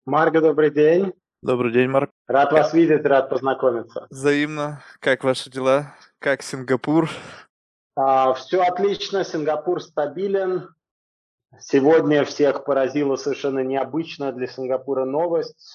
Марк, добрый день. Добрый день, Марк. Рад Ка- вас видеть, рад познакомиться. Взаимно. Как ваши дела? Как Сингапур? Все отлично, Сингапур стабилен. Сегодня всех поразила совершенно необычная для Сингапура новость.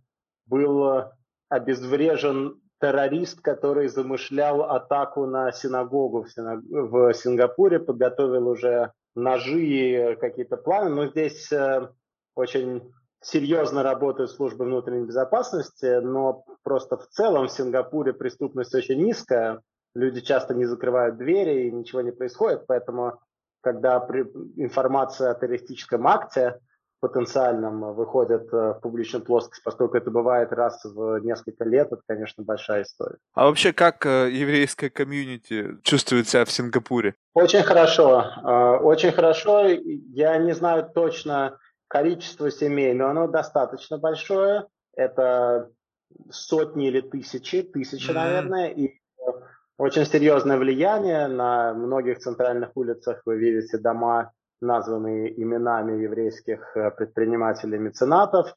Был обезврежен террорист, который замышлял атаку на синагогу в Сингапуре, подготовил уже ножи и какие-то планы. Но здесь очень серьезно работают службы внутренней безопасности, но просто в целом в Сингапуре преступность очень низкая. Люди часто не закрывают двери и ничего не происходит, поэтому когда информация о террористическом акте потенциальном выходит в публичную плоскость, поскольку это бывает раз в несколько лет, это, конечно, большая история. А вообще, как еврейское комьюнити чувствует себя в Сингапуре? Очень хорошо, очень хорошо. Я не знаю точно количество семей, но оно достаточно большое. Это сотни или тысячи, М, наверное, и очень серьезное влияние на многих центральных улицах. Вы видите дома, названные именами еврейских предпринимателей, меценатов.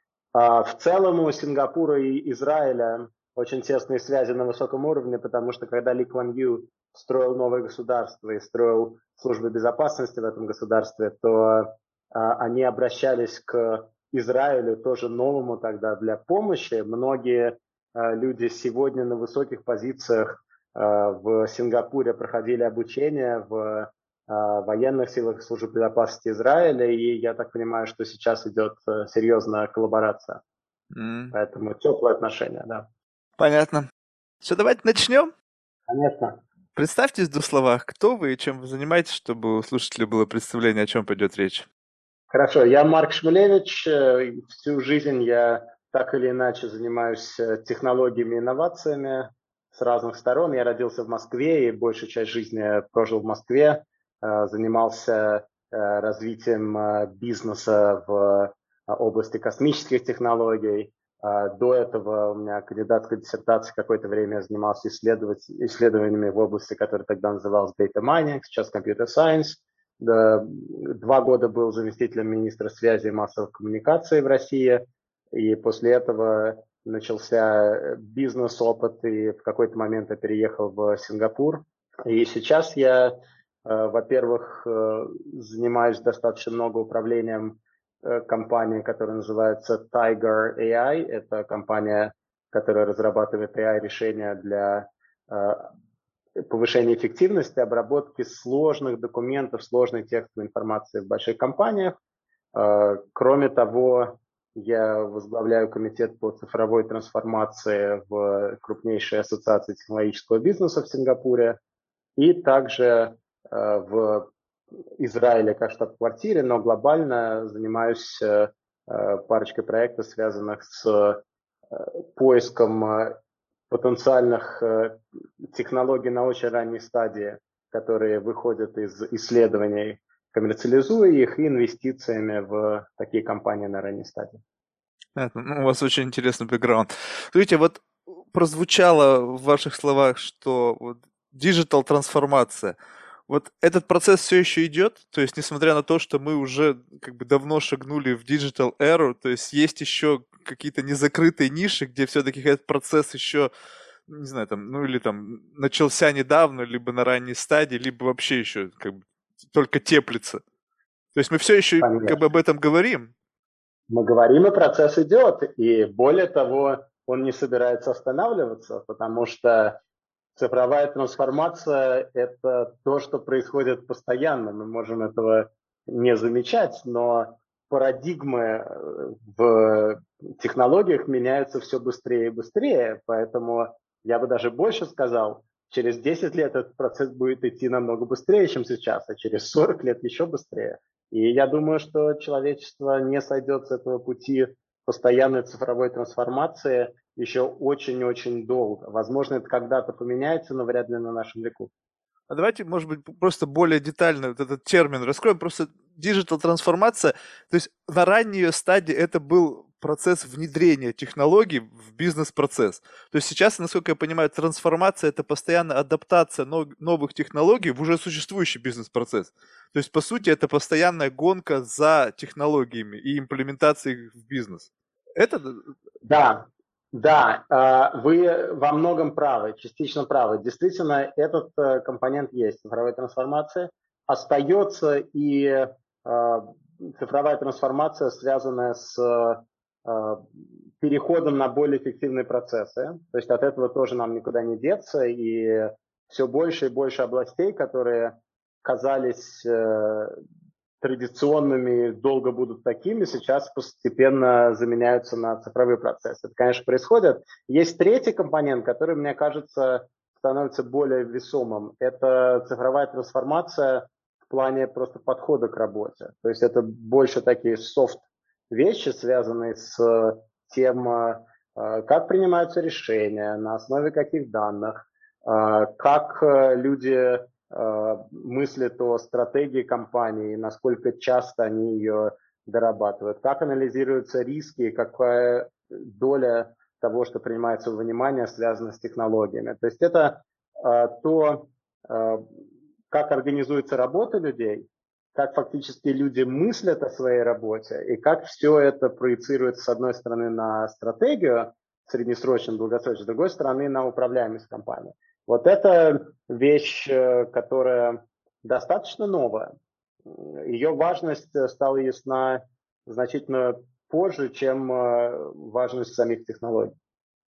В целом у Сингапура и Израиля очень тесные связи на высоком уровне, потому что когда Ли Куан Ю строил новое государство и строил службы безопасности в этом государстве, то они обращались к Израилю, тоже новому тогда, для помощи. Многие люди сегодня на высоких позициях в Сингапуре проходили обучение в военных силах службы безопасности Израиля, и я так понимаю, что сейчас идет серьезная коллаборация. м. Поэтому теплые отношения, да. Понятно. Все, давайте начнем. Конечно. Представьтесь в двух словах, кто вы и чем вы занимаетесь, чтобы у слушателей было представление, о чем пойдет речь. Хорошо, я Марк Шмелевич. Всю жизнь я так или иначе занимаюсь технологиями и инновациями с разных сторон. Я родился в Москве и большую часть жизни прожил в Москве. Занимался развитием бизнеса в области космических технологий. До этого у меня кандидатская диссертация, какое-то время я занимался исследованиями в области, которая тогда называлась Data Mining, сейчас Computer Science. Да, 2 года был заместителем министра связи и массовых коммуникаций в России, и после этого начался бизнес-опыт, и в какой-то момент я переехал в Сингапур. И сейчас я, во-первых, занимаюсь достаточно много управлением компанией, которая называется Tiger AI. Это компания, которая разрабатывает AI-решения для э, повышение эффективности обработки сложных документов, сложной текстовой информации в больших компаниях. Кроме того, я возглавляю комитет по цифровой трансформации в крупнейшей ассоциации технологического бизнеса в Сингапуре и также в Израиле как штаб-квартире, но глобально занимаюсь парочкой проектов, связанных с поиском потенциальных технологий на очень ранней стадии, которые выходят из исследований, коммерциализуя их и инвестициями в такие компании на ранней стадии. Понятно. Ну, у вас очень интересный бэкграунд. Смотрите, вот прозвучало в ваших словах, что вот диджитал трансформация. Вот этот процесс все еще идет, то есть несмотря на то, что мы уже как бы давно шагнули в digital эру, то есть еще какие-то незакрытые ниши, где все-таки этот процесс еще, не знаю, там, ну или там начался недавно, либо на ранней стадии, либо вообще еще как бы только теплится. То есть мы все еще как бы об Конечно. этом говорим. Мы говорим, и процесс идет. И более того, он не собирается останавливаться, потому что цифровая трансформация – это то, что происходит постоянно. Мы можем этого не замечать, но парадигмы в технологиях меняются все быстрее и быстрее. Поэтому я бы даже больше сказал, через 10 лет этот процесс будет идти намного быстрее, чем сейчас, а через 40 лет еще быстрее. И я думаю, что человечество не сойдет с этого пути постоянной цифровой трансформации еще очень-очень долго. Возможно, это когда-то поменяется, но вряд ли на нашем веку. А давайте, может быть, просто более детально вот этот термин раскроем. Просто диджитал трансформация, то есть на ранней ее стадии это был процесс внедрения технологий в бизнес-процесс. То есть сейчас, насколько я понимаю, трансформация – это постоянная адаптация новых технологий в уже существующий бизнес-процесс. То есть, по сути, это постоянная гонка за технологиями и имплементацией их в бизнес. Это Да, да, вы во многом правы, частично правы. Действительно, этот компонент есть цифровой трансформации. Остается и цифровая трансформация, связанная с переходом на более эффективные процессы. То есть от этого тоже нам никуда не деться. И все больше и больше областей, которые казались традиционными, долго будут такими, сейчас постепенно заменяются на цифровые процессы. Это, конечно, происходит. Есть третий компонент, который, мне кажется, становится более весомым. Это цифровая трансформация в плане просто подхода к работе. То есть это больше такие софт вещи, связанные с тем, как принимаются решения, на основе каких данных, как люди мыслят о стратегии компании, насколько часто они ее дорабатывают, как анализируются риски, какая доля того, что принимается во внимание, связана с технологиями. То есть это то, как организуется работа людей, как фактически люди мыслят о своей работе и как все это проецируется, с одной стороны, на стратегию среднесрочную, долгосрочную, с другой стороны, на управляемость компании. Вот это вещь, которая достаточно новая. Ее важность стала ясна значительно позже, чем важность самих технологий.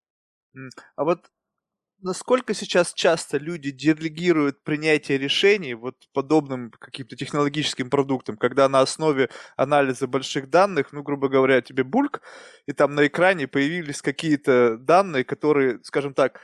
А вот насколько сейчас часто люди делегируют принятие решений вот подобным каким-то технологическим продуктам, когда на основе анализа больших данных, ну, грубо говоря, тебе бульк, и там на экране появились какие-то данные, которые, скажем так,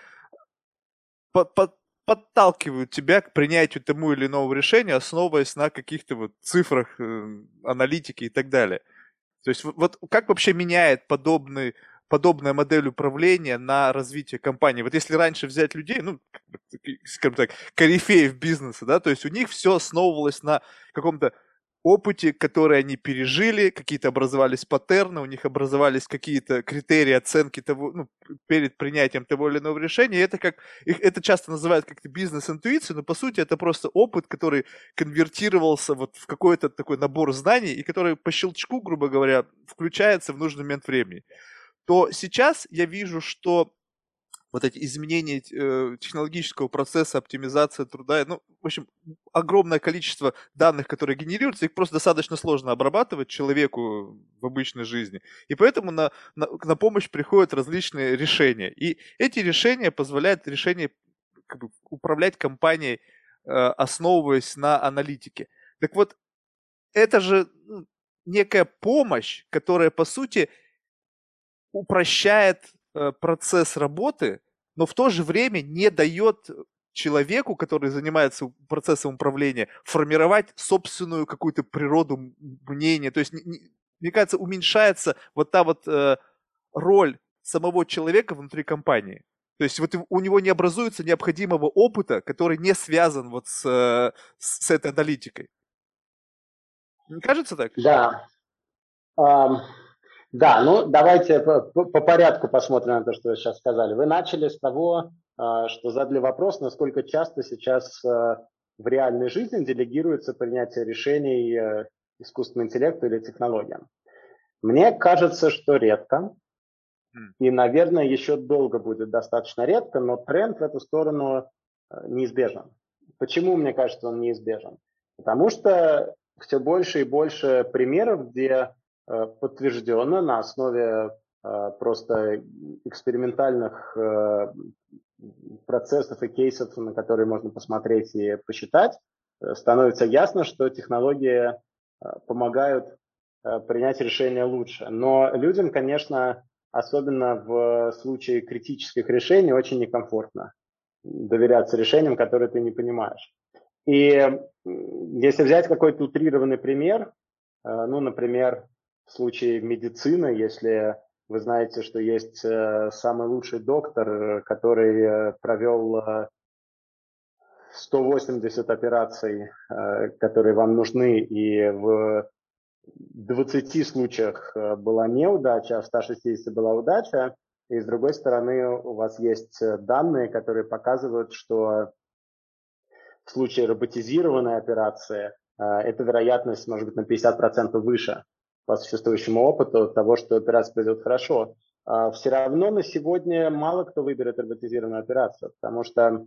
подталкивают тебя к принятию тому или иного решения, основываясь на каких-то вот цифрах, аналитики и так далее. То есть вот как вообще меняет подобная модель управления на развитие компании? Вот если раньше взять людей, ну, скажем так, корифеев бизнеса, да, то есть у них все основывалось на каком-то опыте, который они пережили, какие-то образовались паттерны, у них образовались какие-то критерии оценки того, ну, перед принятием того или иного решения. И это как, это часто называют как-то бизнес-интуицией, но по сути это просто опыт, который конвертировался вот в какой-то такой набор знаний, и который по щелчку, грубо говоря, включается в нужный момент времени. То сейчас я вижу, что вот эти изменения технологического процесса, оптимизация труда, ну, в общем, огромное количество данных, которые генерируются, их просто достаточно сложно обрабатывать человеку в обычной жизни. И поэтому на помощь приходят различные решения. И эти решения позволяют как бы, управлять компанией, основываясь на аналитике. Так вот, это же некая помощь, которая, по сути, упрощает процесс работы, но в то же время не дает человеку, который занимается процессом управления, формировать собственную какую-то природу мнения. То есть, мне кажется, уменьшается вот та вот роль самого человека внутри компании. То есть вот у него не образуется необходимого опыта, который не связан вот с этой аналитикой. Не кажется так? Да, ам, да, ну давайте по порядку посмотрим на то, что вы сейчас сказали. Вы начали с того, что задали вопрос, насколько часто сейчас в реальной жизни делегируется принятие решений искусственному интеллекту или технологиям. Мне кажется, что редко, и, наверное, еще долго будет достаточно редко, но тренд в эту сторону неизбежен. Почему, мне кажется, он неизбежен? Потому что все больше и больше примеров, где подтвержденно на основе просто экспериментальных процессов и кейсов, на которые можно посмотреть и посчитать, становится ясно, что технологии помогают принять решение лучше. Но людям, конечно, особенно в случае критических решений, очень некомфортно доверяться решениям, которые ты не понимаешь. И если взять какой-то утрированный пример, ну, например, в случае медицины, если вы знаете, что есть самый лучший доктор, который провел 180 операций, которые вам нужны, и в 20 случаях была неудача, а в 160 была удача. И с другой стороны, у вас есть данные, которые показывают, что в случае роботизированной операции эта вероятность может быть на 50% выше по существующему опыту того, что операция пойдет хорошо. Все равно на сегодня мало кто выберет роботизированную операцию, потому что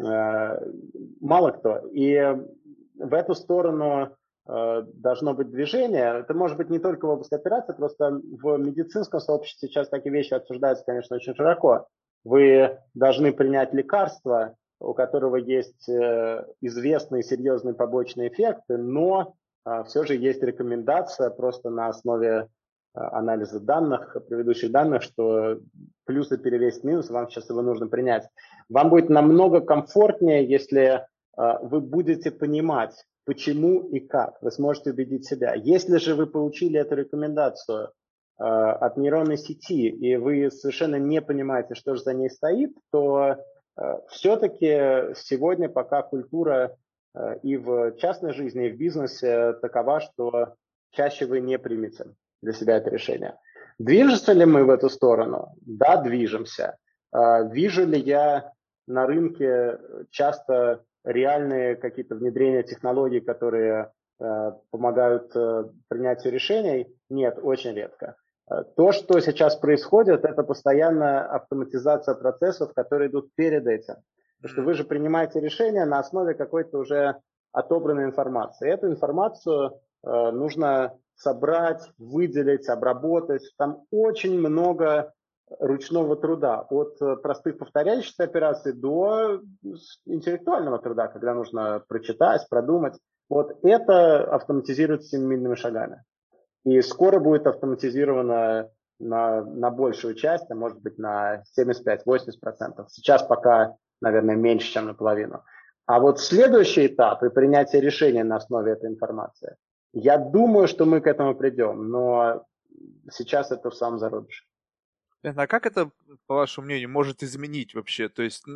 мало кто. И в эту сторону должно быть движение. Это может быть не только в области операции, просто в медицинском сообществе сейчас такие вещи обсуждаются, конечно, очень широко. Вы должны принять лекарство, у которого есть известные серьезные побочные эффекты, но все же есть рекомендация просто на основе анализа данных, предыдущих данных, что плюсы перевесят минусы, вам сейчас его нужно принять. Вам будет намного комфортнее, если вы будете понимать, почему и как. Вы сможете убедить себя. Если же вы получили эту рекомендацию от нейронной сети, и вы совершенно не понимаете, что же за ней стоит, то все-таки сегодня пока культура и в частной жизни, и в бизнесе такова, что чаще вы не примете для себя это решение. Движемся ли мы в эту сторону? Да, движемся. Вижу ли я на рынке часто реальные какие-то внедрения технологий, которые помогают принятию решений? Нет, очень редко. То, что сейчас происходит, это постоянная автоматизация процессов, которые идут перед этим. Потому что вы же принимаете решения на основе какой-то уже отобранной информации. Эту информацию нужно собрать, выделить, обработать. Там очень много ручного труда, от простых повторяющихся операций до интеллектуального труда, когда нужно прочитать, продумать. Вот это автоматизируется семимильными шагами. И скоро будет автоматизировано на большую часть, а может быть на 75-80%. Сейчас пока, наверное, меньше, чем наполовину. А вот следующий этап и принятие решения на основе этой информации, я думаю, что мы к этому придем, но сейчас это в самом зародыше. А как это, по вашему мнению, может изменить вообще? То есть,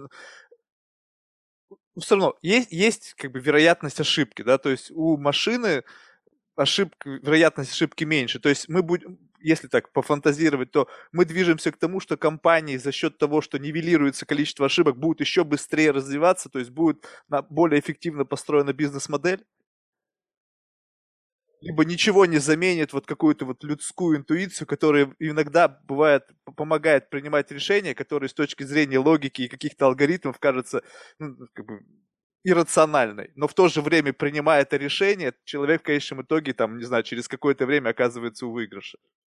все равно есть как бы вероятность ошибки, да, то есть у машины вероятность ошибки меньше. То есть мы будем, если так пофантазировать, то мы движемся к тому, что компании за счет того, что нивелируется количество ошибок, будут еще быстрее развиваться, то есть будет более эффективно построена бизнес-модель, либо ничего не заменит вот какую-то вот людскую интуицию, которая иногда бывает помогает принимать решения, которые с точки зрения логики и каких-то алгоритмов кажутся как бы иррациональной, но в то же время, принимая это решение, человек в конечном итоге, там, не знаю, через какое-то время оказывается у выигрыша.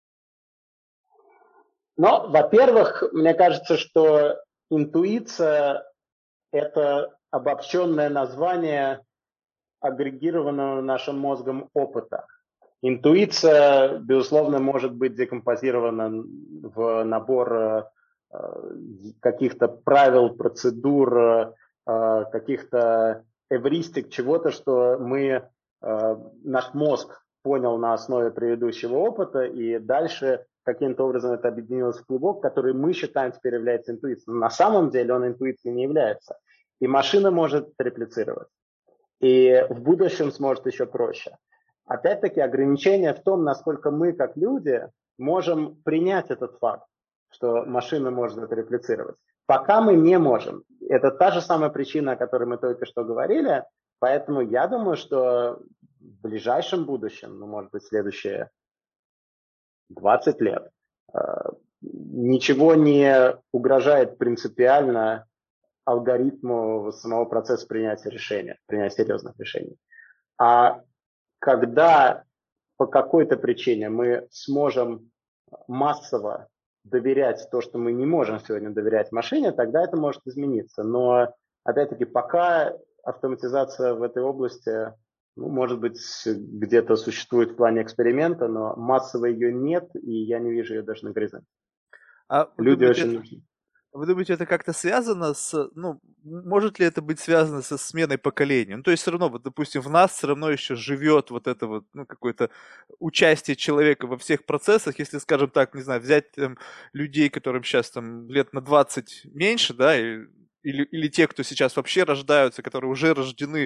Но, во-первых, мне кажется, что интуиция – это обобщенное название агрегированного нашим мозгом опыта. Интуиция, безусловно, может быть декомпозирована в набор каких-то правил, процедур, каких-то эвристик, чего-то, что наш мозг понял на основе предыдущего опыта, и дальше каким-то образом это объединилось в клубок, который мы считаем теперь является интуицией. Но на самом деле он интуицией не является. И машина может реплицировать. И в будущем сможет еще проще. Опять-таки ограничение в том, насколько мы, как люди, можем принять этот факт, что машина может это реплицировать. Пока мы не можем. Это та же самая причина, о которой мы только что говорили. Поэтому я думаю, что в ближайшем будущем, ну, может быть, следующие 20 лет, ничего не угрожает принципиально алгоритму самого процесса принятия решения, принятия серьезных решений. А когда по какой-то причине мы сможем массово доверять то, что мы не можем сегодня доверять машине, тогда это может измениться. Но, опять-таки, пока автоматизация в этой области, ну, может быть, где-то существует в плане эксперимента, но массово ее нет, и я не вижу ее даже на горизонте. А Люди очень нужны. вы думаете, это как-то связано с, ну, может ли это быть связано со сменой поколения? Ну, то есть все равно, вот, допустим, в нас все равно еще живет вот это вот, ну, какое-то участие человека во всех процессах, если, скажем так, не знаю, взять людей, которым сейчас там лет на 20 меньше, да, или те, кто сейчас вообще рождаются, которые уже рождены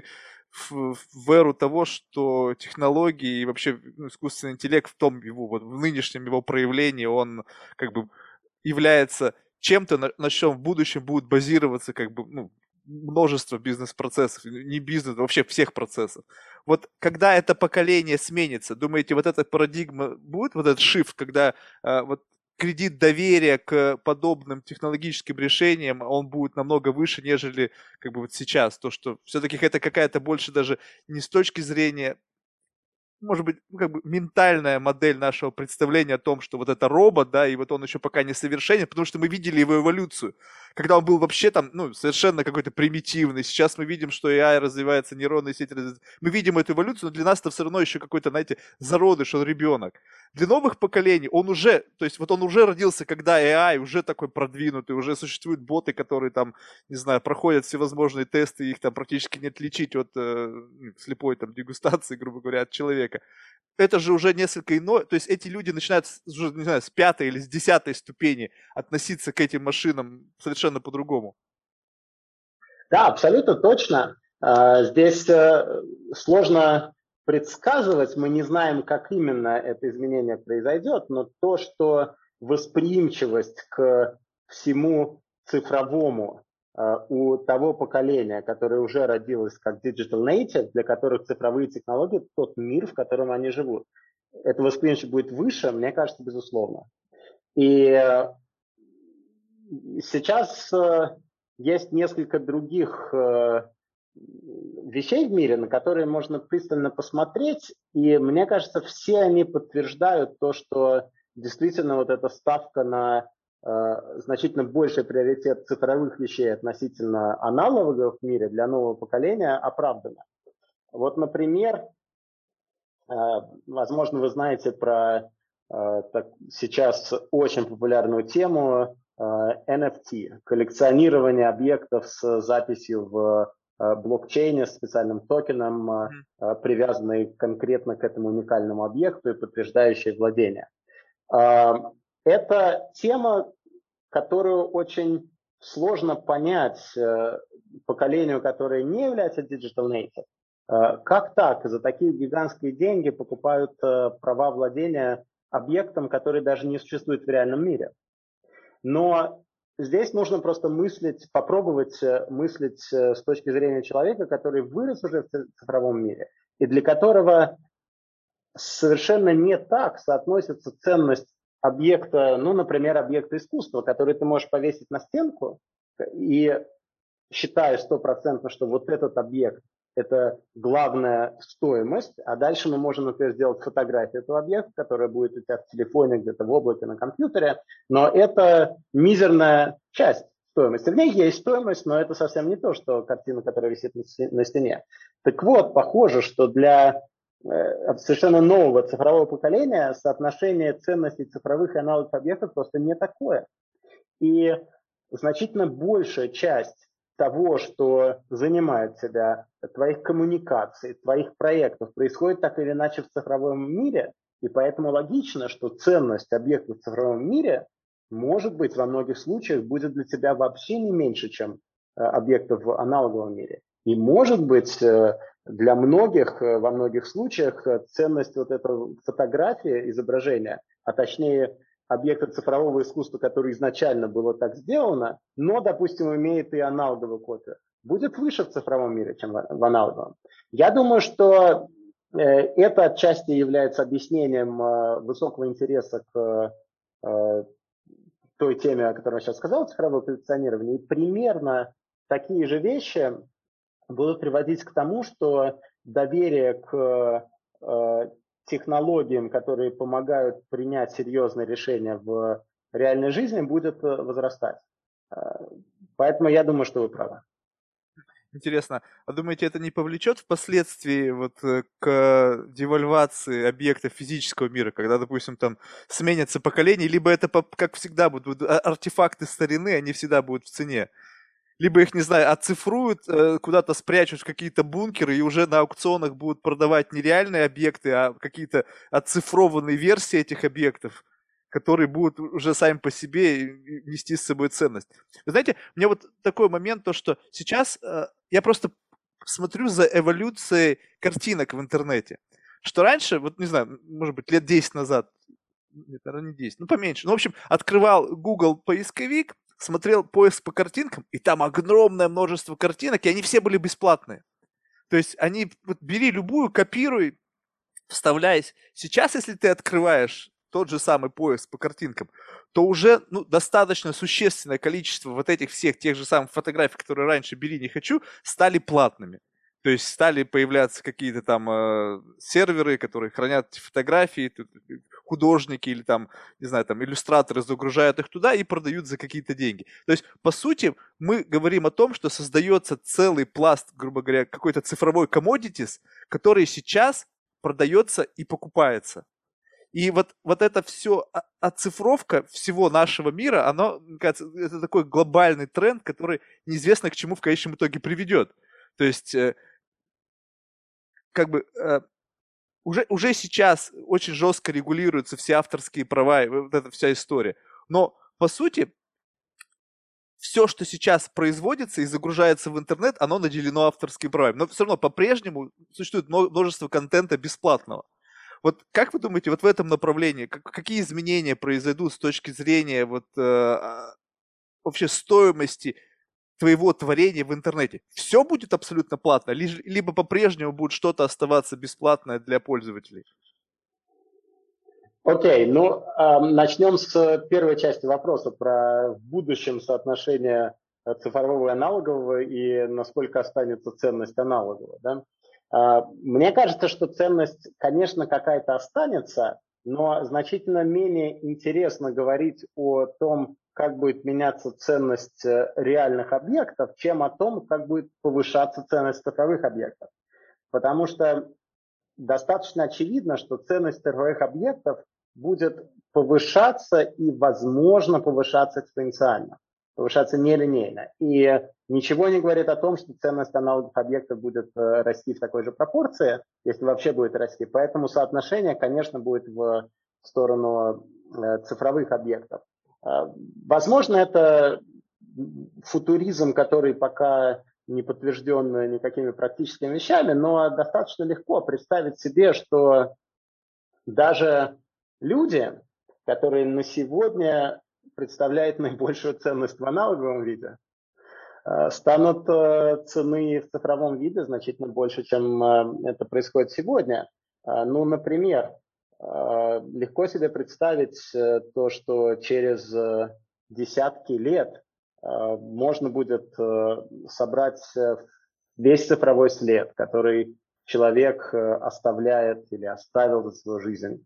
в эру того, что технологии и вообще искусственный интеллект в том его, вот в нынешнем его проявлении, он как бы является чем-то, на чем в будущем будет базироваться как бы, ну, множество бизнес-процессов, не бизнес, вообще всех процессов. Вот когда это поколение сменится, думаете, вот эта парадигма будет, вот этот shift, когда вот кредит доверия к подобным технологическим решениям, он будет намного выше, нежели как бы вот сейчас. То, что все-таки это какая-то больше даже не с точки зрения, может быть, ну, как бы ментальная модель нашего представления о том, что вот это робот, да, и вот он еще пока не совершенен, потому что мы видели его эволюцию, когда он был вообще там, ну, совершенно какой-то примитивный. Сейчас мы видим, что AI развивается, нейронные сети развиваются. Мы видим эту эволюцию, но для нас это все равно еще какой-то, знаете, зародыш, он ребенок. Для новых поколений он уже, то есть вот он уже родился, когда AI уже такой продвинутый, уже существуют боты, которые там, не знаю, проходят всевозможные тесты, их там практически не отличить от слепой там дегустации, грубо говоря, от человека. Это же уже несколько иное, то есть эти люди начинают уже, не знаю, с 5-й или с 10-й ступени относиться к этим машинам совершенно по-другому. Да, абсолютно точно. Здесь сложно предсказывать, мы не знаем, как именно это изменение произойдет, но то, что восприимчивость к всему цифровому у того поколения, которое уже родилось как digital native, для которых цифровые технологии– тот мир, в котором они живут. Эта восприимчивость будет выше, мне кажется, безусловно. И сейчас есть несколько других вещей в мире, на которые можно пристально посмотреть, и мне кажется, все они подтверждают то, что действительно вот эта ставка на значительно больший приоритет цифровых вещей относительно аналоговых в мире для нового поколения оправдана. Вот, например, возможно, вы знаете про сейчас очень популярную тему NFT, коллекционирование объектов с записью в блокчейне, с специальным токеном, привязанный конкретно к этому уникальному объекту и подтверждающий владение. Это тема, которую очень сложно понять поколению, которое не является digital native. Как так? За такие гигантские деньги покупают права владения объектом, который даже не существует в реальном мире. Но здесь нужно просто мыслить, попробовать мыслить с точки зрения человека, который вырос уже в цифровом мире, и для которого совершенно не так соотносится ценность объекта, ну, например, объекта искусства, который ты можешь повесить на стенку, и считаю стопроцентно, что вот этот объект – это главная стоимость, а дальше мы можем, например, сделать фотографию этого объекта, которая будет у тебя в телефоне, где-то в облаке, на компьютере, но это мизерная часть стоимости. В ней есть стоимость, но это совсем не то, что картина, которая висит на стене. Так вот, похоже, что для совершенно нового цифрового поколения соотношение ценностей цифровых и аналоговых объектов просто не такое. И значительно большая часть того, что занимает тебя, твоих коммуникаций, твоих проектов, происходит так или иначе в цифровом мире, и поэтому логично, что ценность объектов в цифровом мире, может быть, во многих случаях будет для тебя вообще не меньше, чем объектов в аналоговом мире. И может быть, для многих, во многих случаях, ценность вот этого фотографии, изображения, а точнее объекта цифрового искусства, который изначально было так сделано, но, допустим, имеет и аналоговую копию, будет выше в цифровом мире, чем в аналоговом. Я думаю, что это отчасти является объяснением высокого интереса к той теме, о которой я сейчас сказал, цифровое коллекционирование. И примерно такие же вещи будут приводить к тому, что доверие к технологиям, которые помогают принять серьезные решения в реальной жизни, будет возрастать. Поэтому я думаю, что вы правы. Интересно, а думаете, это не повлечет впоследствии вот к девальвации объектов физического мира, когда, допустим, там сменятся поколения, либо это, как всегда, будут артефакты старины, они всегда будут в цене? Либо их, не знаю, оцифруют, куда-то спрячут в какие-то бункеры и уже на аукционах будут продавать не реальные объекты, а какие-то оцифрованные версии этих объектов, которые будут уже сами по себе нести с собой ценность. Вы знаете, у меня вот такой момент, то что сейчас я просто смотрю за эволюцией картинок в интернете. Что раньше, вот не знаю, может быть, лет 10 назад, нет, наверное, не 10, ну поменьше. Ну, в общем, открывал Google поисковик, смотрел поиск по картинкам, и там огромное множество картинок, и они все были бесплатные. То есть они, вот бери любую, копируй, вставляясь. Сейчас, если ты открываешь тот же самый поиск по картинкам, то уже достаточно существенное количество вот этих всех тех же самых фотографий, которые раньше бери не хочу, стали платными. То есть стали появляться какие-то там серверы, которые хранят эти фотографии, художники или там, не знаю, там иллюстраторы загружают их туда и продают за какие-то деньги. То есть, по сути, мы говорим о том, что создается целый пласт, грубо говоря, какой-то цифровой commodities, который сейчас продается и покупается. И вот это все оцифровка всего нашего мира, оно, мне кажется, это такой глобальный тренд, который неизвестно к чему в конечном итоге приведет. То есть, как бы, уже сейчас очень жестко регулируются все авторские права и вот эта вся история. Но, по сути, все, что сейчас производится и загружается в интернет, оно наделено авторскими правами. Но все равно по-прежнему существует множество контента бесплатного. Вот как вы думаете, вот в этом направлении, какие изменения произойдут с точки зрения вот, вообще стоимости твоего творения в интернете? Все будет абсолютно платно, либо по-прежнему будет что-то оставаться бесплатное для пользователей? Окей, ну, начнем с первой части вопроса про в будущем соотношение цифрового и аналогового и насколько останется ценность аналогового. Да? Мне кажется, что ценность, конечно, какая-то останется, но значительно менее интересно говорить о том, как будет меняться ценность реальных объектов, чем о том, как будет повышаться ценность цифровых объектов. Потому что достаточно очевидно, что ценность цифровых объектов будет повышаться и, возможно, повышаться экспоненциально, повышаться нелинейно. И ничего не говорит о том, что ценность аналоговых объектов будет расти в такой же пропорции, если вообще будет расти. Поэтому соотношение, конечно, будет в сторону цифровых объектов. Возможно, это футуризм, который пока не подтвержден никакими практическими вещами, но достаточно легко представить себе, что даже люди, которые на сегодня представляют наибольшую ценность в аналоговом виде, станут цены в цифровом виде значительно больше, чем это происходит сегодня. Ну, например, легко себе представить то, что через десятки лет можно будет собрать весь цифровой след, который человек оставляет или оставил за свою жизнь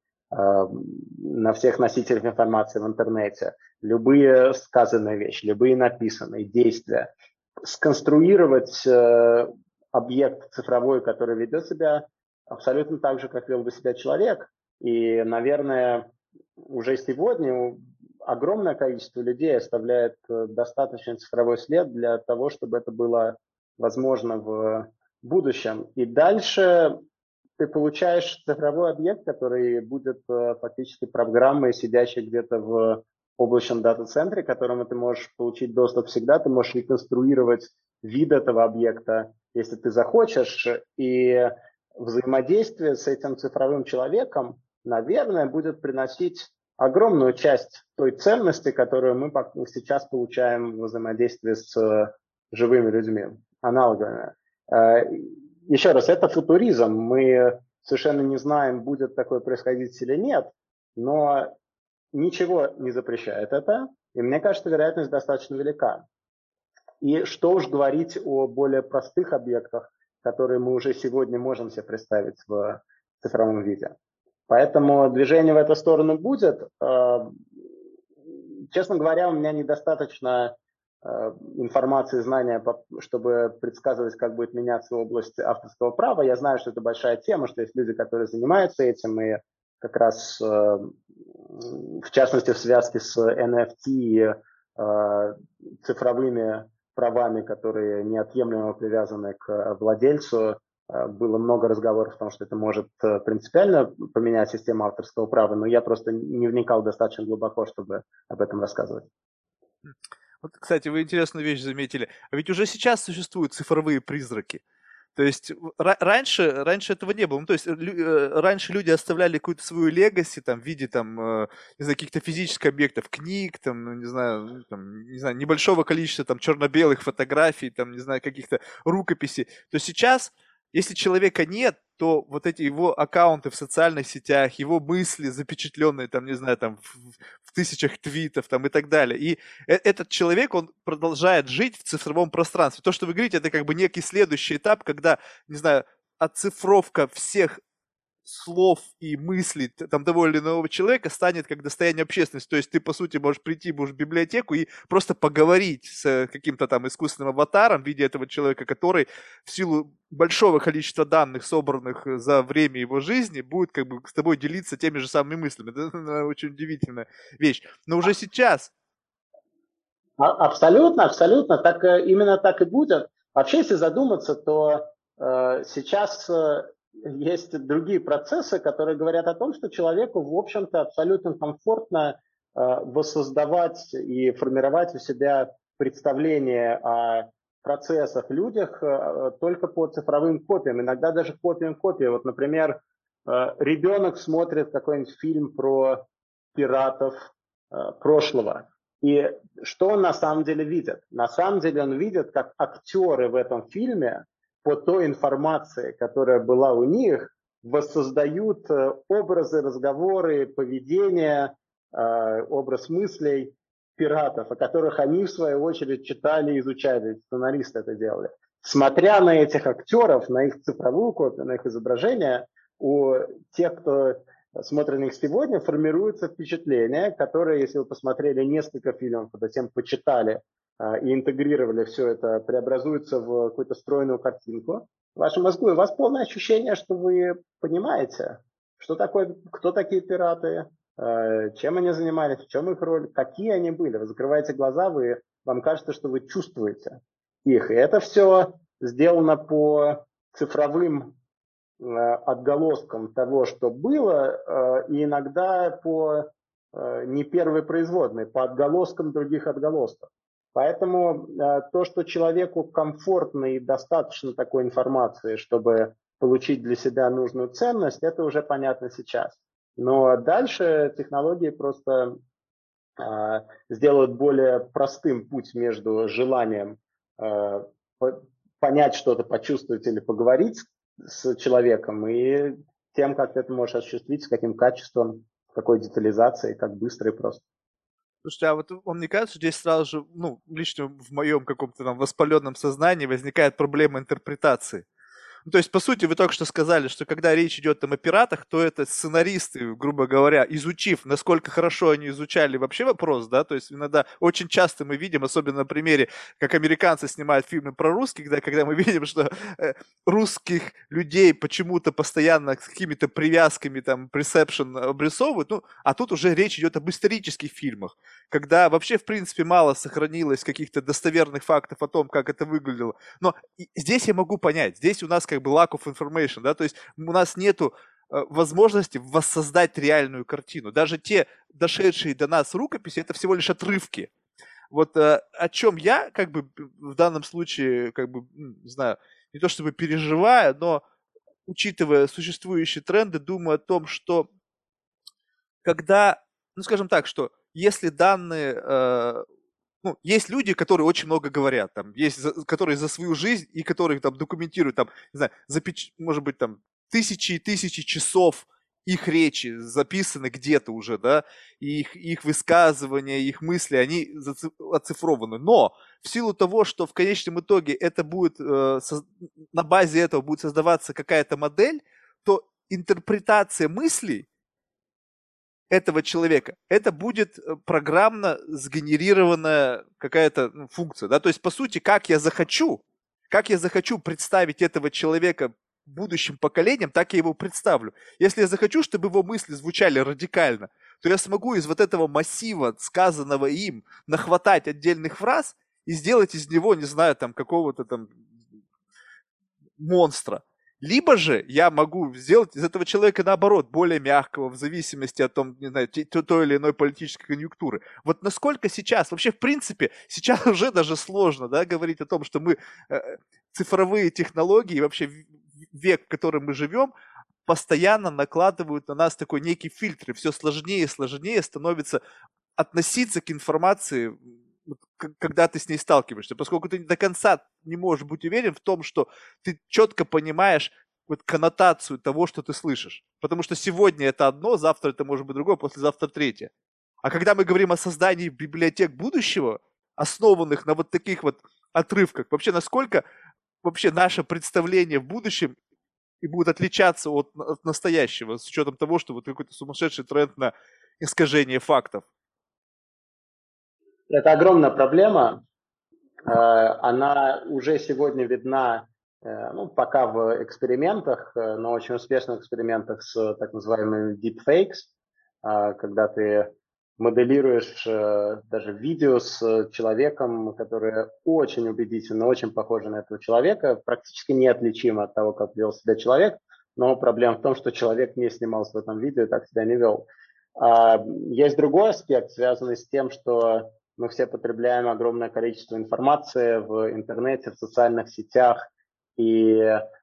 на всех носителях информации в интернете. Любые сказанные вещи, любые написанные действия. Сконструировать объект цифровой, который ведет себя абсолютно так же, как вел бы себя человек. И, наверное, уже сегодня огромное количество людей оставляет достаточный цифровой след для того, чтобы это было возможно в будущем. И дальше ты получаешь цифровой объект, который будет фактически программой, сидящей где-то в облачном дата-центре, к которому ты можешь получить доступ всегда, ты можешь реконструировать вид этого объекта, если ты захочешь, и взаимодействие с этим цифровым человеком, наверное, будет приносить огромную часть той ценности, которую мы сейчас получаем в взаимодействии с живыми людьми, аналоговыми. Еще раз, это футуризм. Мы совершенно не знаем, будет такое происходить или нет, но ничего не запрещает это, и мне кажется, вероятность достаточно велика. И что уж говорить о более простых объектах, которые мы уже сегодня можем себе представить в цифровом виде. Поэтому движение в эту сторону будет. Честно говоря, у меня недостаточно информации, знания, чтобы предсказывать, как будет меняться область авторского права. Я знаю, что это большая тема, что есть люди, которые занимаются этим, и как раз в частности в связке с NFT и цифровыми правами, которые неотъемлемо привязаны к владельцу, было много разговоров о том, что это может принципиально поменять систему авторского права, но я просто не вникал достаточно глубоко, чтобы об этом рассказывать. Вот, кстати, вы интересную вещь заметили. А ведь уже сейчас существуют цифровые призраки. То есть раньше этого не было. Ну, то есть раньше люди оставляли какую-то свою легаси там, в виде там, не знаю, каких-то физических объектов, книг, там, ну, не знаю, не знаю, небольшого количества там черно-белых фотографий, там, не знаю, каких-то рукописей. То сейчас, если человека нет, то вот эти его аккаунты в социальных сетях, его мысли запечатленные, там, не знаю, там, в тысячах твитов, там, и так далее. И этот человек, он продолжает жить в цифровом пространстве. То, что вы говорите, это как бы некий следующий этап, когда, не знаю, оцифровка всех слов и мыслей там того или иного человека станет как достояние общественности. То есть ты, по сути, можешь прийти в библиотеку и просто поговорить с каким-то там искусственным аватаром в виде этого человека, который в силу большого количества данных, собранных за время его жизни, будет как бы с тобой делиться теми же самыми мыслями. Это очень удивительная вещь. Но уже сейчас... Абсолютно, абсолютно. Так, именно так и будет. Вообще, если задуматься, то сейчас есть другие процессы, которые говорят о том, что человеку, в общем-то, абсолютно комфортно воссоздавать и формировать у себя представление о процессах, людях только по цифровым копиям, иногда даже копиям копии. Вот, например, ребенок смотрит какой-нибудь фильм про пиратов прошлого. И что он на самом деле видит? На самом деле он видит, как актеры в этом фильме по той информации, которая была у них, воссоздают образы, разговоры, поведение, образ мыслей пиратов, о которых они, в свою очередь, читали и изучали, сценаристы это делали. Смотря на этих актеров, на их цифровую копию, на их изображение, у тех, кто смотря на них сегодня, формируется впечатление, которое, если вы посмотрели несколько фильмов, а затем почитали и интегрировали все это, преобразуется в какую-то стройную картинку в вашем мозгу, и у вас полное ощущение, что вы понимаете, что такое, кто такие пираты, чем они занимались, в чем их роль, какие они были. Вы закрываете глаза, вам кажется, что вы чувствуете их. И это все сделано по цифровым отголоском того, что было, и иногда по не первой производной, по отголоскам других отголосков. Поэтому то, что человеку комфортно и достаточно такой информации, чтобы получить для себя нужную ценность, это уже понятно сейчас. Но дальше технологии просто сделают более простым путь между желанием понять что-то, почувствовать или поговорить с человеком и тем, как ты это можешь осуществить, с каким качеством, с какой детализацией, как быстро и просто. Слушайте, а вот вам не кажется, что здесь сразу же, ну, лично в моем каком-то там воспаленном сознании возникает проблема интерпретации? Ну, то есть, по сути, вы только что сказали, что когда речь идет там о пиратах, то это сценаристы, грубо говоря, изучив, насколько хорошо они изучали вообще вопрос, да, то есть иногда очень часто мы видим, особенно на примере, как американцы снимают фильмы про русских, да, когда мы видим, что русских людей почему-то постоянно с какими-то привязками, там, пресепшн обрисовывают, ну, а тут уже речь идет об исторических фильмах, когда вообще, в принципе, мало сохранилось каких-то достоверных фактов о том, как это выглядело. Но здесь я могу понять, здесь у нас как бы lack of information, да, то есть у нас нету возможности воссоздать реальную картину. Даже те дошедшие до нас рукописи, это всего лишь отрывки. Вот о чем я, как бы, в данном случае, как бы, не знаю, не то чтобы переживаю, но учитывая существующие тренды, думаю о том, что когда, ну, скажем так, что если данные ну, есть люди, которые очень много говорят, там, есть, которые за свою жизнь и которые там документируют, там, не знаю, может быть, там, тысячи и тысячи часов их речи записаны где-то уже, да, и их высказывания, их мысли, они оцифрованы. Но в силу того, что в конечном итоге это будет, на базе этого будет создаваться какая-то модель, то интерпретация мыслей этого человека, это будет программно сгенерированная какая-то функция, да, то есть по сути, как я захочу представить этого человека будущим поколениям, так я его представлю. Если я захочу, чтобы его мысли звучали радикально, то я смогу из вот этого массива, сказанного им, нахватать отдельных фраз и сделать из него, не знаю, там, какого-то там монстра. Либо же я могу сделать из этого человека, наоборот, более мягкого, в зависимости от том, не знаю, той или иной политической конъюнктуры. Вот насколько сейчас, вообще, в принципе, сейчас уже даже сложно, да, говорить о том, что мы цифровые технологии, вообще век, в котором мы живем, постоянно накладывают на нас такой некий фильтр, и все сложнее и сложнее становится относиться к информации, когда ты с ней сталкиваешься, поскольку ты до конца не можешь быть уверен в том, что ты четко понимаешь вот коннотацию того, что ты слышишь. Потому что сегодня это одно, завтра это может быть другое, послезавтра третье. А когда мы говорим о создании библиотек будущего, основанных на вот таких вот отрывках, вообще насколько вообще наше представление в будущем и будет отличаться от настоящего, с учетом того, что вот какой-то сумасшедший тренд на искажение фактов. Это огромная проблема. Она уже сегодня видна, ну, пока в экспериментах, но очень успешных экспериментах с так называемыми deepfakes, когда ты моделируешь даже видео с человеком, которое очень убедительно, очень похоже на этого человека, практически неотличимо от того, как вел себя человек, но проблема в том, что человек не снимался в этом видео и так себя не вел. Есть другой аспект, связанный с тем, что мы все потребляем огромное количество информации в интернете, в социальных сетях, и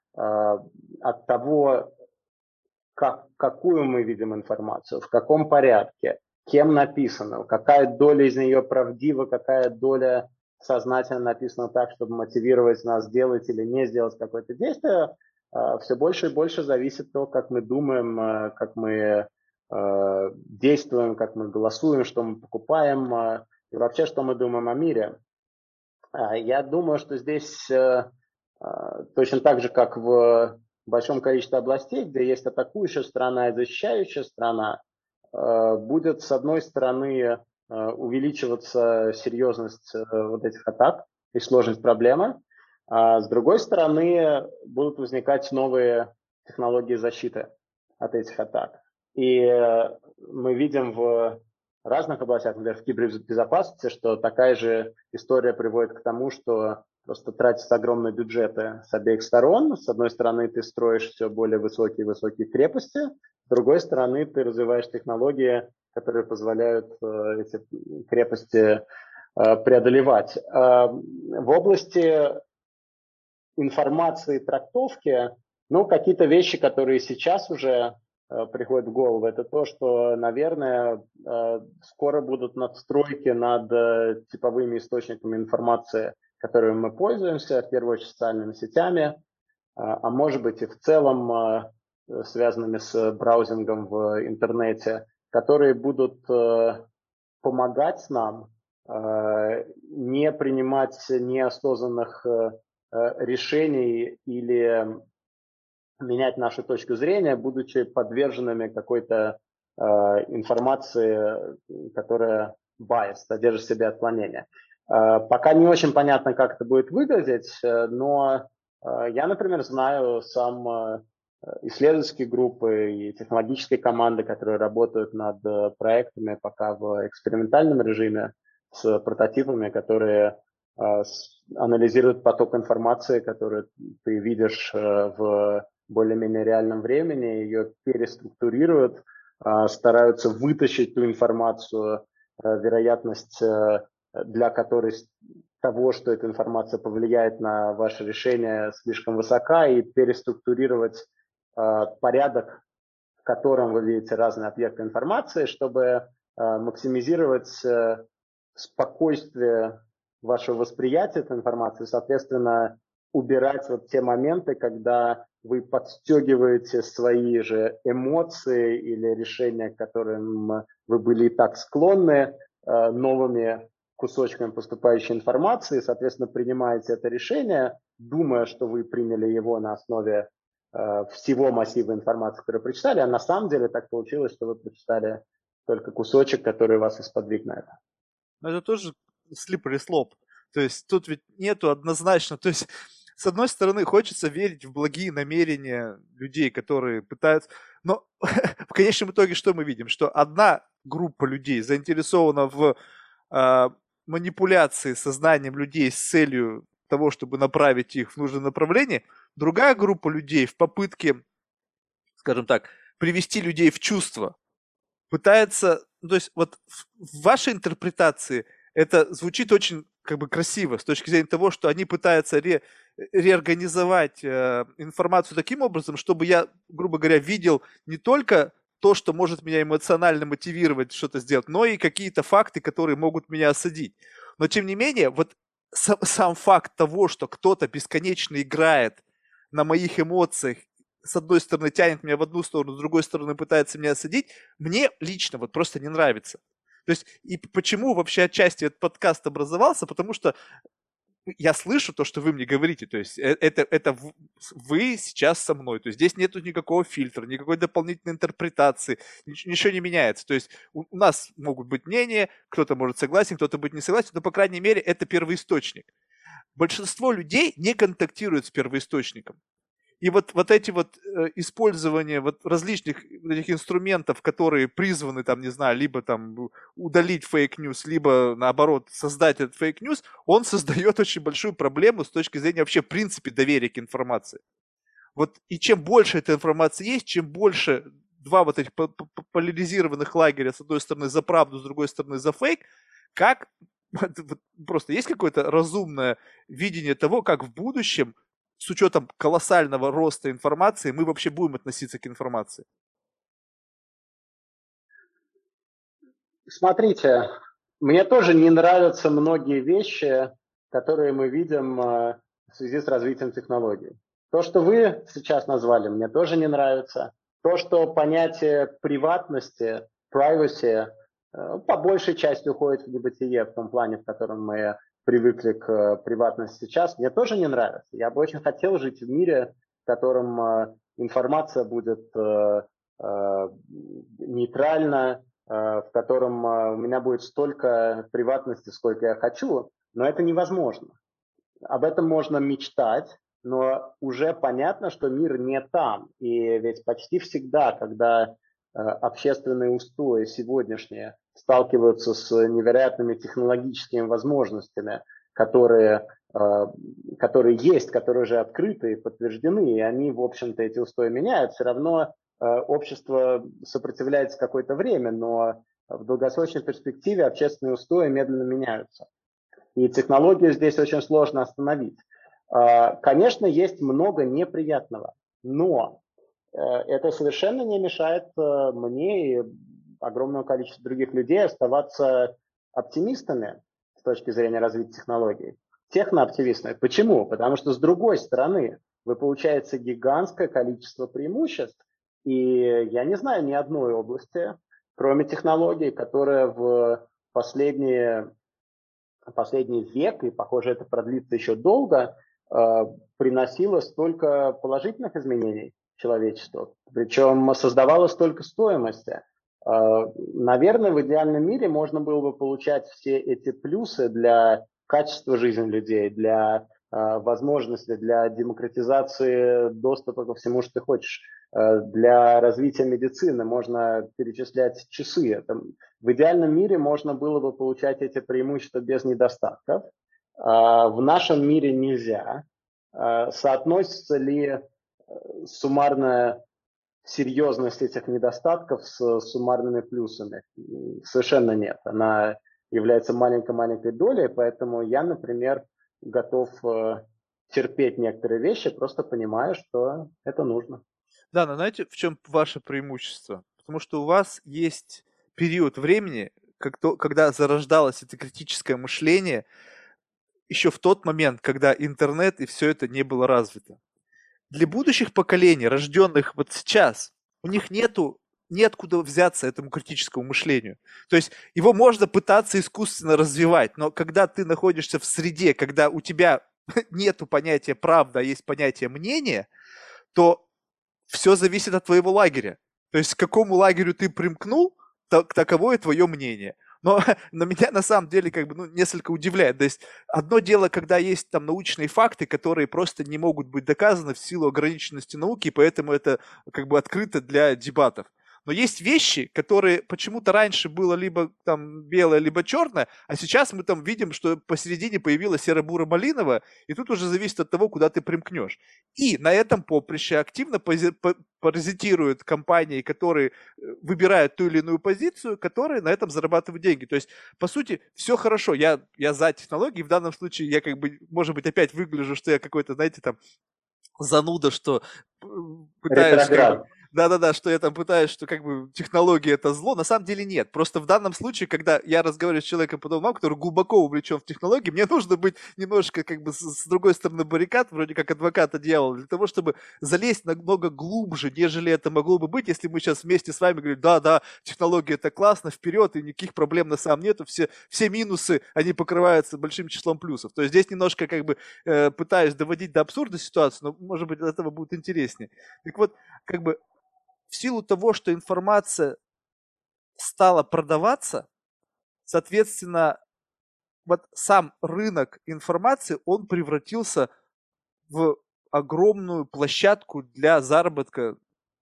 от того, какую мы видим информацию, в каком порядке, кем написано, какая доля из нее правдива, какая доля сознательно написана так, чтобы мотивировать нас сделать или не сделать какое-то действие, все больше и больше зависит от того, как мы думаем, как мы действуем, как мы голосуем, что мы покупаем и вообще, что мы думаем о мире. Я думаю, что здесь точно так же, как в большом количестве областей, где есть атакующая страна и защищающая страна, будет, с одной стороны, увеличиваться серьезность вот этих атак и сложность проблемы, а с другой стороны, будут возникать новые технологии защиты от этих атак. И мы видим в разных областях, например, в кибербезопасности, что такая же история приводит к тому, что просто тратятся огромные бюджеты с обеих сторон. С одной стороны, ты строишь все более высокие и высокие крепости, с другой стороны, ты развиваешь технологии, которые позволяют эти крепости преодолевать. В области информации и трактовки, ну, какие-то вещи, которые сейчас уже приходит в голову, это то, что, наверное, скоро будут надстройки над типовыми источниками информации, которыми мы пользуемся, в первую очередь социальными сетями, а может быть и в целом связанными с браузингом в интернете, которые будут помогать нам не принимать неосознанных решений или менять нашу точку зрения, будучи подверженными какой-то информации, которая bias, содержит в себе отклонения. Пока не очень понятно, как это будет выглядеть, но я, например, знаю сам исследовательские группы и технологические команды, которые работают над проектами пока в экспериментальном режиме с прототипами, которые анализируют поток информации, которую ты видишь в более-менее реальном времени, ее переструктурируют, стараются вытащить ту информацию, вероятность для которой того, что эта информация повлияет на ваше решение, слишком высока, и переструктурировать порядок, в котором вы видите разные объекты информации, чтобы максимизировать спокойствие вашего восприятия этой информации, соответственно, убирать вот те моменты, когда вы подстегиваете свои же эмоции или решения, к которым вы были и так склонны, новыми кусочками поступающей информации, соответственно, принимаете это решение, думая, что вы приняли его на основе всего массива информации, которую прочитали, а на самом деле так получилось, что вы прочитали только кусочек, который вас и сподвиг на это. Но это тоже slippery slope. То есть тут ведь нету однозначно. То есть, с одной стороны, хочется верить в благие намерения людей, которые пытаются... Но в конечном итоге что мы видим? Что одна группа людей заинтересована в манипуляции сознанием людей с целью того, чтобы направить их в нужное направление, Другая группа людей в попытке, скажем так, привести людей в чувство, пытается, ну, то есть вот в вашей интерпретации это звучит очень как бы красиво с точки зрения того, что они пытаются реорганизовать информацию таким образом, чтобы я, грубо говоря, видел не только то, что может меня эмоционально мотивировать что-то сделать, но и какие-то факты, которые могут меня осадить. Но тем не менее, вот сам факт того, что кто-то бесконечно играет на моих эмоциях, с одной стороны тянет меня в одну сторону, с другой стороны пытается меня осадить, мне лично вот просто не нравится. То есть, и почему вообще отчасти этот подкаст образовался? Потому что я слышу то, что вы мне говорите, то есть это вы сейчас со мной, то есть здесь нету никакого фильтра, никакой дополнительной интерпретации, ничего не меняется, то есть у нас могут быть мнения, кто-то может согласен, кто-то будет не согласен, но, по крайней мере, это первоисточник. Большинство людей не контактируют с первоисточником. И вот эти вот использование вот различных этих инструментов, которые призваны, там, не знаю, либо там удалить фейк-ньюс, либо, наоборот, создать этот фейк-ньюс, он создает очень большую проблему с точки зрения вообще, в принципе, доверия к информации. Вот и чем больше этой информации есть, чем больше два вот этих поляризированных лагеря, с одной стороны за правду, с другой стороны за фейк, как просто есть какое-то разумное видение того, как в будущем с учетом колоссального роста информации мы вообще будем относиться к информации? Смотрите, мне тоже не нравятся многие вещи, которые мы видим в связи с развитием технологий. То, что вы сейчас назвали, мне тоже не нравится. То, что понятие приватности, privacy, по большей части уходит в небытие в том плане, в котором мы привыкли к приватности сейчас, мне тоже не нравится. Я бы очень хотел жить в мире, в котором информация будет нейтральна, в котором у меня будет столько приватности, сколько я хочу, но это невозможно. Об этом можно мечтать, но уже понятно, что мир не там. И ведь почти всегда, когда общественные устои сегодняшние сталкиваются с невероятными технологическими возможностями, которые есть, которые уже открыты и подтверждены, и они, в общем-то, эти устои меняют, все равно общество сопротивляется какое-то время, но в долгосрочной перспективе общественные устои медленно меняются. И технологию здесь очень сложно остановить. Конечно, есть много неприятного, но это совершенно не мешает мне и огромному количеству других людей оставаться оптимистами с точки зрения развития технологий. Технооптимистами. Почему? Потому что с другой стороны вы получаете гигантское количество преимуществ, и я не знаю ни одной области, кроме технологий, которая в последний век, и, похоже, это продлится еще долго, приносила столько положительных изменений человечеству, причем создавала столько стоимости. Наверное, в идеальном мире можно было бы получать все эти плюсы для качества жизни людей, для возможности, для демократизации доступа ко всему, что ты хочешь, для развития медицины можно перечислять часы. В идеальном мире можно было бы получать эти преимущества без недостатков. В нашем мире нельзя. Соотносится ли суммарная серьезность этих недостатков с суммарными плюсами? Совершенно нет. Она является маленькой-маленькой долей, поэтому я, например, готов терпеть некоторые вещи, просто понимая, что это нужно. Да, но знаете, в чем ваше преимущество? Потому что у вас есть период времени, когда зарождалось это критическое мышление, еще в тот момент, когда интернет и все это не было развито. Для будущих поколений, рожденных вот сейчас, у них неоткуда взяться этому критическому мышлению. То есть его можно пытаться искусственно развивать, но когда ты находишься в среде, когда у тебя нету понятия правда, а есть понятие мнения, то все зависит от твоего лагеря. То есть к какому лагерю ты примкнул, таково и твое мнение. Но меня на самом деле несколько удивляет. То есть одно дело, когда есть там научные факты, которые просто не могут быть доказаны в силу ограниченности науки, и поэтому это открыто для дебатов. Но есть вещи, которые почему-то раньше было либо там белое, либо черное, а сейчас мы там видим, что посередине появилась серо-буро-малиновая, и тут уже зависит от того, куда ты примкнешь. И на этом поприще активно паразитируют компании, которые выбирают ту или иную позицию, которые на этом зарабатывают деньги. То есть, по сути, все хорошо. Я за технологии. В данном случае я как бы, может быть, опять выгляжу, что я какой-то, знаете, там зануда, что пытаюсь как бы... Ретроград. Да-да-да, что я там пытаюсь, что как бы технология это зло. На самом деле нет. Просто в данном случае, когда я разговариваю с человеком подобного, который глубоко увлечен в технологии, мне нужно быть немножко как бы с другой стороны баррикад, вроде как адвоката дьявола, для того, чтобы залезть намного глубже, нежели это могло бы быть, если мы сейчас вместе с вами говорим, да-да, технология это классно, вперед, и никаких проблем на самом нету, все минусы, они покрываются большим числом плюсов. То есть здесь немножко как бы пытаюсь доводить до абсурда ситуацию, но, может быть, от этого будет интереснее. Так вот, как бы в силу того, что информация стала продаваться, соответственно, вот сам рынок информации, он превратился в огромную площадку для заработка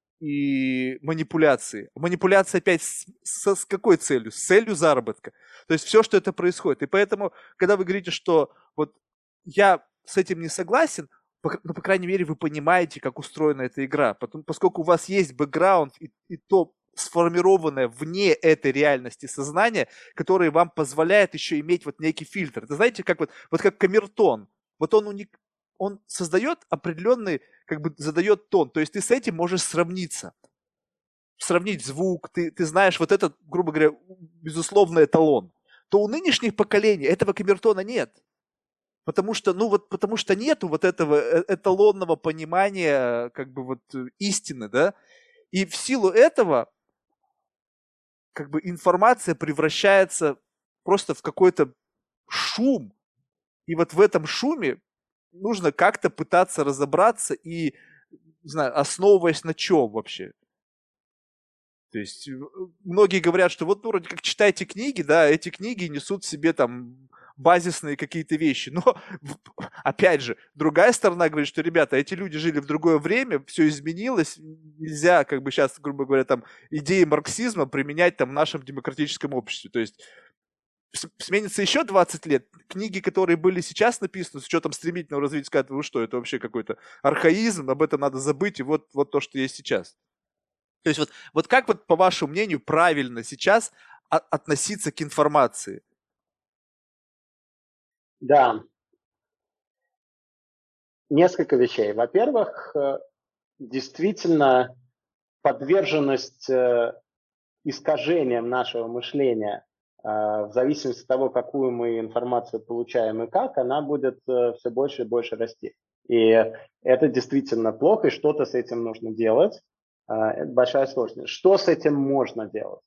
и манипуляции. Манипуляция опять с какой целью? С целью заработка. То есть все, что это происходит. И поэтому, когда вы говорите, что вот я с этим не согласен, ну, по крайней мере, вы понимаете, как устроена эта игра. Поскольку у вас есть бэкграунд и то сформированное вне этой реальности сознание, которое вам позволяет еще иметь вот некий фильтр. Это знаете, как вот как камертон. Вот он создает определенный, как бы задает тон. То есть ты с этим можешь сравниться. Сравнить звук, ты знаешь, вот этот, грубо говоря, безусловно, эталон. То у нынешних поколений этого камертона нет. Потому что, ну вот, потому что нету вот этого эталонного понимания, как бы вот истины, да. И в силу этого, как бы информация превращается просто в какой-то шум. И вот в этом шуме нужно как-то пытаться разобраться и, не знаю, основываясь на чем вообще. То есть многие говорят, что вот ну, вроде как читайте книги, да, эти книги несут в себе там базисные какие-то вещи. Но, опять же, другая сторона говорит, что, ребята, эти люди жили в другое время, все изменилось, нельзя, как бы сейчас, грубо говоря, там, идеи марксизма применять там в нашем демократическом обществе. То есть сменится еще 20 лет, книги, которые были сейчас написаны, с учетом стремительного развития, скажут, вы что, это вообще какой-то архаизм, об этом надо забыть, и вот то, что есть сейчас. То есть вот как вот, по вашему мнению, правильно сейчас относиться к информации? Да, несколько вещей. Во-первых, действительно, подверженность искажениям нашего мышления в зависимости от того, какую мы информацию получаем и как, она будет все больше и больше расти. И это действительно плохо, и что-то с этим нужно делать. Это большая сложность. Что с этим можно делать?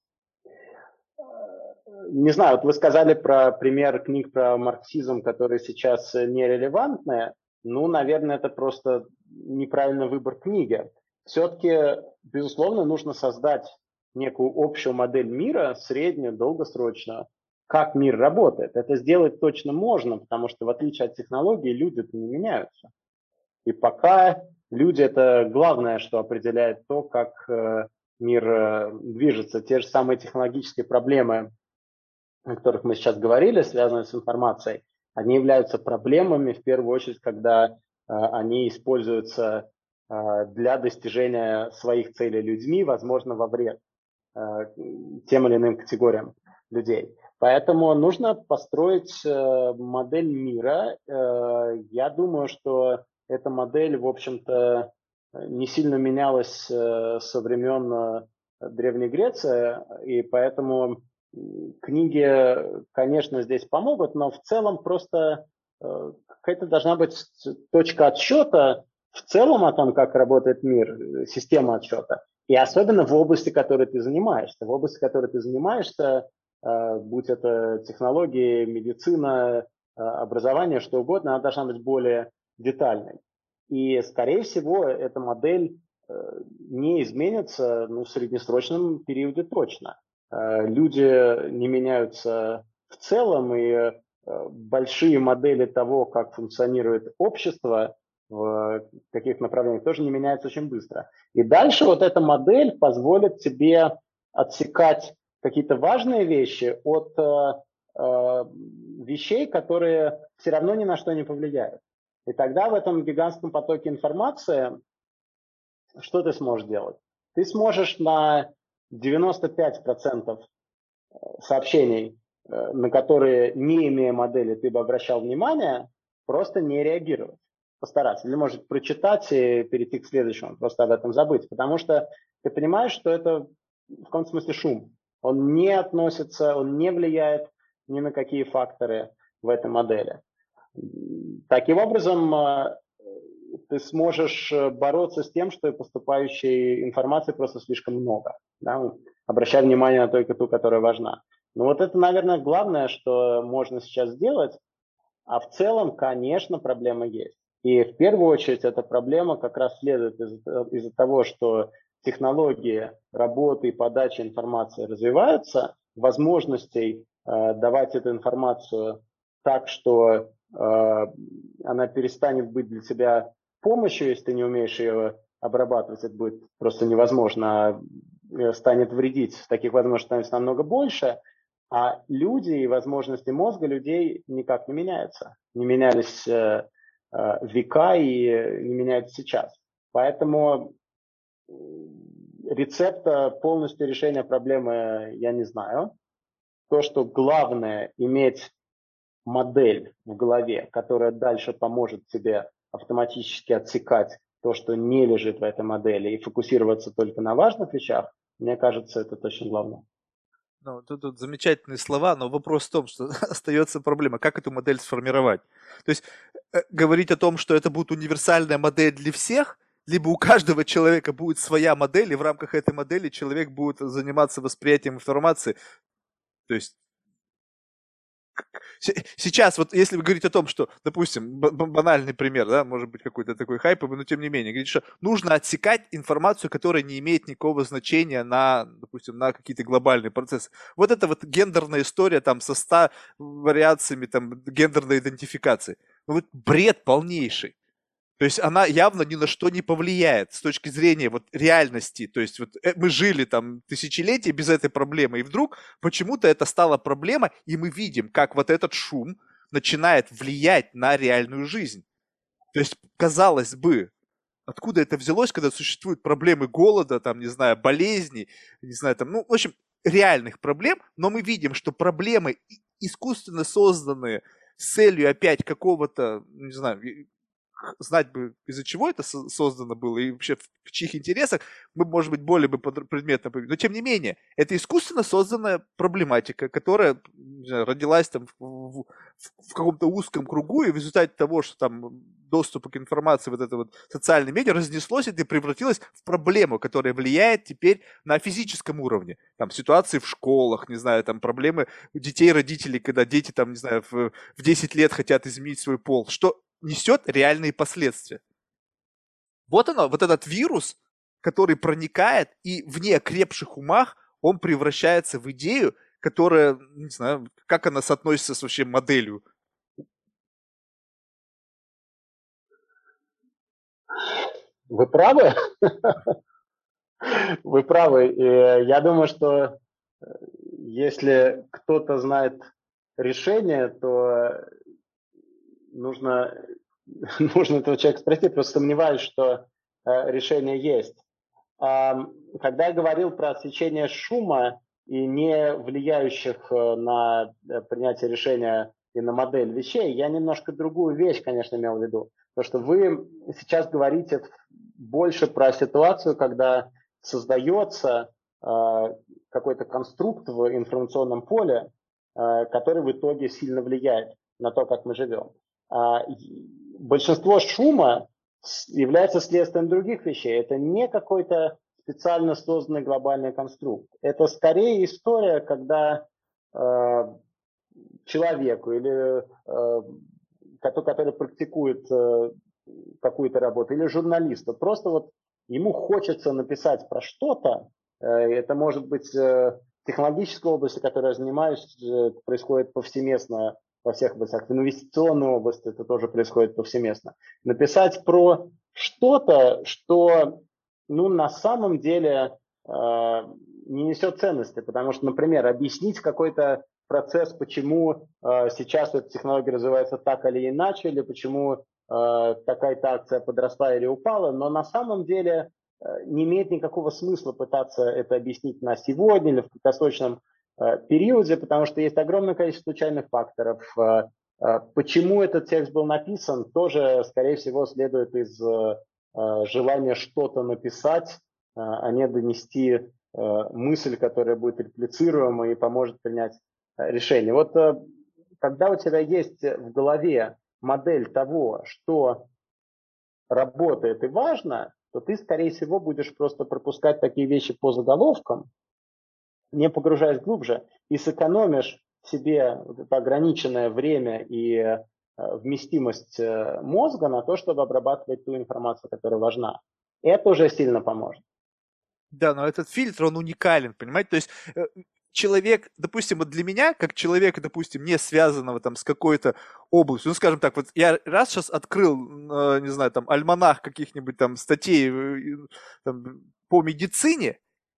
Не знаю, вот вы сказали про пример книг про марксизм, которые сейчас нерелевантны. Ну, наверное, это просто неправильный выбор книги. Все-таки, безусловно, нужно создать некую общую модель мира, среднюю, долгосрочную, как мир работает. Это сделать точно можно, потому что в отличие от технологий люди-то не меняются. И пока люди это главное, что определяет то, как мир движется. Те же самые технологические проблемы, о которых мы сейчас говорили, связанные с информацией, они являются проблемами в первую очередь, когда они используются для достижения своих целей людьми, возможно, во вред тем или иным категориям людей. Поэтому нужно построить модель мира. Я думаю, что эта модель, в общем-то, не сильно менялась со времен Древней Греции, и поэтому книги, конечно, здесь помогут, но в целом просто какая-то должна быть точка отсчета в целом о том, как работает мир, система отсчета. И особенно в области, которой ты занимаешься. В области, которой ты занимаешься, будь это технологии, медицина, образование, что угодно, она должна быть более детальной. И, скорее всего, эта модель не изменится в среднесрочном периоде точно. Люди не меняются в целом, и большие модели того, как функционирует общество, в каких направлениях, тоже не меняется очень быстро. И дальше вот эта модель позволит тебе отсекать какие-то важные вещи от вещей, которые все равно ни на что не повлияют. И тогда в этом гигантском потоке информации что ты сможешь делать? Ты сможешь на 95% сообщений, на которые, не имея модели, ты бы обращал внимание, просто не реагировать. Постараться. Или, может, прочитать и перейти к следующему, просто об этом забыть. Потому что ты понимаешь, что это в каком-то смысле шум. Он не относится, он не влияет ни на какие факторы в этой модели. Таким образом, ты сможешь бороться с тем, что поступающей информации просто слишком много. Да? Обращай внимание на только ту, которая важна. Ну вот это, наверное, главное, что можно сейчас сделать. А в целом, конечно, проблема есть. И в первую очередь эта проблема как раз следует из-за того, что технологии работы и подачи информации развиваются, возможностей давать эту информацию так, что она перестанет быть для тебя помощью, если ты не умеешь ее обрабатывать, это будет просто невозможно, станет вредить, таких возможностей становится намного больше, а люди и возможности мозга людей никак не меняются. Не менялись века и не меняются сейчас. Поэтому рецепта полностью решения проблемы я не знаю. То, что главное иметь модель в голове, которая дальше поможет тебе автоматически отсекать то, что не лежит в этой модели, и фокусироваться только на важных вещах, мне кажется, это точно главное. Ну, тут замечательные слова, но вопрос в том, что остается проблема, как эту модель сформировать. То есть говорить о том, что это будет универсальная модель для всех, либо у каждого человека будет своя модель, и в рамках этой модели человек будет заниматься восприятием информации. То есть сейчас, вот если вы говорите о том, что, допустим, банальный пример, да, может быть какой-то такой хайповый, но тем не менее, говорит, что нужно отсекать информацию, которая не имеет никакого значения на, допустим, на какие-то глобальные процессы. Вот это вот гендерная история там со 100 вариациями там гендерной идентификации. Ну вот бред полнейший. То есть она явно ни на что не повлияет с точки зрения вот реальности. То есть вот мы жили там тысячелетия без этой проблемы, и вдруг почему-то это стало проблема, и мы видим, как вот этот шум начинает влиять на реальную жизнь. То есть, казалось бы, откуда это взялось, когда существуют проблемы голода, там, не знаю, болезней, не знаю, там, ну, в общем, реальных проблем, но мы видим, что проблемы искусственно созданные с целью опять какого-то, не знаю, знать бы, из-за чего это создано было и вообще в чьих интересах, мы, может быть, более бы предметно поговорили. Но, тем не менее, это искусственно созданная проблематика, которая не знаю, родилась там в каком-то узком кругу, и в результате того, что там доступ к информации, вот это вот социальные медиа разнеслось и превратилось в проблему, которая влияет теперь на физическом уровне. Там ситуации в школах, не знаю, там проблемы детей, родителей, когда дети там, не знаю, в 10 лет хотят изменить свой пол. Что несет реальные последствия. Вот оно, вот этот вирус, который проникает, и в неокрепших умах он превращается в идею, которая, не знаю, как она соотносится с вообще моделью. Вы правы? Вы правы. И я думаю, что если кто-то знает решение, то нужно, нужно этого человека спросить. Просто сомневаюсь, что решение есть. Когда я говорил про отсечение шума и не влияющих на принятие решения и на модель вещей, я немножко другую вещь, конечно, имел в виду. Потому что вы сейчас говорите больше про ситуацию, когда создается какой-то конструкт в информационном поле, который в итоге сильно влияет на то, как мы живем. Большинство шума является следствием других вещей. Это не какой-то специально созданный глобальный конструкт. Это скорее история, когда человеку или который практикует какую-то работу, или журналисту, просто вот ему хочется написать про что-то, это может быть технологическая область, которой я занимаюсь, происходит повсеместно во всех областях. В инвестиционной области это тоже происходит повсеместно. Написать про что-то, что на самом деле не несет ценности, потому что, например, объяснить какой-то процесс, почему сейчас эта технология развивается так или иначе, или почему такая-то акция подросла или упала, но на самом деле не имеет никакого смысла пытаться это объяснить на сегодня или в краткосрочном периоде, потому что есть огромное количество случайных факторов. Почему этот текст был написан, тоже, скорее всего, следует из желания что-то написать, а не донести мысль, которая будет реплицируема и поможет принять решение. Вот когда у тебя есть в голове модель того, что работает и важно, то ты, скорее всего, будешь просто пропускать такие вещи по заголовкам, не погружаясь глубже, и сэкономишь себе это ограниченное время и вместимость мозга на то, чтобы обрабатывать ту информацию, которая важна. Это уже сильно поможет. Да, но этот фильтр, он уникален, понимаете? То есть человек, допустим, вот для меня, как человека, допустим, не связанного там с какой-то областью, ну, скажем так, вот я раз сейчас открыл, не знаю, там, альманах каких-нибудь там статей там, по медицине,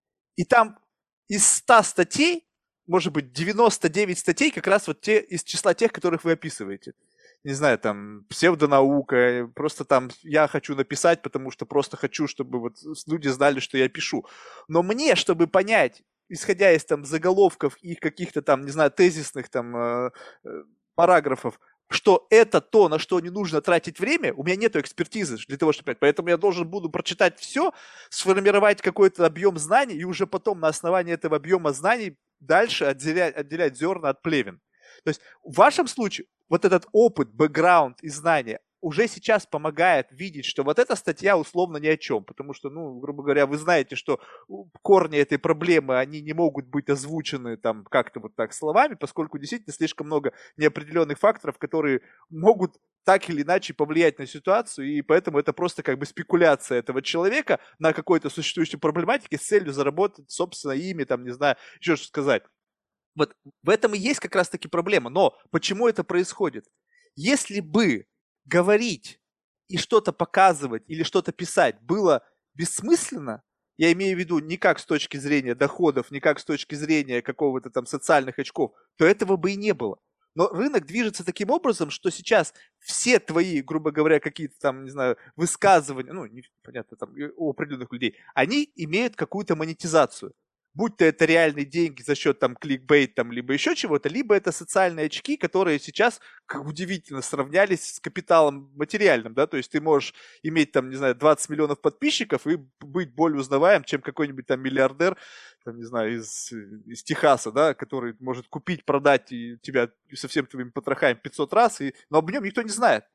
и там из 100 статей, может быть, 99 статей как раз вот те из числа тех, которых вы описываете. Не знаю, там, псевдонаука, просто там я хочу написать, потому что просто хочу, чтобы вот люди знали, что я пишу. Но мне, чтобы понять, исходя из там заголовков и каких-то там, не знаю, тезисных там параграфов, что это то, на что не нужно тратить время, у меня нет экспертизы для того, чтобы понять. Поэтому я должен буду прочитать все, сформировать какой-то объем знаний, и уже потом на основании этого объема знаний дальше отделять зерна от плевен. То есть в вашем случае вот этот опыт, бэкграунд и знания уже сейчас помогает видеть, что вот эта статья условно ни о чем, потому что, ну, грубо говоря, вы знаете, что корни этой проблемы, они не могут быть озвучены там как-то вот так словами, поскольку действительно слишком много неопределенных факторов, которые могут так или иначе повлиять на ситуацию, и поэтому это просто как бы спекуляция этого человека на какой-то существующей проблематике с целью заработать, собственно, ими, там, не знаю, еще что сказать. Вот в этом и есть как раз-таки проблема. Но почему это происходит? Если бы говорить и что-то показывать или что-то писать было бессмысленно, я имею в виду не как с точки зрения доходов, не как с точки зрения какого-то там социальных очков, то этого бы и не было. Но рынок движется таким образом, что сейчас все твои, грубо говоря, какие-то там, не знаю, высказывания, ну, понятно, там, у определенных людей, они имеют какую-то монетизацию. Будь то это реальные деньги за счет там кликбейт, там, либо еще чего-то, либо это социальные очки, которые сейчас, как удивительно, сравнялись с капиталом материальным, да, то есть ты можешь иметь там, не знаю, 20 миллионов подписчиков и быть более узнаваем, чем какой-нибудь там миллиардер, там, не знаю, из Техаса, да, который может купить, продать и тебя со всеми твоими потрохами 500 раз, но об нем никто не знает.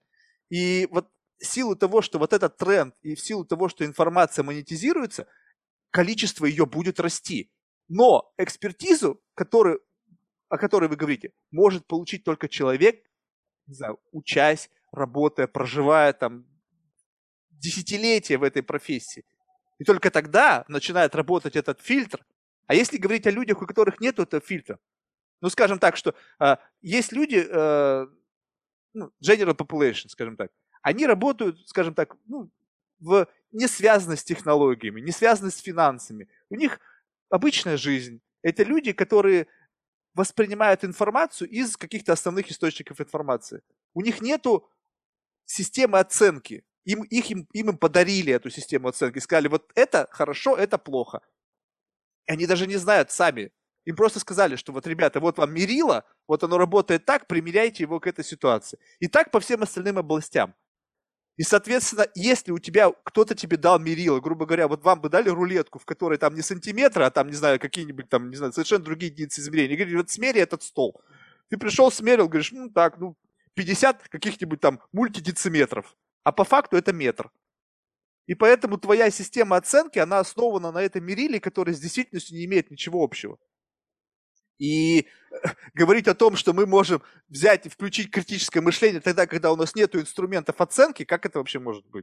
И вот в силу того, что вот этот тренд, и в силу того, что информация монетизируется, количество ее будет расти. Но экспертизу, о которой вы говорите, может получить только человек, не знаю, учась, работая, проживая там десятилетия в этой профессии. И только тогда начинает работать этот фильтр. А если говорить о людях, у которых нет этого фильтра, ну, скажем так, что есть люди, general population, скажем так, они работают, скажем так, не связаны с технологиями, не связаны с финансами. У них обычная жизнь. Это люди, которые воспринимают информацию из каких-то основных источников информации. У них нету системы оценки. Им подарили эту систему оценки. Сказали, вот это хорошо, это плохо. И они даже не знают сами. Им просто сказали, что вот, ребята, вот вам мерило, вот оно работает так, примеряйте его к этой ситуации. И так по всем остальным областям. И, соответственно, если у тебя кто-то тебе дал мерило, грубо говоря, вот вам бы дали рулетку, в которой там не сантиметры, а там, не знаю, какие-нибудь там, не знаю, совершенно другие единицы измерения. И говорили, вот смери этот стол. Ты пришел, смерил, говоришь, 50 каких-нибудь там мультидециметров. А по факту это метр. И поэтому твоя система оценки, она основана на этом мериле, который с действительностью не имеет ничего общего. И говорить о том, что мы можем взять и включить критическое мышление тогда, когда у нас нет инструментов оценки, как это вообще может быть?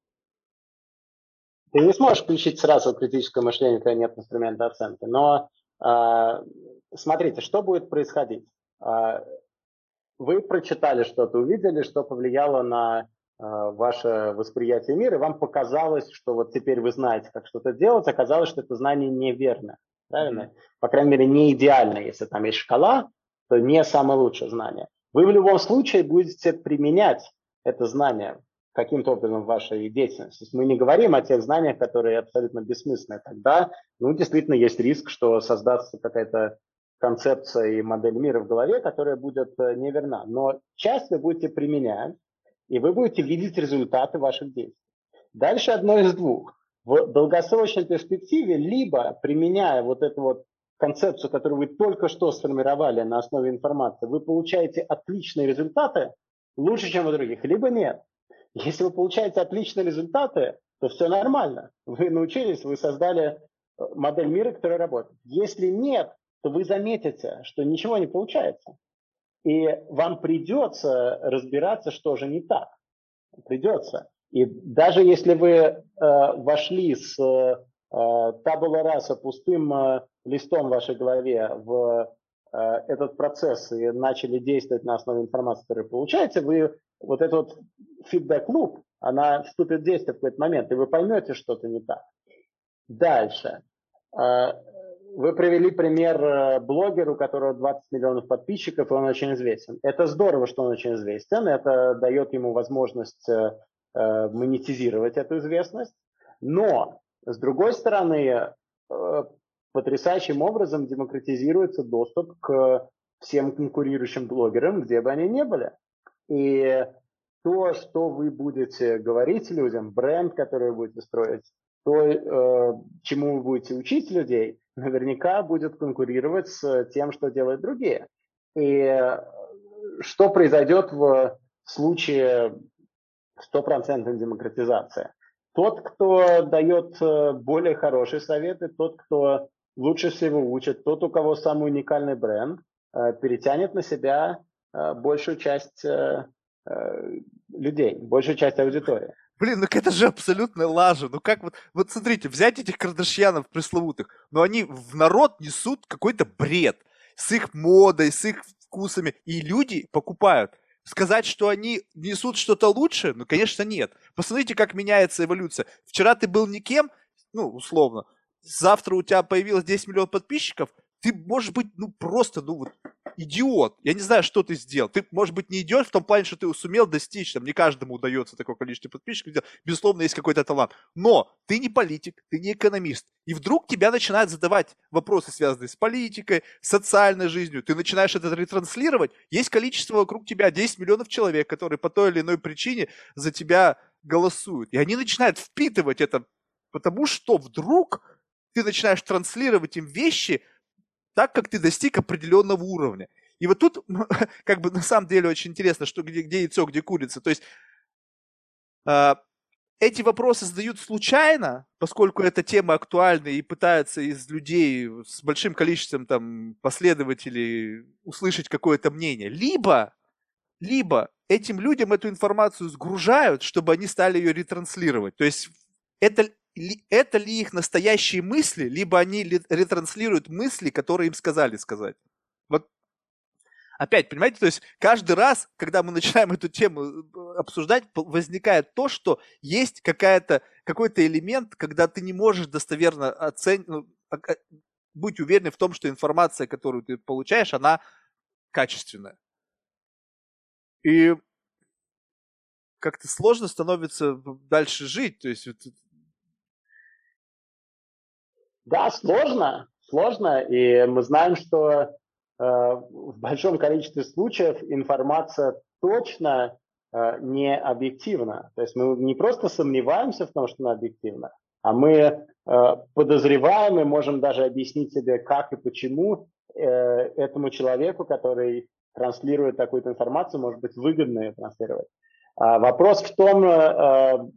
Ты не сможешь включить сразу критическое мышление, когда нет инструмента оценки. Но смотрите, что будет происходить. вы прочитали что-то, увидели, что повлияло на ваше восприятие мира, и вам показалось, что вот теперь вы знаете, как что-то делать, оказалось, что это знание неверно, правильно? По крайней мере, не идеально. Если там есть шкала, то не самое лучшее знание. Вы в любом случае будете применять это знание каким-то образом в вашей деятельности. То есть мы не говорим о тех знаниях, которые абсолютно бессмысленны. Тогда, ну, действительно, есть риск, что создастся какая-то концепция и модель мира в голове, которая будет неверна. Но часть вы будете применять, и вы будете видеть результаты ваших действий. Дальше одно из двух. В долгосрочной перспективе, либо применяя вот эту вот концепцию, которую вы только что сформировали на основе информации, вы получаете отличные результаты, лучше, чем у других, либо нет. Если вы получаете отличные результаты, то все нормально. Вы научились, вы создали модель мира, которая работает. Если нет, то вы заметите, что ничего не получается. И вам придется разбираться, что же не так. Придется. И даже если вы вошли с табула раса пустым листом в вашей голове в этот процесс и начали действовать на основе информации, которую получаете, вы вот этот вот фидбэк-луп, она вступит в действие в какой-то момент, и вы поймете, что-то не так. Дальше. Вы привели пример блогера, у которого 20 миллионов подписчиков, и он очень известен. Это здорово, что он очень известен. Это дает ему возможность монетизировать эту известность. Но, с другой стороны, потрясающим образом демократизируется доступ к всем конкурирующим блогерам, где бы они ни были. И то, что вы будете говорить людям, бренд, который вы будете строить, то, чему вы будете учить людей, наверняка будет конкурировать с тем, что делают другие. И что произойдет в случае стопроцентной демократизации? Тот, кто дает более хорошие советы, тот, кто лучше всего учит, тот, у кого самый уникальный бренд, перетянет на себя большую часть людей, большую часть аудитории. Блин, ну это же абсолютно лажа. Ну как вот смотрите, взять этих Кардашьянов пресловутых, но они в народ несут какой-то бред с их модой, с их вкусами, и люди покупают. Сказать, что они несут что-то лучше, ну, конечно, нет. Посмотрите, как меняется эволюция. Вчера ты был никем, ну, условно, завтра у тебя появилось 10 миллионов подписчиков, ты можешь быть, ну, просто, ну, вот, идиот. Я не знаю, что ты сделал. Ты, может быть, не идиот в том плане, что ты сумел достичь, там, не каждому удается такое количество подписчиков. Безусловно, есть какой-то талант. Но ты не политик, ты не экономист. И вдруг тебя начинают задавать вопросы, связанные с политикой, социальной жизнью. Ты начинаешь это ретранслировать. Есть количество вокруг тебя 10 миллионов человек, которые по той или иной причине за тебя голосуют. И они начинают впитывать это, потому что вдруг ты начинаешь транслировать им вещи, так как ты достиг определенного уровня. И вот тут, как бы на самом деле очень интересно, что где яйцо, где курица. То есть эти вопросы задают случайно, поскольку эта тема актуальна и пытаются из людей с большим количеством там, последователей услышать какое-то мнение. Либо этим людям эту информацию сгружают, чтобы они стали ее ретранслировать. То есть это ли их настоящие мысли, либо они ретранслируют мысли, которые им сказали сказать. Вот опять, понимаете, то есть каждый раз, когда мы начинаем эту тему обсуждать, возникает то, что есть какой-то элемент, когда ты не можешь достоверно быть уверен в том, что информация, которую ты получаешь, она качественная. И как-то сложно становится дальше жить. То есть Да, сложно, и мы знаем, что в большом количестве случаев информация точно не объективна. То есть мы не просто сомневаемся в том, что она объективна, а мы подозреваем и можем даже объяснить себе, как и почему этому человеку, который транслирует такую-то информацию, может быть выгодно ее транслировать. Вопрос в том,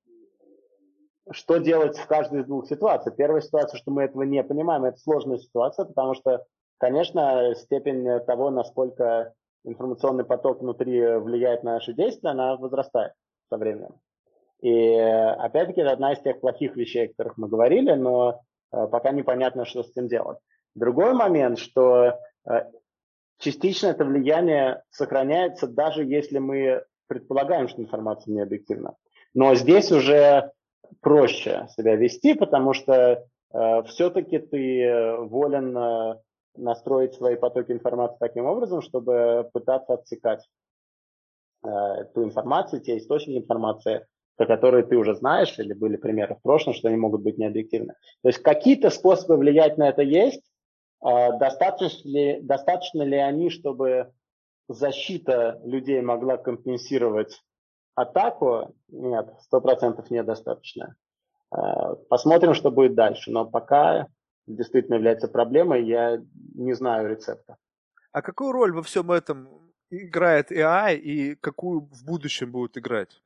что делать в каждой из двух ситуаций. Первая ситуация, что мы этого не понимаем, это сложная ситуация, потому что, конечно, степень того, насколько информационный поток внутри влияет на наши действия, она возрастает со временем. И опять-таки это одна из тех плохих вещей, о которых мы говорили, но пока непонятно, что с этим делать. Другой момент, что частично это влияние сохраняется, даже если мы предполагаем, что информация не объективна. Но здесь уже проще себя вести, потому что все-таки ты волен настроить свои потоки информации таким образом, чтобы пытаться отсекать ту информацию, те источники информации, про которые ты уже знаешь, или были примеры в прошлом, что они могут быть необъективны. То есть какие-то способы влиять на это есть. Достаточно ли они, чтобы защита людей могла компенсировать атаку? Нет, 100% недостаточно. Посмотрим, что будет дальше. Но пока действительно является проблемой, я не знаю рецепта. А какую роль во всем этом играет AI и какую в будущем будет играть?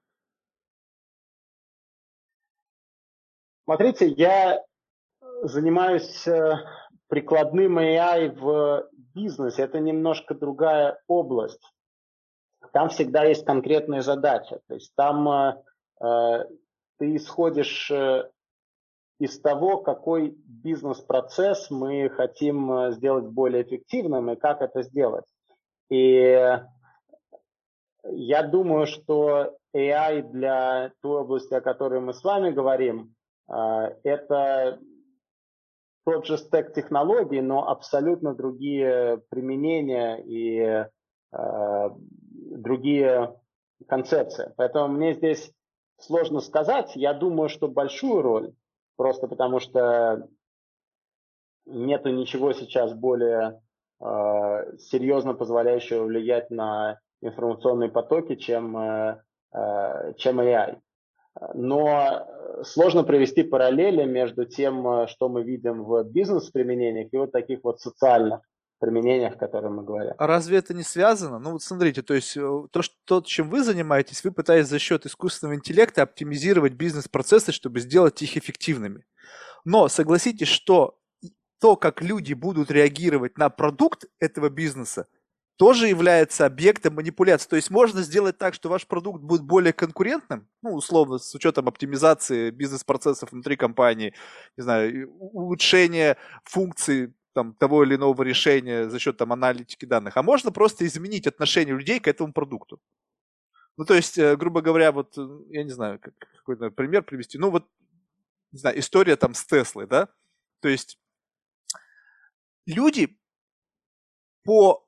Смотрите, я занимаюсь прикладным AI в бизнесе. Это немножко другая область. Там всегда есть конкретные задачи. То есть там ты исходишь из того, какой бизнес-процесс мы хотим сделать более эффективным и как это сделать. И я думаю, что AI для той области, о которой мы с вами говорим, это тот же стек технологий, но абсолютно другие применения и другие концепции. Поэтому мне здесь сложно сказать. Я думаю, что большую роль, просто потому что нету ничего сейчас более серьезно позволяющего влиять на информационные потоки, чем AI. Но сложно провести параллели между тем, что мы видим в бизнес-применениях и вот таких вот социальных применениях, о которых мы говорим. А разве это не связано? Ну вот смотрите, то есть то, чем вы занимаетесь, вы пытаетесь за счет искусственного интеллекта оптимизировать бизнес-процессы, чтобы сделать их эффективными. Но согласитесь, что то, как люди будут реагировать на продукт этого бизнеса, тоже является объектом манипуляции. То есть можно сделать так, что ваш продукт будет более конкурентным, ну, условно, с учетом оптимизации бизнес-процессов внутри компании, не знаю, улучшения функций там, того или иного решения за счет там, аналитики данных, а можно просто изменить отношение людей к этому продукту. Ну, то есть, грубо говоря, вот, я не знаю, какой-то пример привести. Ну, вот, не знаю, история там с Теслой, да? То есть люди по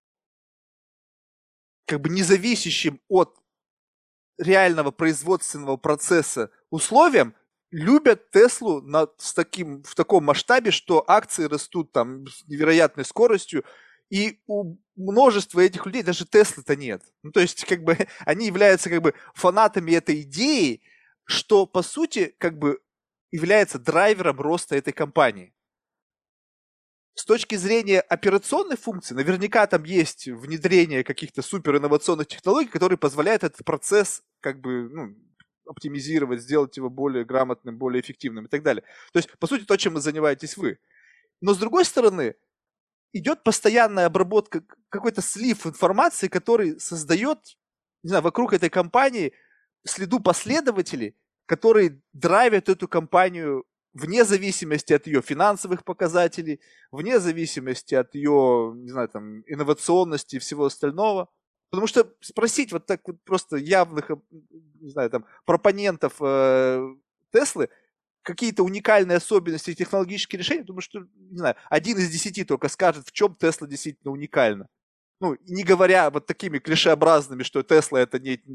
как бы независящим от реального производственного процесса условиям любят Теслу в таком масштабе, что акции растут там с невероятной скоростью, и у множества этих людей даже Теслы-то нет. Ну, то есть, как бы, они являются как бы фанатами этой идеи, что, по сути, как бы является драйвером роста этой компании. С точки зрения операционной функции, наверняка там есть внедрение каких-то суперинновационных технологий, которые позволяют этот процесс как бы оптимизировать, сделать его более грамотным, более эффективным и так далее. То есть, по сути, то, чем вы занимаетесь вы. Но, с другой стороны, идет постоянная обработка, какой-то слив информации, который создает, не знаю, вокруг этой компании следу последователей, которые драйвят эту компанию вне зависимости от ее финансовых показателей, вне зависимости от ее, не знаю, там, инновационности и всего остального. Потому что спросить вот так вот просто явных, не знаю, там, пропонентов Теслы, какие-то уникальные особенности и технологические решения, потому что, не знаю, 1 из 10 только скажет, в чем Тесла действительно уникальна. Ну, не говоря вот такими клишеобразными, что Тесла это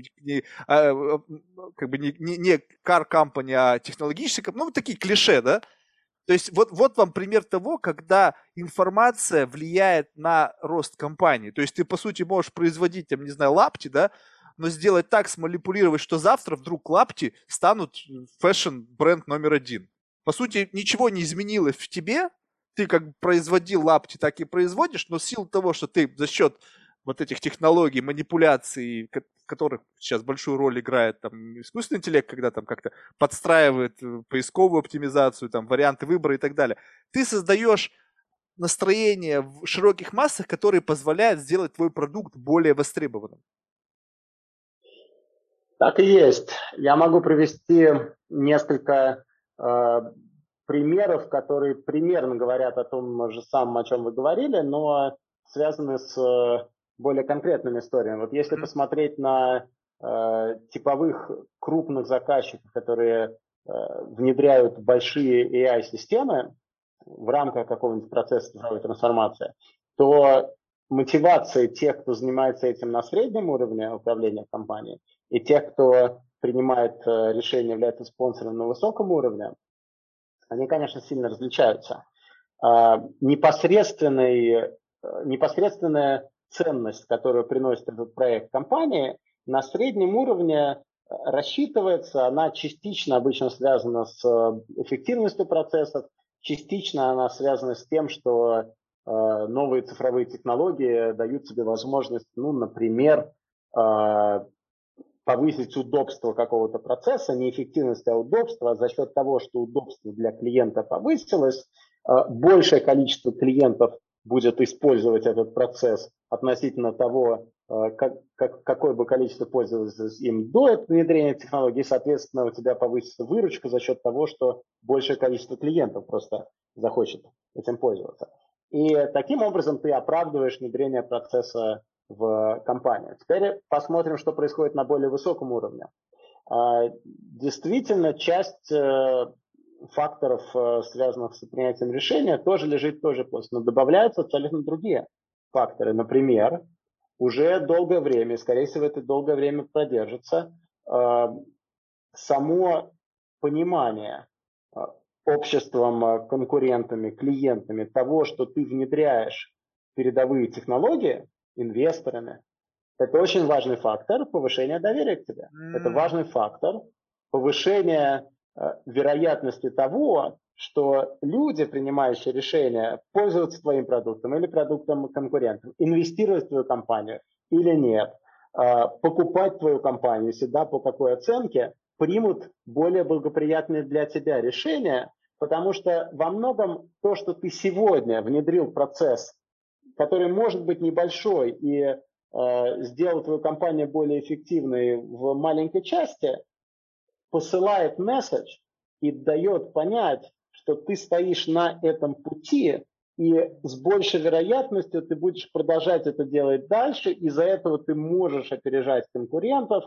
как бы не car company, а технологическая компания, ну, вот такие клише, да? То есть вот вам пример того, когда информация влияет на рост компании. То есть ты, по сути, можешь производить, там, не знаю, лапти, да, но сделать так, сманипулировать, что завтра вдруг лапти станут фэшн-бренд номер 1. По сути, ничего не изменилось в тебе, ты как производил лапти, так и производишь, но в силу того, что ты за счет вот этих технологий, манипуляций, в которых сейчас большую роль играет там искусственный интеллект, когда там как-то подстраивает поисковую оптимизацию, там варианты выбора и так далее, ты создаешь настроение в широких массах, которые позволяют сделать твой продукт более востребованным. Так и есть. Я могу привести несколько примеров, которые примерно говорят о том же самом, о чем вы говорили, но связаны с более конкретными историями. Вот если посмотреть на типовых крупных заказчиков, которые внедряют большие AI-системы в рамках какого-нибудь процесса цифровой трансформации, то мотивация тех, кто занимается этим на среднем уровне управления компанией, и тех, кто принимает решения, является спонсором на высоком уровне, они, конечно, сильно различаются. Непосредственная ценность, которую приносит этот проект компании, на среднем уровне рассчитывается, она частично обычно связана с эффективностью процессов, частично она связана с тем, что новые цифровые технологии дают тебе возможность, ну, например, повысить удобство какого-то процесса, не эффективность, а удобство, а за счет того, что удобство для клиента повысилось, большее количество клиентов будет использовать этот процесс относительно того, какое бы количество пользовалось им до внедрения технологий, соответственно, у тебя повысится выручка за счет того, что большее количество клиентов просто захочет этим пользоваться. И таким образом ты оправдываешь внедрение процесса в компанию. Теперь посмотрим, что происходит на более высоком уровне. Действительно, часть факторов, связанных с принятием решения, тоже лежит тоже просто, но добавляются абсолютно другие факторы. Например, уже долгое время, скорее всего, это долгое время продержится, само понимание обществом, конкурентами, клиентами того, что ты внедряешь передовые технологии инвесторами, это очень важный фактор повышения доверия к тебе. Это важный фактор повышения вероятности того, что люди, принимающие решения, пользоваться твоим продуктом или продуктом конкурентов, инвестировать в твою компанию или нет, покупать твою компанию, если да, по какой оценке, примут более благоприятные для тебя решения, потому что во многом то, что ты сегодня внедрил процесс, который может быть небольшой и сделал твою компанию более эффективной в маленькой части, посылает месседж и дает понять, что ты стоишь на этом пути, и с большей вероятностью ты будешь продолжать это делать дальше, из-за этого ты можешь опережать конкурентов,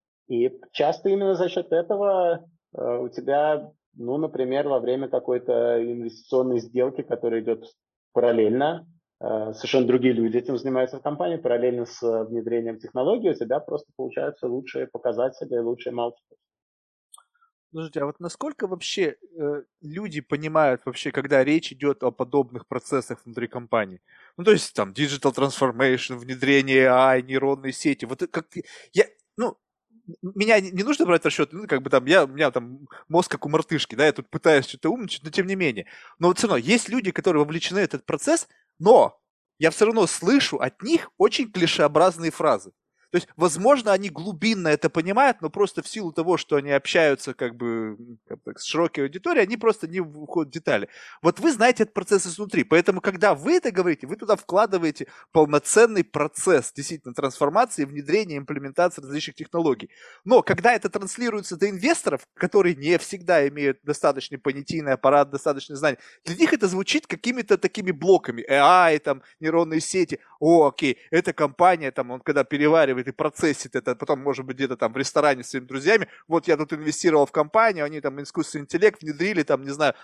и часто именно за счет этого у тебя, ну, например, во время какой-то инвестиционной сделки, которая идет параллельно, совершенно другие люди этим занимаются в компании, параллельно с внедрением технологий, у тебя просто получаются лучшие показатели, лучшие multiples. Слушайте, а вот насколько вообще люди понимают вообще, когда речь идет о подобных процессах внутри компании? Ну, то есть там digital transformation, внедрение AI, нейронные сети. Вот как я, ну, меня не нужно брать в расчет, ну, как бы там, у меня там мозг как у мартышки, да, я тут пытаюсь что-то умничать, но тем не менее. Но вот все равно есть люди, которые вовлечены в этот процесс, но я все равно слышу от них очень клишеобразные фразы. То есть, возможно, они глубинно это понимают, но просто в силу того, что они общаются как бы с широкой аудиторией, они просто не входят в детали. Вот вы знаете этот процесс изнутри, поэтому, когда вы это говорите, вы туда вкладываете полноценный процесс действительно трансформации, внедрения, имплементации различных технологий. Но когда это транслируется до инвесторов, которые не всегда имеют достаточный понятийный аппарат, достаточные знания, для них это звучит какими-то такими блоками. AI, там, нейронные сети. О, окей, эта компания, там, он когда переваривает и процессит это, потом, может быть, где-то там в ресторане с своими друзьями, вот я тут инвестировал в компанию, они там искусственный интеллект внедрили, там, не знаю,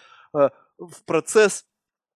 в процесс,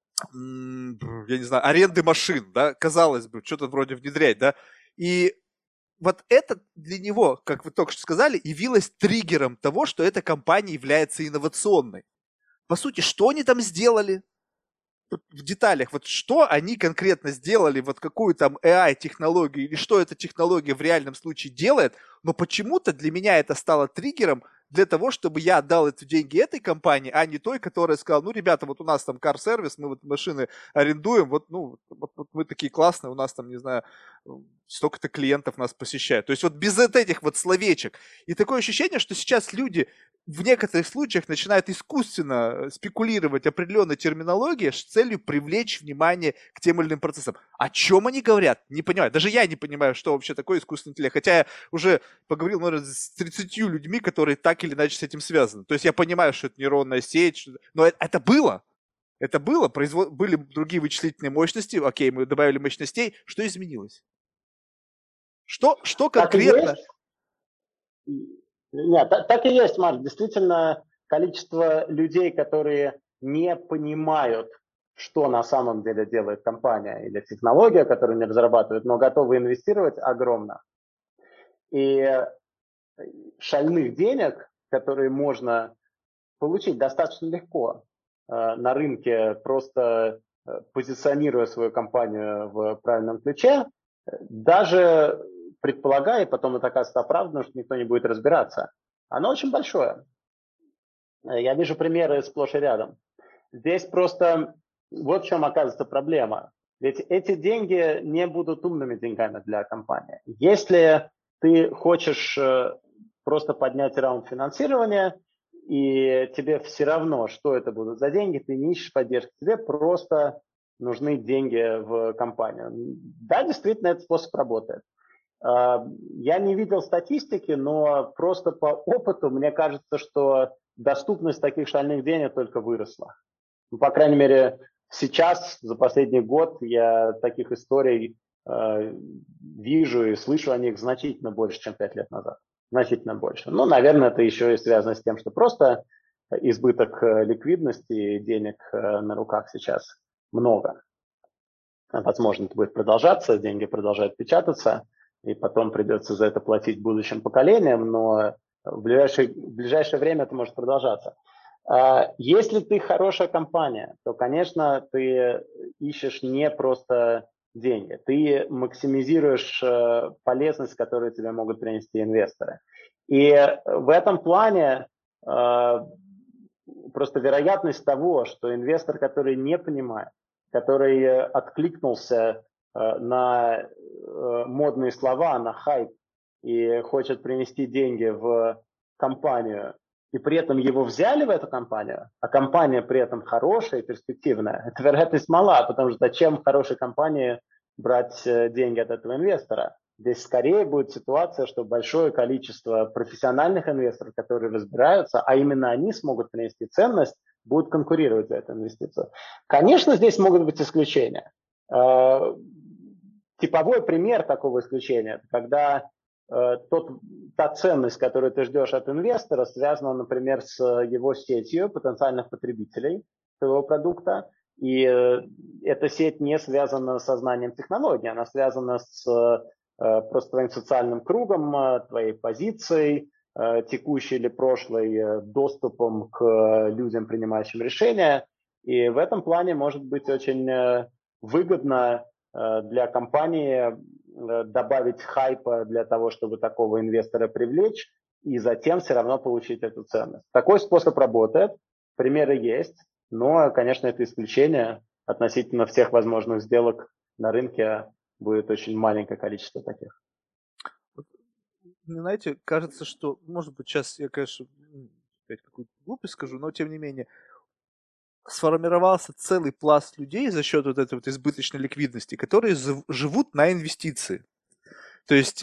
я не знаю, аренды машин, да, казалось бы, что-то вроде внедрять, да, и вот это для него, как вы только что сказали, явилось триггером того, что эта компания является инновационной. По сути, что они там сделали? В деталях, вот что они конкретно сделали, вот какую там AI-технологию или что эта технология в реальном случае делает, но почему-то для меня это стало триггером для того, чтобы я отдал эти деньги этой компании, а не той, которая сказала, ну, ребята, вот у нас там кар-сервис, мы вот машины арендуем, вот, ну, вот мы такие классные, у нас там, не знаю, столько-то клиентов нас посещают. То есть вот без этих вот словечек. И такое ощущение, что сейчас люди в некоторых случаях начинают искусственно спекулировать определенной терминологией с целью привлечь внимание к тем или иным процессам. О чем они говорят? Не понимаю. Даже я не понимаю, что вообще такое искусственный интеллект. Хотя я уже поговорил, наверное, с 30 людьми, которые так или иначе с этим связаны. То есть я понимаю, что это нейронная сеть, но это было. Это было, были другие вычислительные мощности, окей, мы добавили мощностей, что изменилось? Что Так и конкретно? есть. Нет, так и есть, Марк. Действительно, количество людей, которые не понимают, что на самом деле делает компания или технология, которую они разрабатывают, но готовы инвестировать, огромно. И шальных денег, которые можно получить достаточно легко на рынке, просто позиционируя свою компанию в правильном ключе, даже предполагая, и потом это оказывается оправданно, что никто не будет разбираться, оно очень большое. Я вижу примеры сплошь и рядом. Здесь просто вот в чем оказывается проблема. Ведь эти деньги не будут умными деньгами для компании. Если ты хочешь просто поднять раунд финансирования, и тебе все равно, что это будут за деньги, ты не ищешь поддержки, тебе просто нужны деньги в компанию. Да, действительно, этот способ работает. Я не видел статистики, но просто по опыту мне кажется, что доступность таких шальных денег только выросла. Ну, по крайней мере, сейчас, за последний год, я таких историй вижу и слышу о них значительно больше, чем 5 лет назад. Значительно больше. Ну, наверное, это еще и связано с тем, что просто избыток ликвидности и денег на руках сейчас много. Возможно, это будет продолжаться, деньги продолжают печататься, и потом придется за это платить будущим поколениям, но в ближайшее время это может продолжаться. Если ты хорошая компания, то, конечно, ты ищешь не просто деньги, ты максимизируешь полезность, которую тебе могут принести инвесторы. И в этом плане просто вероятность того, что инвестор, который не понимает, который откликнулся на модные слова, на хайп и хочет принести деньги в компанию, и при этом его взяли в эту компанию, а компания при этом хорошая и перспективная, эта вероятность мала, потому что зачем в хорошей компании брать деньги от этого инвестора? Здесь скорее будет ситуация, что большое количество профессиональных инвесторов, которые разбираются, а именно они смогут принести ценность, будут конкурировать за эту инвестицию. Конечно, здесь могут быть исключения. Типовой пример такого исключения, когда та ценность, которую ты ждешь от инвестора, связана, например, с его сетью потенциальных потребителей твоего продукта. И эта сеть не связана со знанием технологий, она связана с просто твоим социальным кругом, твоей позицией, текущей или прошлой, доступом к людям, принимающим решения. И в этом плане может быть очень выгодно для компании добавить хайпа для того, чтобы такого инвестора привлечь, и затем все равно получить эту ценность. Такой способ работает, примеры есть, но, конечно, это исключение. Относительно всех возможных сделок на рынке будет очень маленькое количество таких. Мне, знаете, кажется, что, может быть, сейчас я, конечно, опять какую-то глупость скажу, но тем не менее, сформировался целый пласт людей за счет вот этой вот избыточной ликвидности, которые живут на инвестиции. То есть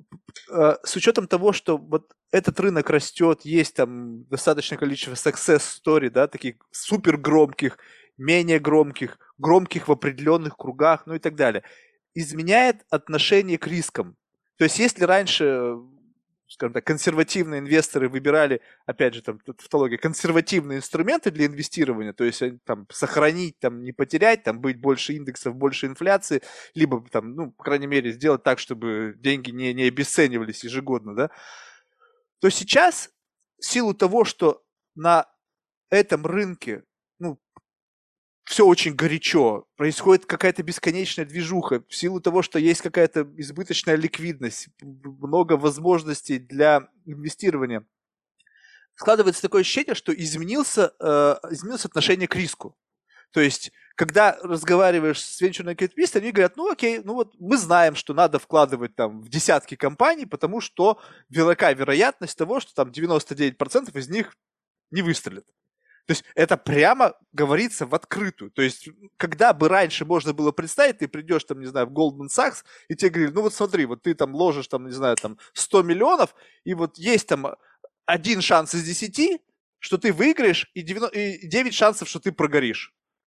с учетом того, что вот этот рынок растет, есть там достаточное количество success story, да, таких супер громких, менее громких, громких в определенных кругах, ну и так далее, изменяет отношение к рискам. То есть если раньше, скажем так, консервативные инвесторы выбирали, опять же, там, тавтология, консервативные инструменты для инвестирования, то есть там сохранить, там, не потерять, там, быть больше индексов, больше инфляции, либо там, ну, по крайней мере, сделать так, чтобы деньги не обесценивались ежегодно, да, то сейчас, в силу того, что на этом рынке, ну, все очень горячо, происходит какая-то бесконечная движуха, в силу того, что есть какая-то избыточная ликвидность, много возможностей для инвестирования. Складывается такое ощущение, что изменилось отношение к риску. То есть, когда разговариваешь с венчурными капиталистами, они говорят, ну окей, ну вот мы знаем, что надо вкладывать там в десятки компаний, потому что велика вероятность того, что там 99% из них не выстрелят. То есть это прямо говорится в открытую. То есть когда бы раньше можно было представить, ты придешь там, не знаю, в Goldman Sachs, и тебе говорят, ну вот смотри, вот ты там ложишь там, не знаю, там 100 миллионов, и вот есть там 1 шанс из 10, что ты выиграешь, и 9 шансов, что ты прогоришь.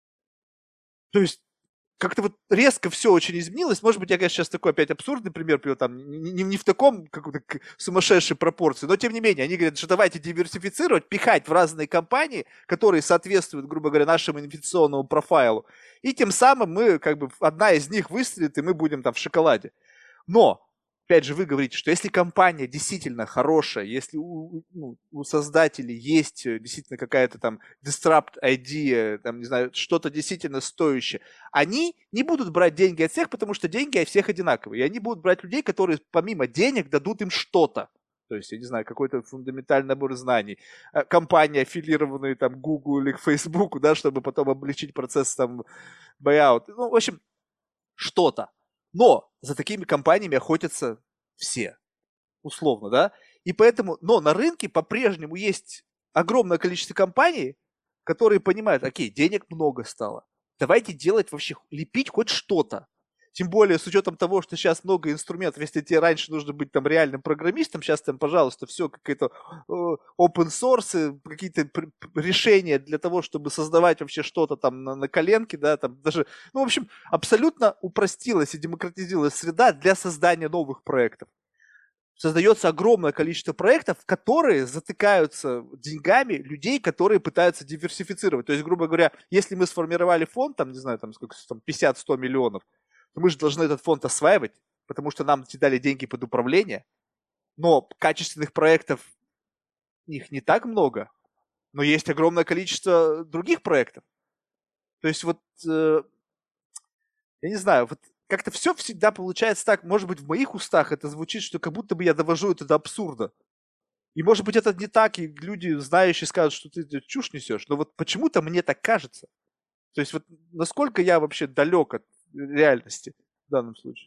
То есть как-то вот резко все очень изменилось. Может быть, я, конечно, сейчас такой опять абсурдный пример привел, там, не в таком какой-то сумасшедшей пропорции, но тем не менее, они говорят, что давайте диверсифицировать, пихать в разные компании, которые соответствуют, грубо говоря, нашему инвестиционному профайлу, и тем самым мы, как бы, одна из них выстрелит, и мы будем там в шоколаде. Но, опять же, вы говорите, что если компания действительно хорошая, если у создателей есть действительно какая-то там disrupt idea, там, не знаю, что-то действительно стоящее, они не будут брать деньги от всех, потому что деньги от всех одинаковые. И они будут брать людей, которые помимо денег дадут им что-то. То есть, я не знаю, какой-то фундаментальный набор знаний. Компании, аффилированные там Google или к Facebook, да, чтобы потом облегчить процесс там buyout. Ну, в общем, что-то. Но за такими компаниями охотятся все, условно, да? И поэтому, но на рынке по-прежнему есть огромное количество компаний, которые понимают, окей, денег много стало, давайте делать вообще, лепить хоть что-то. Тем более, с учетом того, что сейчас много инструментов, если тебе раньше нужно быть там реальным программистом, сейчас там, пожалуйста, все какие-то open source, какие-то решения для того, чтобы создавать вообще что-то там на коленке, да, там даже, ну, в общем, абсолютно упростилась и демократизировалась среда для создания новых проектов. Создается огромное количество проектов, которые затыкаются деньгами людей, которые пытаются диверсифицировать. То есть, грубо говоря, если мы сформировали фонд, там, не знаю, там, сколько, там 50-100 миллионов, то мы же должны этот фонд осваивать, потому что нам дали деньги под управление, но качественных проектов их не так много, но есть огромное количество других проектов. То есть вот, я не знаю, вот как-то все всегда получается так, может быть, в моих устах это звучит, что как будто бы я довожу это до абсурда. И может быть это не так, и люди, знающие, скажут, что ты чушь несешь, но вот почему-то мне так кажется. То есть вот насколько я вообще далек от реальности в данном случае.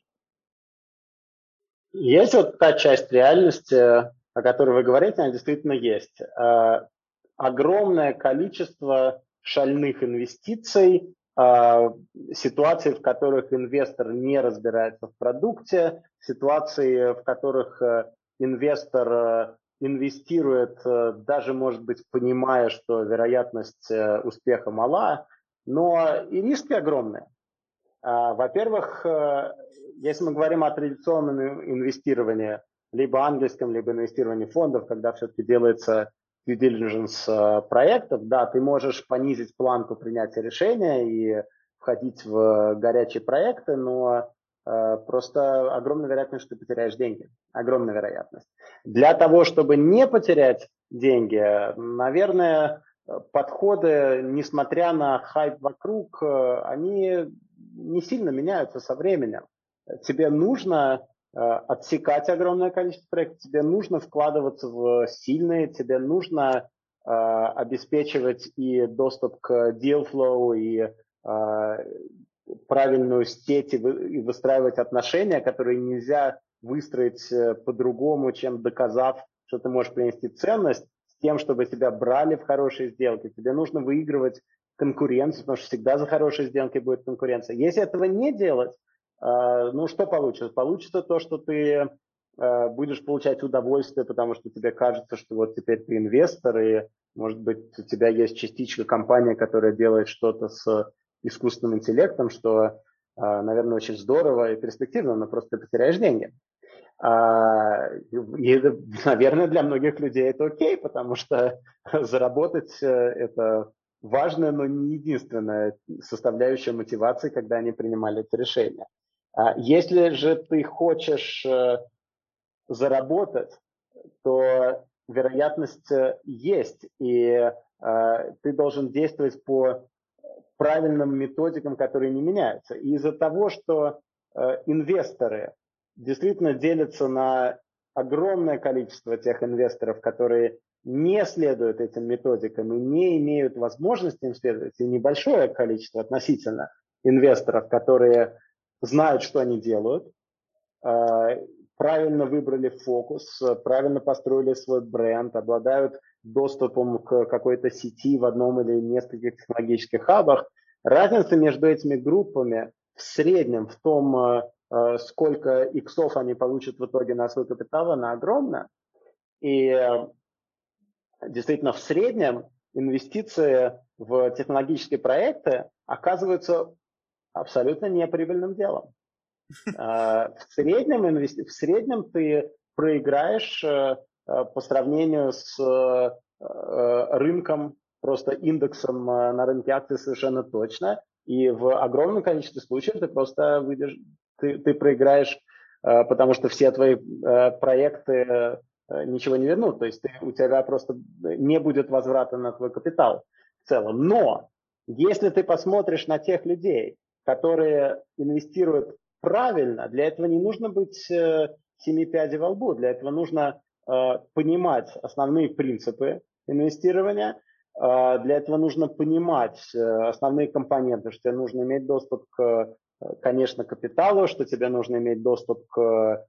Есть вот та часть реальности, о которой вы говорите, она действительно есть. Огромное количество шальных инвестиций, ситуаций, в которых инвестор не разбирается в продукте, ситуации, в которых инвестор инвестирует, даже, может быть, понимая, что вероятность успеха мала, но и риски огромные. Во-первых, если мы говорим о традиционном инвестировании, либо ангельском, либо инвестировании фондов, когда все-таки делается due diligence проектов, да, ты можешь понизить планку принятия решения и входить в горячие проекты, но просто огромная вероятность, что ты потеряешь деньги. Огромная вероятность. Для того, чтобы не потерять деньги, наверное, подходы, несмотря на хайп вокруг, они не сильно меняются со временем. Тебе нужно отсекать огромное количество проектов, тебе нужно вкладываться в сильные, тебе нужно обеспечивать и доступ к deal flow, и правильную сеть, и выстраивать отношения, которые нельзя выстроить по-другому, чем доказав, что ты можешь принести ценность, с тем, чтобы тебя брали в хорошие сделки. Тебе нужно выигрывать конкуренцию, потому что всегда за хорошие сделки будет конкуренция. Если этого не делать, ну что получится? Получится то, что ты будешь получать удовольствие, потому что тебе кажется, что вот теперь ты инвестор, и, может быть, у тебя есть частичка компании, которая делает что-то с искусственным интеллектом, что, наверное, очень здорово и перспективно, но просто ты потеряешь деньги. И, наверное, для многих людей это окей, потому что заработать это важная, но не единственная составляющая мотивации, когда они принимали это решение. Если же ты хочешь заработать, то вероятность есть, и ты должен действовать по правильным методикам, которые не меняются. И из-за того, что инвесторы действительно делятся на огромное количество тех инвесторов, которые не следуют этим методикам и не имеют возможности им следовать, и небольшое количество относительно инвесторов, которые знают, что они делают, правильно выбрали фокус, правильно построили свой бренд, обладают доступом к какой-то сети в одном или нескольких технологических хабах. Разница между этими группами в среднем в том, сколько иксов они получат в итоге на свой капитал, она огромна. И действительно в среднем инвестиции в технологические проекты оказываются абсолютно неприбыльным делом. В среднем ты проиграешь по сравнению с рынком, просто индексом на рынке акций совершенно точно. И в огромном количестве случаев ты просто выйдешь, ты проиграешь, потому что все твои проекты ничего не вернут. То есть у тебя просто не будет возврата на твой капитал в целом. Но если ты посмотришь на тех людей, которые инвестируют правильно, для этого не нужно быть семи пядей во лбу, для этого нужно понимать основные принципы инвестирования, для этого нужно понимать основные компоненты, что тебе нужно иметь доступ к, конечно, капиталу, что тебе нужно иметь доступ к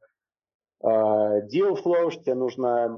deal flow, что тебе нужно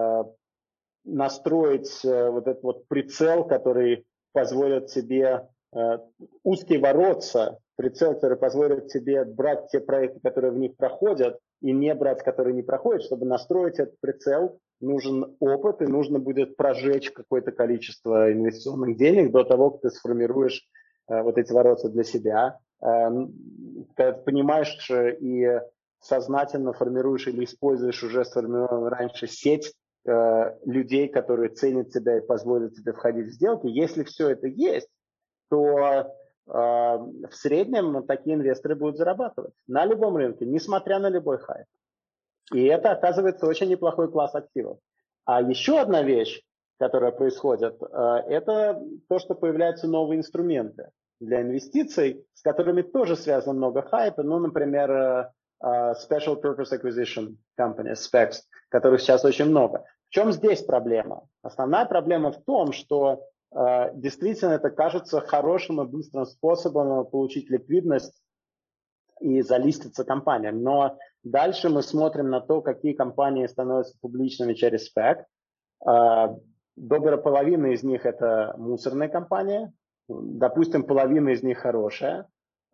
настроить вот этот вот прицел, который позволит тебе узкий воротца, прицел, который позволит тебе брать те проекты, которые в них проходят, и не брать, которые не проходят. Чтобы настроить этот прицел, нужен опыт, и нужно будет прожечь какое-то количество инвестиционных денег до того, как ты сформируешь вот эти воротца для себя. Когда ты понимаешь и сознательно формируешь или используешь уже сформированную раньше сеть людей, которые ценят тебя и позволят тебе входить в сделки, если все это есть, то в среднем такие инвесторы будут зарабатывать на любом рынке, несмотря на любой хайп. И это оказывается очень неплохой класс активов. А еще одна вещь, которая происходит, это то, что появляются новые инструменты для инвестиций, с которыми тоже связано много хайпа. Ну, например, Special Purpose Acquisition Company, SPACs, которых сейчас очень много. В чем здесь проблема? Основная проблема в том, что действительно это кажется хорошим и быстрым способом получить ликвидность и залиститься компаниям. Но дальше мы смотрим на то, какие компании становятся публичными через SPAC. Добрая половина из них это мусорные компании, допустим, половина из них хорошая.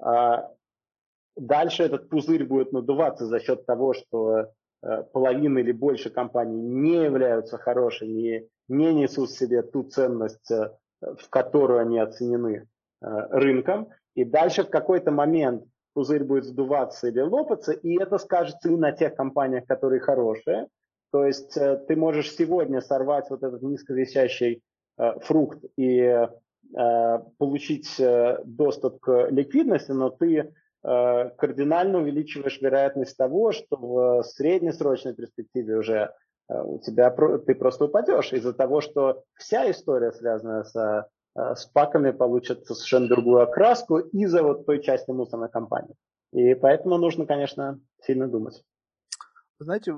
Дальше этот пузырь будет надуваться за счет того, что половина или больше компаний не являются хорошими, не несут в себе ту ценность, в которую они оценены рынком. И дальше в какой-то момент пузырь будет сдуваться или лопаться, и это скажется и на тех компаниях, которые хорошие. То есть ты можешь сегодня сорвать вот этот низковисящий фрукт и получить доступ к ликвидности, но ты кардинально увеличиваешь вероятность того, что в среднесрочной перспективе уже ты просто упадешь из-за того, что вся история, связанная с паками, получит совершенно другую окраску из-за вот той части мусорной компании. И поэтому нужно, конечно, сильно думать. Знаете,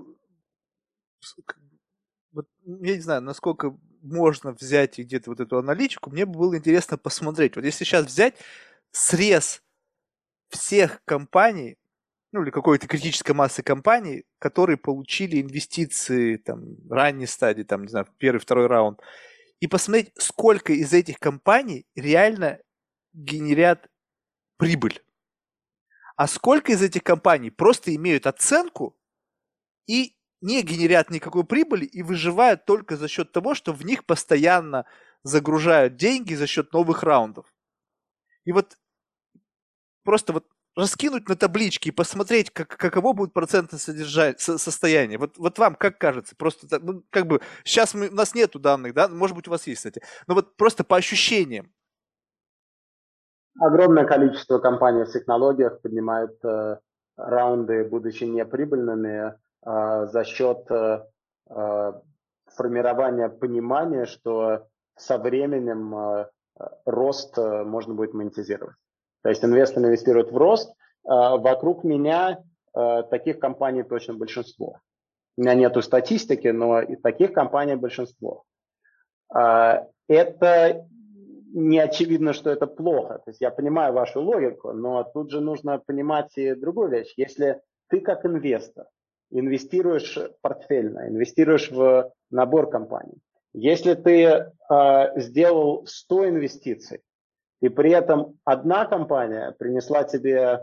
вот я не знаю, насколько можно взять и где-то вот эту аналитику, мне бы было интересно посмотреть. Вот если сейчас взять срез всех компаний, ну или какой-то критической массы компаний, которые получили инвестиции там ранней стадии, там, не знаю, первый, второй раунд, и посмотреть, сколько из этих компаний реально генерят прибыль, а сколько из этих компаний просто имеют оценку и не генерят никакой прибыли и выживают только за счет того, что в них постоянно загружают деньги за счет новых раундов. И вот просто вот раскинуть на табличке и посмотреть, каково будет процентное состояние. Вот вам как кажется? Просто, ну, как бы, сейчас у нас нету данных, да? Может быть, у вас есть, кстати. Но вот просто по ощущениям. Огромное количество компаний в технологиях поднимают раунды, будучи неприбыльными, за счет формирования понимания, что со временем рост можно будет монетизировать. То есть инвесторы инвестируют в рост. Вокруг меня таких компаний точно большинство. У меня нету статистики, но и таких компаний большинство. Это не очевидно, что это плохо. То есть я понимаю вашу логику, но тут же нужно понимать и другую вещь. Если ты как инвестор инвестируешь портфельно, инвестируешь в набор компаний, если ты сделал 100 инвестиций, и при этом одна компания принесла тебе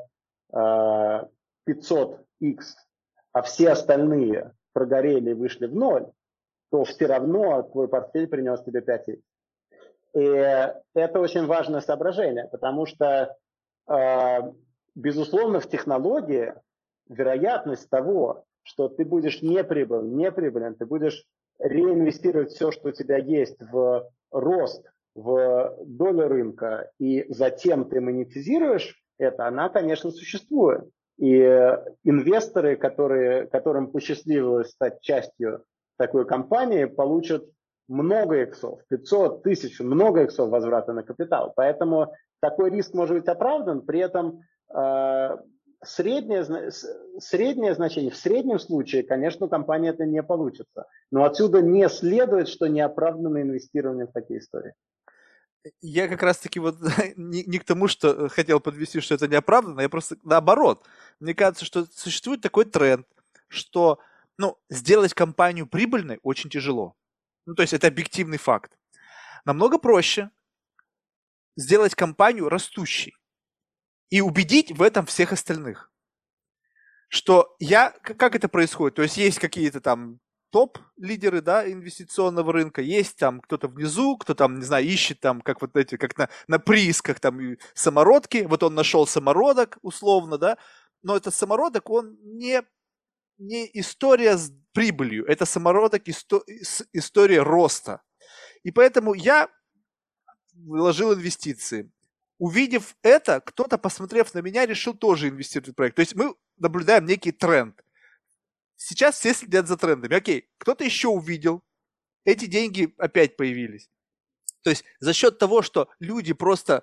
500x, а все остальные прогорели и вышли в ноль, то все равно твой портфель принес тебе 5x. И это очень важное соображение, потому что безусловно, в технологии вероятность того, что ты будешь неприбылен, ты будешь реинвестировать все, что у тебя есть, в рост, в долю рынка, и затем ты монетизируешь это, она, конечно, существует. И инвесторы, которым посчастливилось стать частью такой компании, получат много иксов, 500, 1000, много иксов возврата на капитал. Поэтому такой риск может быть оправдан, при этом среднее значение, в среднем случае, конечно, у компании это не получится. Но отсюда не следует, что неоправданное инвестирование в такие истории. Я как раз-таки вот не к тому, что хотел подвести, что это неоправданно, я просто наоборот. Мне кажется, что существует такой тренд, что сделать компанию прибыльной очень тяжело. То есть это объективный факт. Намного проще сделать компанию растущей и убедить в этом всех остальных. Что как это происходит? То есть какие-то там топ-лидеры, да, инвестиционного рынка, есть там кто-то внизу, кто там, не знаю, ищет там, как вот эти, как на приисках там самородки, вот он нашел самородок, условно, да, но этот самородок, он не история с прибылью, это самородок история роста. И поэтому я вложил инвестиции. Увидев это, кто-то, посмотрев на меня, решил тоже инвестировать в проект. То есть мы наблюдаем некий тренд. Сейчас все следят за трендами. Окей, кто-то еще увидел, эти деньги опять появились. То есть за счет того, что люди просто,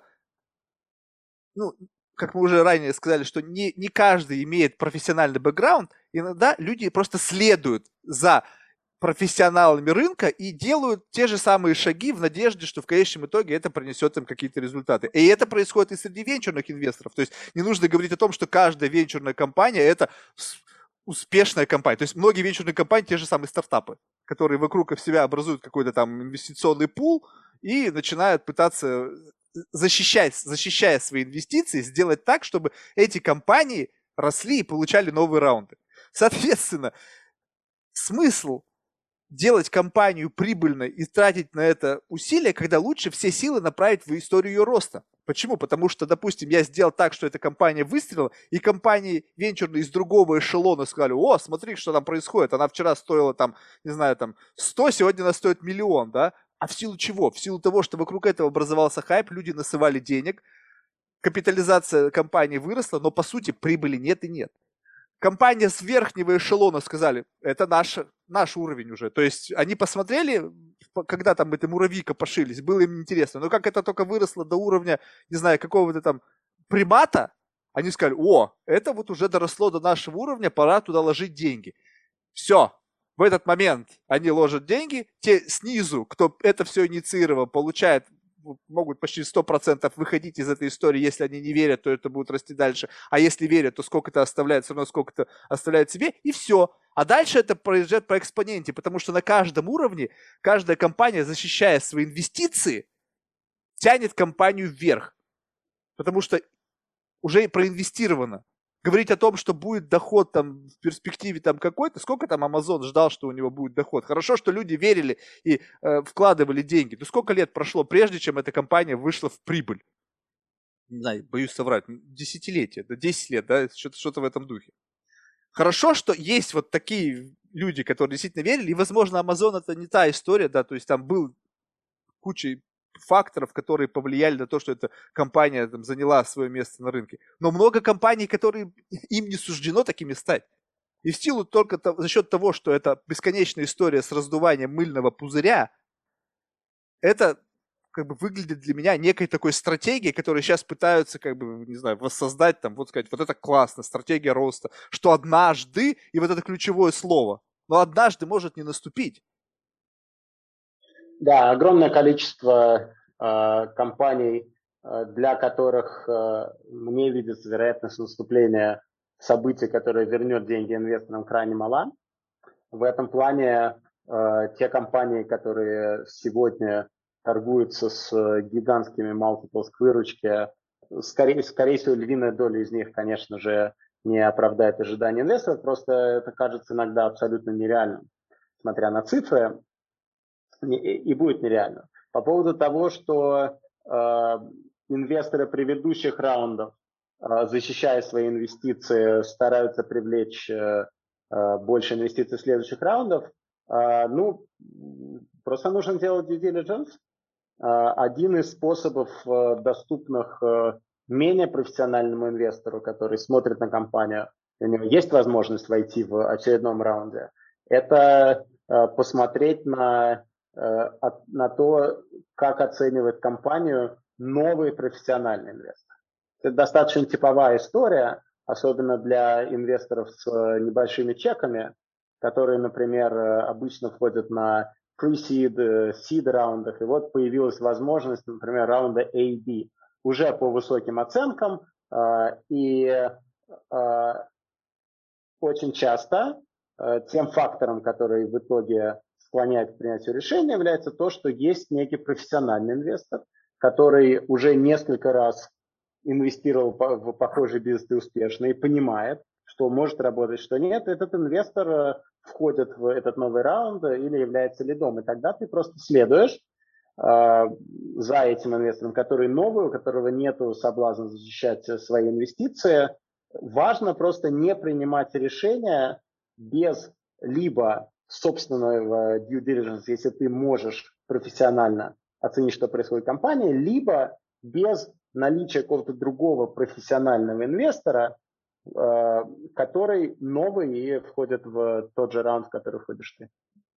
как мы уже ранее сказали, что не каждый имеет профессиональный бэкграунд, иногда люди просто следуют за профессионалами рынка и делают те же самые шаги в надежде, что в конечном итоге это принесет им какие-то результаты. И это происходит и среди венчурных инвесторов. То есть не нужно говорить о том, что каждая венчурная компания – это успешная компания. То есть многие венчурные компании – те же самые стартапы, которые вокруг себя образуют какой-то там инвестиционный пул и начинают пытаться, защищая свои инвестиции, сделать так, чтобы эти компании росли и получали новые раунды. Соответственно, смысл делать компанию прибыльной и тратить на это усилия, когда лучше все силы направить в историю ее роста. Почему? Потому что, допустим, я сделал так, что эта компания выстрелила, и компании венчурные из другого эшелона сказали: о, смотри, что там происходит, она вчера стоила там, не знаю, там 100, сегодня она стоит 1 000 000, да? А в силу чего? В силу того, что вокруг этого образовался хайп, люди насывали денег, капитализация компании выросла, но по сути прибыли нет и нет. Компания с верхнего эшелона сказали: это наш уровень уже. То есть они посмотрели, когда там эти муравьи копошились, было им интересно. Но как это только выросло до уровня, не знаю, какого-то там примата, они сказали: о, это вот уже доросло до нашего уровня, пора туда ложить деньги. Все. В этот момент они ложат деньги, те снизу, кто это все инициировал, могут почти 100% выходить из этой истории. Если они не верят, то это будет расти дальше. А если верят, то сколько-то оставляют, все равно сколько-то оставляют себе, и все. А дальше это проезжает по экспоненте, потому что на каждом уровне каждая компания, защищая свои инвестиции, тянет компанию вверх. Потому что уже проинвестировано. Говорить о том, что будет доход там в перспективе там какой-то, сколько там Amazon ждал, что у него будет доход. Хорошо, что люди верили и вкладывали деньги. Но сколько лет прошло, прежде чем эта компания вышла в прибыль? Не знаю, боюсь соврать, десятилетия, 10 лет, да, что-то в этом духе. Хорошо, что есть вот такие люди, которые действительно верили, и, возможно, Amazon это не та история, да, то есть там был куча факторов, которые повлияли на то, что эта компания там заняла свое место на рынке. Но много компаний, которые им не суждено такими стать. И в силу только за счет того, что это бесконечная история с раздуванием мыльного пузыря, это как бы выглядит для меня некой такой стратегией, которую сейчас пытаются, как бы, не знаю, воссоздать, там, вот сказать, вот это классно, стратегия роста, что однажды, и вот это ключевое слово, но однажды может не наступить. Да, огромное количество компаний, для которых мне видится вероятность наступления события, которое вернет деньги инвесторам, крайне мала. В этом плане те компании, которые сегодня торгуются с гигантскими multiples к выручке, скорее всего, львиная доля из них, конечно же, не оправдает ожидания инвесторов, просто это кажется иногда абсолютно нереальным, смотря на цифры, и будет нереально. По поводу того, что инвесторы предыдущих раундов защищая свои инвестиции, стараются привлечь больше инвестиций в следующих раундах. Ну, просто нужно делать due diligence. Один из способов, доступных менее профессиональному инвестору, который смотрит на компанию, у него есть возможность войти в очередном раунде, это посмотреть на то, как оценивает компанию новый профессиональный инвестор. Это достаточно типовая история, особенно для инвесторов с небольшими чеками, которые, например, обычно входят на pre-seed, seed раундах. И вот появилась возможность, например, раунда A и B уже по высоким оценкам. И очень часто тем фактором, который в итоге склоняет к принятию решения, является то, что есть некий профессиональный инвестор, который уже несколько раз инвестировал в похожий бизнес и успешно, и понимает, что может работать, что нет, этот инвестор входит в этот новый раунд или является лидом. И тогда ты просто следуешь за этим инвестором, который новый, у которого нет соблазна защищать свои инвестиции. Важно просто не принимать решения без либо собственного due diligence, если ты можешь профессионально оценить, что происходит в компании, либо без наличия какого-то другого профессионального инвестора, который новый и входит в тот же раунд, в который входишь ты.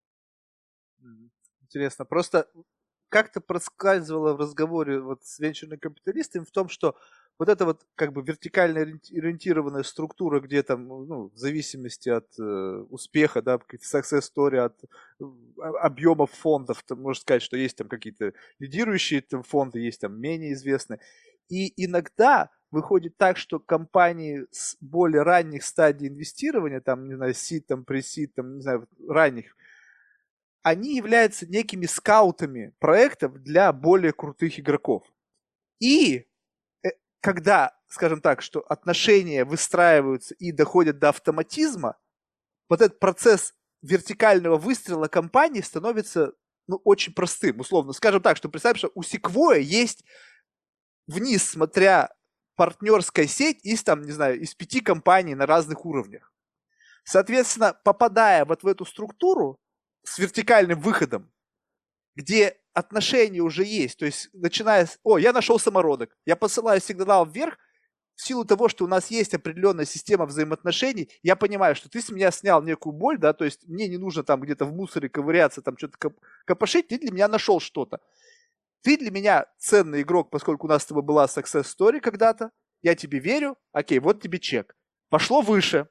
Интересно. Просто как-то проскальзывало в разговоре вот с венчурными капиталистами в том, что вот эта вот как бы вертикально ориентированная структура, где там, ну, в зависимости от успеха, да, какие-то success story, от объемов фондов, там, можно сказать, что есть там какие-то лидирующие там фонды, есть там менее известные. И иногда выходит так, что компании с более ранних стадий инвестирования, там, не знаю, seed, там, pre-seed, там, не знаю, ранних, они являются некими скаутами проектов для более крутых игроков. И когда, скажем так, что отношения выстраиваются и доходят до автоматизма, вот этот процесс вертикального выстрела компании становится, ну, очень простым, условно. Скажем так, что представь, что у Sequoia есть вниз, смотря партнерская сеть из, там, не знаю, из 5 компаний на разных уровнях. Соответственно, попадая вот в эту структуру с вертикальным выходом, где отношения уже есть, то есть начиная с, я нашел самородок, я посылаю сигнал вверх, в силу того, что у нас есть определенная система взаимоотношений, я понимаю, что ты с меня снял некую боль, да, то есть мне не нужно там где-то в мусоре ковыряться, там что-то копошить, ты для меня нашел что-то. Ты для меня ценный игрок, поскольку у нас с тобой была success story когда-то, я тебе верю, окей, вот тебе чек. Пошло выше.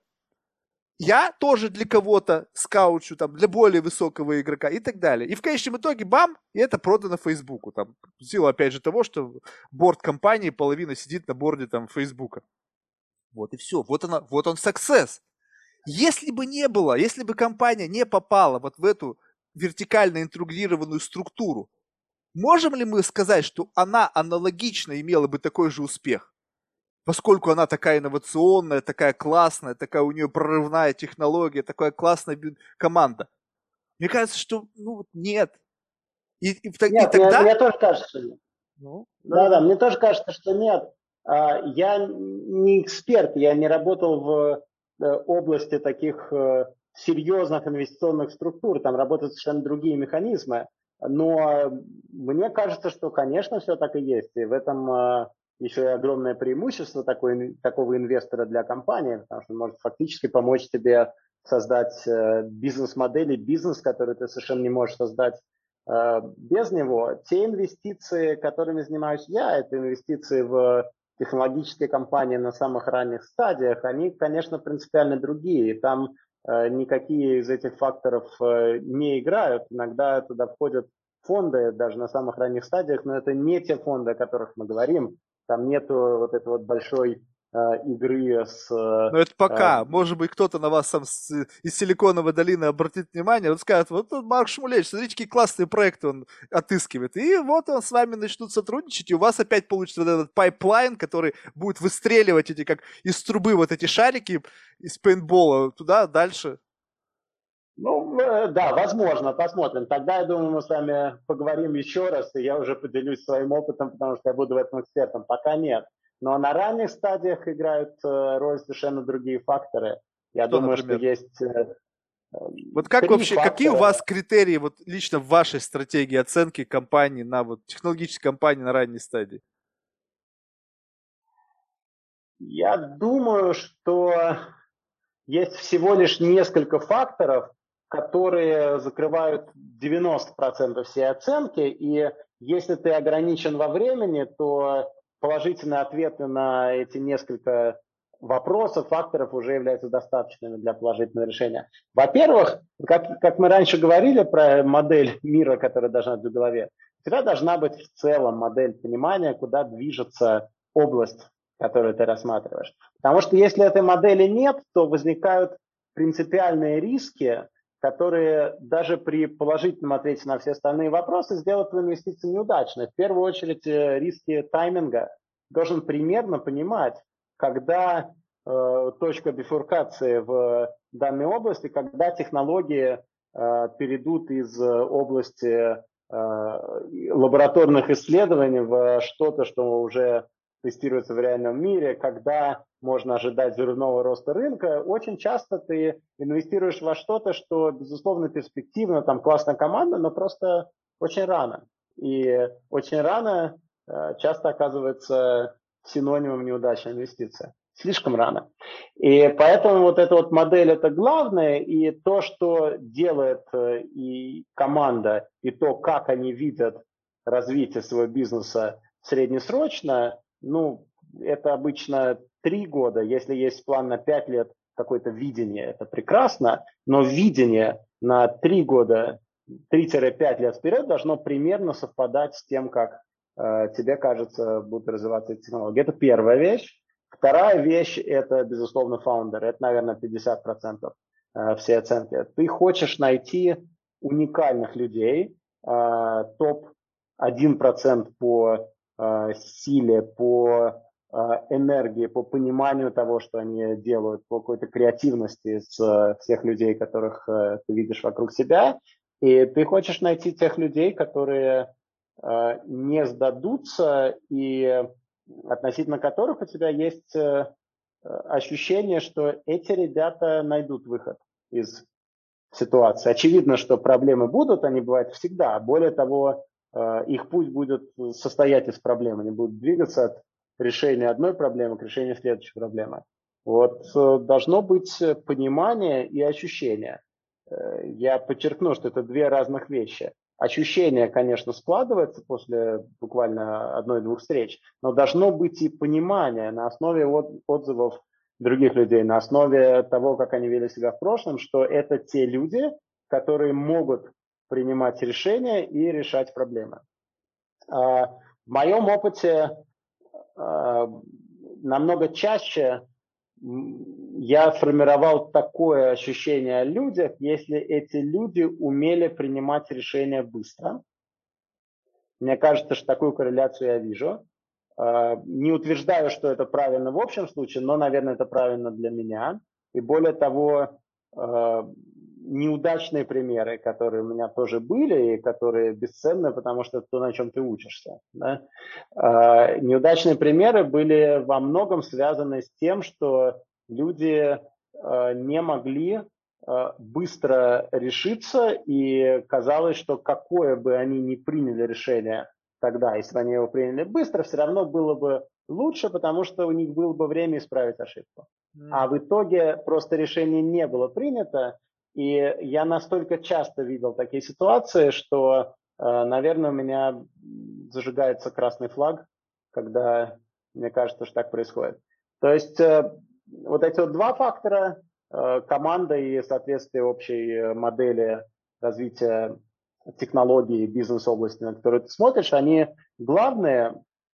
Я тоже для кого-то скаучу, там, для более высокого игрока и так далее. И в конечном итоге, бам, и это продано Фейсбуку. Там, в силу, опять же, того, что борд компании, половина сидит на борде там Фейсбука. Вот и все. Вот он success. Если бы не было, если бы компания не попала вот в эту вертикально интегрированную структуру, можем ли мы сказать, что она аналогично имела бы такой же успех? Поскольку она такая инновационная, такая классная, такая у нее прорывная технология, такая классная команда. Мне кажется, что нет. И тогда... Мне тоже кажется, что нет. Ну, Да, мне тоже кажется, что нет. Я не эксперт, я не работал в области таких серьезных инвестиционных структур, там работают совершенно другие механизмы. Но мне кажется, что, конечно, все так и есть. И в этом еще и огромное преимущество такого инвестора для компании, потому что он может фактически помочь тебе создать бизнес-модель и бизнес, который ты совершенно не можешь создать без него. Те инвестиции, которыми занимаюсь я, это инвестиции в технологические компании на самых ранних стадиях, они, конечно, принципиально другие. И там никакие из этих факторов не играют. Иногда туда входят фонды даже на самых ранних стадиях, но это не те фонды, о которых мы говорим. Там нету вот этой вот большой игры с... Но это пока. Может быть, кто-то на вас сам из Силиконовой долины обратит внимание, он скажет, вот тут Марк Шмулевич, смотрите, какие классные проекты он отыскивает. И вот он с вами начнут сотрудничать, и у вас опять получится вот этот пайплайн, который будет выстреливать эти, как из трубы, вот эти шарики из пейнтбола туда, дальше. Ну, да, возможно, посмотрим. Тогда, я думаю, мы с вами поговорим еще раз, и я уже поделюсь своим опытом, потому что я буду в этом экспертом. Пока нет. Но на ранних стадиях играют роль совершенно другие факторы. Я Что, думаю, что например? есть Вот как три вообще, какие у вас фактора. критерии вот лично в вашей стратегии оценки компании на вот технологической компании на ранней стадии? Я думаю, что есть всего лишь несколько факторов, которые закрывают 90% всей оценки, и если ты ограничен во времени, то положительные ответы на эти несколько вопросов, факторов уже являются достаточными для положительного решения. Во-первых, как мы раньше говорили про модель мира, которая должна быть в голове, у тебя должна быть в целом модель понимания, куда движется область, которую ты рассматриваешь. Потому что если этой модели нет, то возникают принципиальные риски, которые даже при положительном ответе на все остальные вопросы сделают твою инвестицию неудачной. В первую очередь риски тайминга. Должен примерно понимать, когда точка бифуркации в данной области, когда технологии перейдут из области лабораторных исследований в что-то, что уже тестируется в реальном мире, когда можно ожидать взрывного роста рынка, очень часто ты инвестируешь во что-то, что, безусловно, перспективно, там классная команда, но просто очень рано. И очень рано часто оказывается синонимом неудачной инвестиции. Слишком рано. И поэтому вот эта вот модель это главное, и то, что делает и команда, и то, как они видят развитие своего бизнеса среднесрочно, ну, это обычно 3 года. Если есть план на 5 лет, какое-то видение, это прекрасно, но видение на 3 года, 3-5 лет вперед должно примерно совпадать с тем, как тебе кажется, будут развиваться эти технологии. Это первая вещь. Вторая вещь – это, безусловно, фаундер. Это, наверное, 50% всей оценки. Ты хочешь найти уникальных людей, топ-1% по силе, по энергии, по пониманию того, что они делают, по какой-то креативности с всех людей, которых ты видишь вокруг себя. И ты хочешь найти тех людей, которые не сдадутся и относительно которых у тебя есть ощущение, что эти ребята найдут выход из ситуации. Очевидно, что проблемы будут, они бывают всегда. Более того, их путь будет состоять из проблем. Они будут двигаться от решения одной проблемы к решению следующей проблемы. Вот должно быть понимание и ощущение. Я подчеркну, что это две разных вещи. Ощущение, конечно, складывается после буквально одной-двух встреч, но должно быть и понимание на основе отзывов других людей, на основе того, как они вели себя в прошлом, что это те люди, которые могут принимать решения и решать проблемы. В моем опыте намного чаще я формировал такое ощущение о людях, если эти люди умели принимать решения быстро. Мне кажется, что такую корреляцию я вижу. Не утверждаю, что это правильно в общем случае, но, наверное, это правильно для меня. И более того, неудачные примеры, которые у меня тоже были, и которые бесценны, потому что это то, на чем ты учишься. Да? Неудачные примеры были во многом связаны с тем, что люди не могли быстро решиться, и казалось, что какое бы они ни приняли решение тогда, если бы они его приняли быстро, все равно было бы лучше, потому что у них было бы время исправить ошибку. А в итоге просто решение не было принято, и я настолько часто видел такие ситуации, что, наверное, у меня зажигается красный флаг, когда мне кажется, что так происходит. То есть вот эти вот два фактора, команда и соответствие общей модели развития технологий, бизнес-области, на которые ты смотришь, они главные.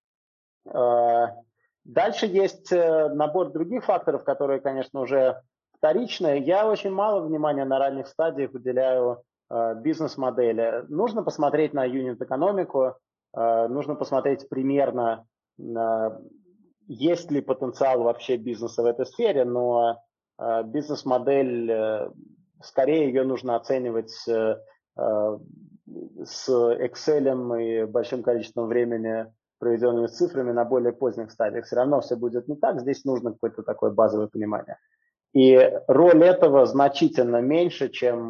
Дальше есть набор других факторов, которые, конечно, уже вторичные. Я очень мало внимания на ранних стадиях уделяю бизнес-модели. Нужно посмотреть на юнит-экономику, нужно посмотреть примерно, есть ли потенциал вообще бизнеса в этой сфере, но бизнес-модель, скорее ее нужно оценивать с Excel и большим количеством времени приведенными цифрами на более поздних стадиях. Все равно все будет не так, здесь нужно какое-то такое базовое понимание. И роль этого значительно меньше, чем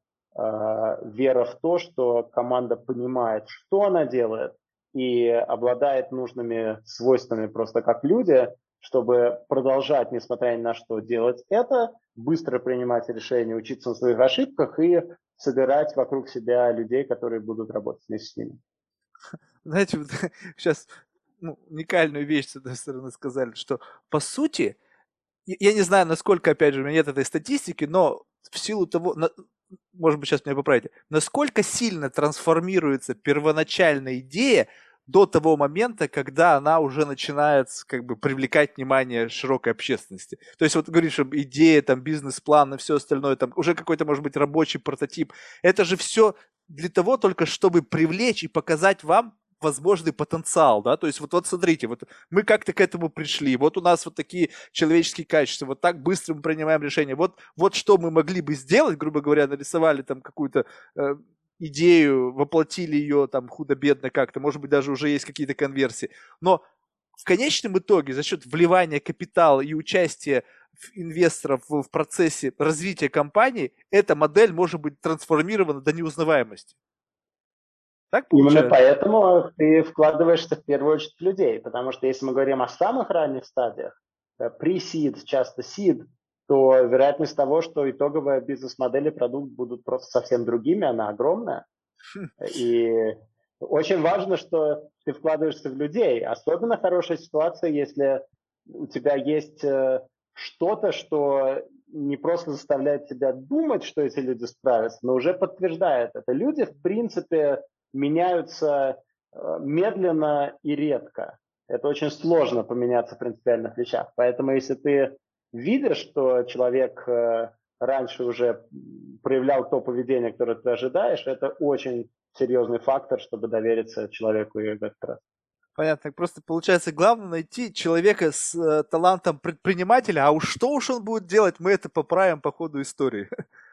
вера в то, что команда понимает, что она делает, и обладает нужными свойствами просто как люди, чтобы продолжать, несмотря ни на что, делать это, быстро принимать решения, учиться на своих ошибках и собирать вокруг себя людей, которые будут работать вместе с ними. Знаете, вот сейчас уникальную вещь, с одной стороны, сказали, что по сути, я не знаю, насколько, опять же, у меня нет этой статистики, но в силу того, может быть, сейчас меня поправите, насколько сильно трансформируется первоначальная идея до того момента, когда она уже начинает как бы привлекать внимание широкой общественности. То есть вот говоришь, что идея, там, бизнес-план и все остальное, там уже какой-то, может быть, рабочий прототип. Это же все для того только, чтобы привлечь и показать вам возможный потенциал, да, то есть вот смотрите, вот мы как-то к этому пришли, вот у нас вот такие человеческие качества, вот так быстро мы принимаем решения, вот что мы могли бы сделать, грубо говоря, нарисовали там какую-то идею, воплотили ее там худо-бедно как-то, может быть, даже уже есть какие-то конверсии, но в конечном итоге за счет вливания капитала и участия инвесторов в процессе развития компании эта модель может быть трансформирована до неузнаваемости. Так Именно получается? поэтому ты вкладываешься в первую очередь в людей, потому что если мы говорим о самых ранних стадиях, pre-seed, часто seed, то вероятность того, что итоговая бизнес-модель и продукт будут просто совсем другими, она огромная. И очень важно, что ты вкладываешься в людей. Особенно хорошая ситуация, если у тебя есть что-то, что не просто заставляет тебя думать, что эти люди справятся, но уже подтверждает это. Люди, в принципе, меняются медленно и редко. Это очень сложно поменяться в принципиальных вещах. Поэтому если ты видишь, что человек раньше уже проявлял то поведение, которое ты ожидаешь, это очень серьезный фактор, чтобы довериться человеку и в этот раз. Понятно. Просто получается главное найти человека с талантом предпринимателя, а уж что уж он будет делать, мы это поправим по ходу истории.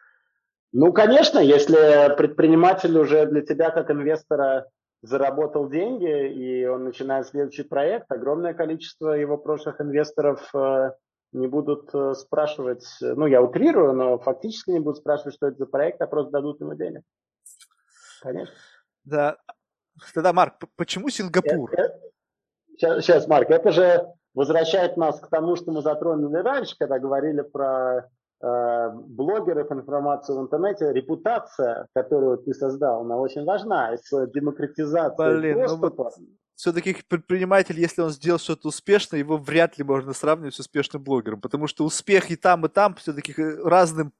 Ну, конечно, если предприниматель уже для тебя как инвестора заработал деньги, и он начинает следующий проект, огромное количество его прошлых инвесторов не будут спрашивать, ну, я утрирую, но фактически не будут спрашивать, что это за проект, а просто дадут ему денег. Конечно. Да. Тогда, Марк, почему Сингапур? Сейчас, Марк, это же возвращает нас к тому, что мы затронули раньше, когда говорили про блогеров, информацию в интернете. Репутация, которую ты создал, она очень важна. С демократизацией Блин, ну вот доступа. все-таки предприниматель, если он сделал что-то успешно, его вряд ли можно сравнивать с успешным блогером, потому что успех и там все-таки разным...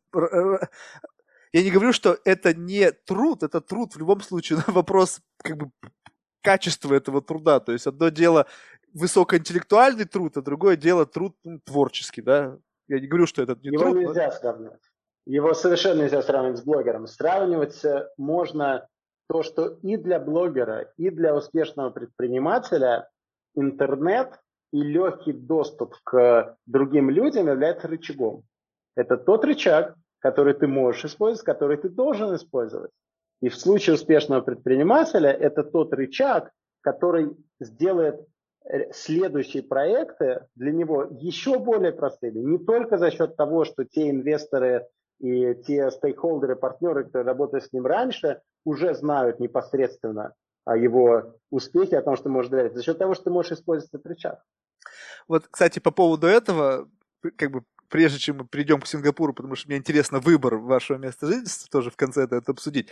Я не говорю, что это не труд, это труд в любом случае, но вопрос как бы качества этого труда. То есть одно дело высокоинтеллектуальный труд, а другое дело труд творческий, да. Я не говорю, что это не Его труд, но... нельзя сравнивать. Его совершенно нельзя сравнивать с блогером. Сравнивать можно то, что и для блогера, и для успешного предпринимателя интернет и легкий доступ к другим людям является рычагом. Это тот рычаг, который ты можешь использовать, который ты должен использовать. И в случае успешного предпринимателя это тот рычаг, который сделает следующие проекты для него еще более простыми. Не только за счет того, что те инвесторы и те стейкхолдеры, партнеры, которые работали с ним раньше, уже знают непосредственно о его успехе, о том, что может доверять, за счет того, что ты можешь использовать этот рычаг. Вот, кстати, по поводу этого, как бы прежде чем мы перейдем к Сингапуру, потому что мне интересно выбор вашего места жительства, тоже в конце это обсудить.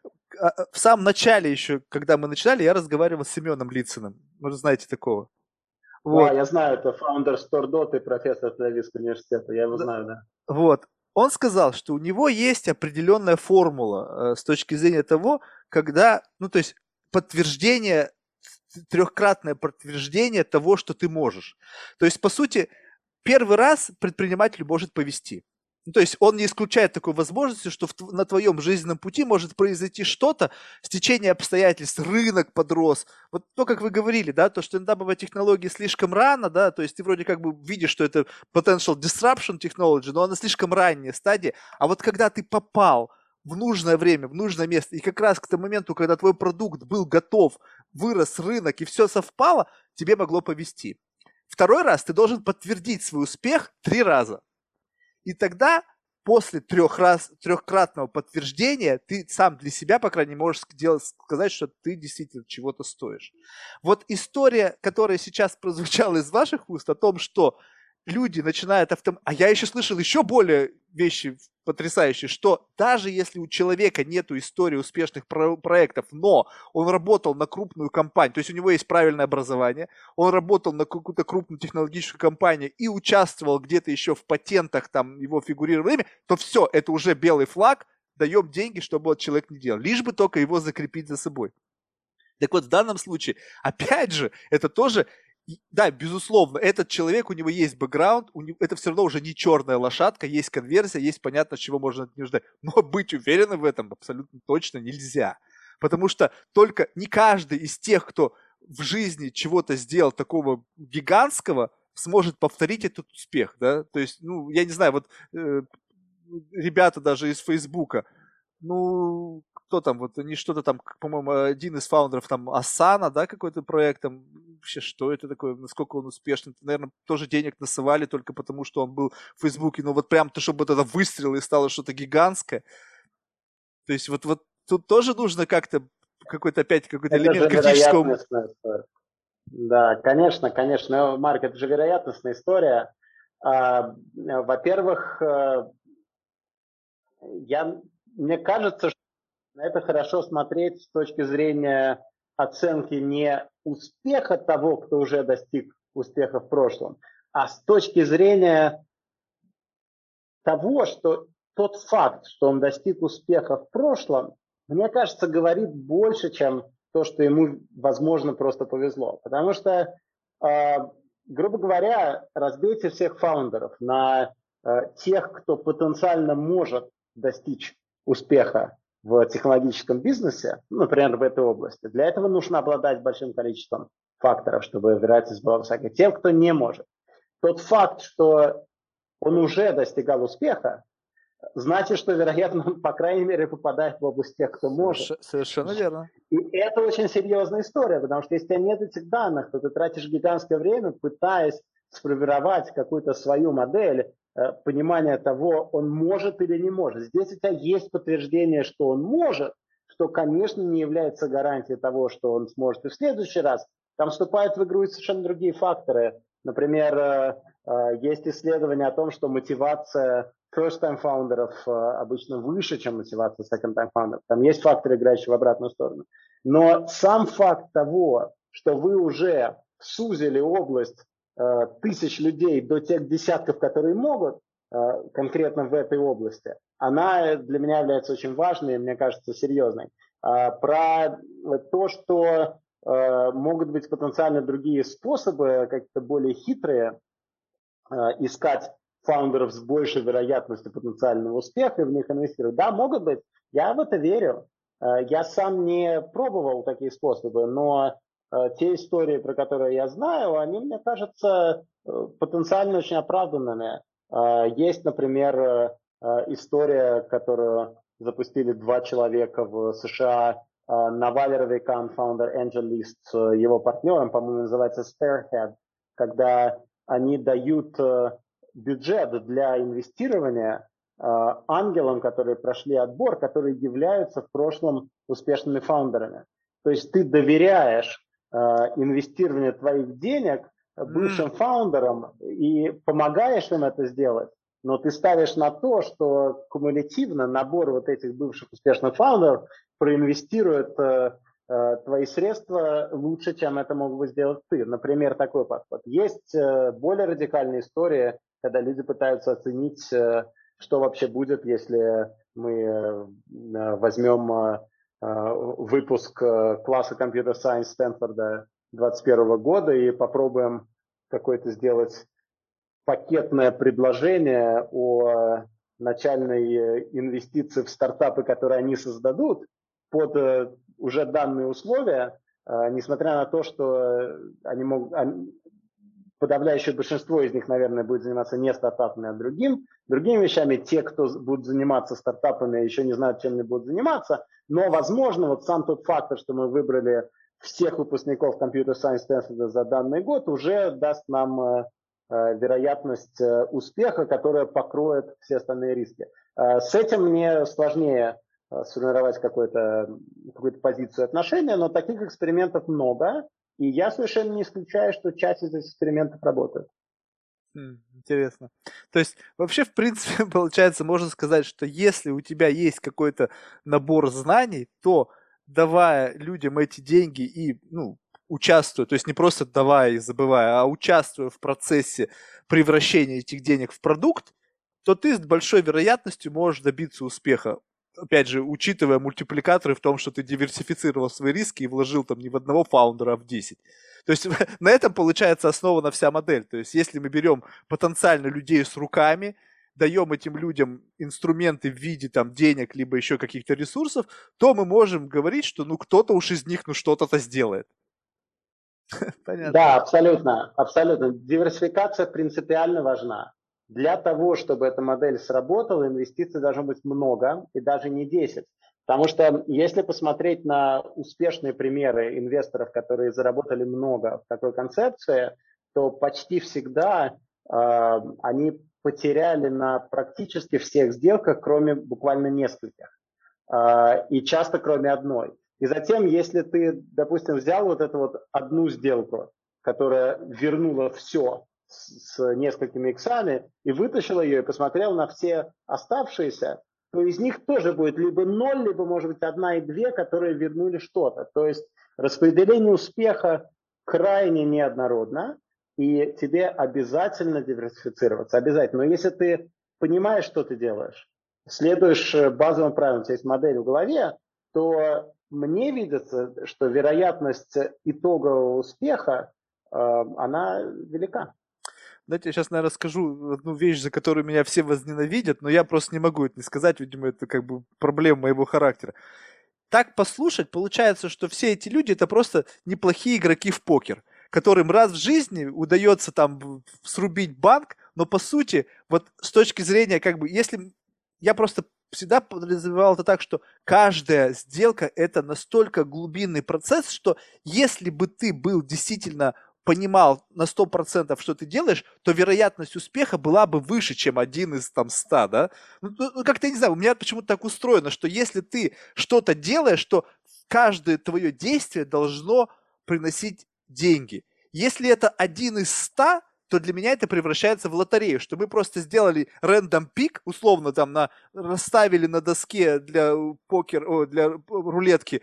В самом начале еще, когда мы начинали, я разговаривал с Семеном Лициным. Может, знаете такого? Да, Вот. я знаю, это фаундер StoreDot и профессор Тель-Авивского университета, я его знаю, да. Вот. Он сказал, что у него есть определенная формула с точки зрения того, когда, ну, то есть подтверждение, трехкратное подтверждение того, что ты можешь. То есть, по сути, первый раз предпринимателю может повести. Ну, то есть он не исключает такой возможности, что на твоем жизненном пути может произойти что-то, стечение обстоятельств, рынок подрос. Вот то, как вы говорили, да, то, что иногда бывают технологии слишком рано, да, то есть ты вроде как бы видишь, что это potential disruption technology, но она слишком ранняя стадия. А вот когда ты попал в нужное время, в нужное место. И как раз к тому моменту, когда твой продукт был готов, вырос рынок и все совпало, тебе могло повезти. Второй раз ты должен подтвердить свой успех 3 раза. И тогда после трехкратного подтверждения ты сам для себя, по крайней мере, можешь сказать, что ты действительно чего-то стоишь. Вот история, которая сейчас прозвучала из ваших уст о том, что люди начинают А я еще слышал еще более вещи потрясающие, что даже если у человека нету истории успешных проектов, но он работал на крупную компанию, то есть у него есть правильное образование, он работал на какую-то крупную технологическую компанию и участвовал где-то еще в патентах, там его фигурировало имя, то все, это уже белый флаг, даем деньги, чтобы вот человек не делал, лишь бы только его закрепить за собой. Так вот, в данном случае, опять же, это тоже, да, безусловно, этот человек, у него есть бэкграунд, это все равно уже не черная лошадка, есть конверсия, есть понятно, чего можно от него ждать. Но быть уверенным в этом абсолютно точно нельзя. Потому что только не каждый из тех, кто в жизни чего-то сделал такого гигантского, сможет повторить этот успех, да, то есть, ну, я не знаю, вот ребята даже из Фейсбука, ну, кто там, вот они что-то там, по-моему, один из фаундеров там Asana, да, какой-то проект там, вообще, что это такое, насколько он успешный, наверное, тоже денег насывали только потому, что он был в Фейсбуке, но вот прям то, чтобы вот это выстрелило и стало что-то гигантское, то есть вот тут тоже нужно как-то какой-то опять какой-то Это элемент же критического... вероятностная история. Да, конечно, конечно. Марк, это же вероятностная история. Во-первых, мне кажется, что на это хорошо смотреть с точки зрения оценки не успеха того, кто уже достиг успеха в прошлом, а с точки зрения того, что тот факт, что он достиг успеха в прошлом, мне кажется, говорит больше, чем то, что ему, возможно, просто повезло. Потому что, грубо говоря, разбейте всех фаундеров на тех, кто потенциально может достичь успеха в технологическом бизнесе, например, в этой области. Для этого нужно обладать большим количеством факторов, чтобы вероятность была высокой. Тем, кто не может. Тот факт, что он уже достигал успеха, значит, что, вероятно, он, по крайней мере, попадает в область тех, кто может. Совершенно верно. И это очень серьезная история, потому что если у тебя нет этих данных, то ты тратишь гигантское время, пытаясь сформировать какую-то свою модель, понимания того, он может или не может. Здесь у тебя есть подтверждение, что он может, что, конечно, не является гарантией того, что он сможет и в следующий раз. Там вступают в игру и совершенно другие факторы. Например, есть исследования о том, что мотивация first-time фаундеров обычно выше, чем мотивация second-time фаундеров. Там есть факторы, играющие в обратную сторону. Но сам факт того, что вы уже сузили область тысяч людей до тех десятков, которые могут конкретно в этой области, она для меня является очень важной и, мне кажется, серьезной. Про то, что могут быть потенциально другие способы, какие-то более хитрые, искать фаундеров с большей вероятностью потенциального успеха и в них инвестировать. Да, могут быть. Я в это верю. Я сам не пробовал такие способы, но те истории, про которые я знаю, они, мне кажется, потенциально очень оправданными. Есть, например, история, которую запустили 2 человека в США. Наваль Равикан, фаундер AngelList, его партнером, по-моему, называется Spearhead, когда они дают бюджет для инвестирования ангелам, которые прошли отбор, которые являются в прошлом успешными фаундерами. То есть ты доверяешь инвестирование твоих денег бывшим фаундерам и помогаешь им это сделать, но ты ставишь на то, что кумулятивно набор вот этих бывших успешных фаундеров проинвестирует твои средства лучше, чем это мог бы сделать ты. Например, такой подход. Есть более радикальные истории, когда люди пытаются оценить, что вообще будет, если мы возьмем выпуск класса Computer Science Стэнфорда 2021 года и попробуем какое-то сделать пакетное предложение о начальной инвестиции в стартапы, которые они создадут, под уже данные условия, несмотря на то, что они могут, подавляющее большинство из них, наверное, будет заниматься не стартапами, а другими вещами. Те, кто будут заниматься стартапами, еще не знают, чем они будут заниматься. Но, возможно, вот сам тот фактор, что мы выбрали всех выпускников Computer Science Stanford за данный год, уже даст нам вероятность успеха, которая покроет все остальные риски. С этим мне сложнее сформировать какую-то позицию отношения, но таких экспериментов много, и я совершенно не исключаю, что часть из этих экспериментов работает. Интересно. То есть вообще, в принципе, получается, можно сказать, что если у тебя есть какой-то набор знаний, то давая людям эти деньги и, участвуя, то есть не просто давая и забывая, а участвуя в процессе превращения этих денег в продукт, то ты с большой вероятностью можешь добиться успеха. Опять же, учитывая мультипликаторы в том, что ты диверсифицировал свои риски и вложил там не в одного фаундера, а в 10. То есть на этом получается основана вся модель. То есть если мы берем потенциально людей с руками, даем этим людям инструменты в виде там денег, либо еще каких-то ресурсов, то мы можем говорить, что кто-то уж из них что-то-то сделает. Понятно. Да, абсолютно, абсолютно. Диверсификация принципиально важна. Для того, чтобы эта модель сработала, инвестиций должно быть много, и даже не 10. Потому что если посмотреть на успешные примеры инвесторов, которые заработали много в такой концепции, то почти всегда они потеряли на практически всех сделках, кроме буквально нескольких. И часто кроме одной. И затем, если ты, допустим, взял вот эту вот одну сделку, которая вернула все с несколькими иксами, и вытащил ее, и посмотрел на все оставшиеся, то из них тоже будет либо 0, либо, может быть, 1 и 2, которые вернули что-то. То есть распределение успеха крайне неоднородно, и тебе обязательно диверсифицироваться. Обязательно. Но если ты понимаешь, что ты делаешь, следуешь базовым правилам, у тебя есть модель в голове, то мне видится, что вероятность итогового успеха, она велика. Знаете, я сейчас, наверное, скажу одну вещь, за которую меня все возненавидят, но я просто не могу это не сказать, видимо, это как бы проблема моего характера. Так послушать, получается, что все эти люди это просто неплохие игроки в покер, которым раз в жизни удается там срубить банк, но по сути, вот с точки зрения, как бы, если я просто всегда подразумевал это так, что каждая сделка это настолько глубинный процесс, что если бы ты был действительно понимал на 100%, что ты делаешь, то вероятность успеха была бы выше, чем 1 из там 100, да? Как-то, я не знаю, у меня почему-то так устроено, что если ты что-то делаешь, то каждое твое действие должно приносить деньги. Если это 1 из 100, то для меня это превращается в лотерею, что мы просто сделали рандом пик, условно там расставили на доске для для рулетки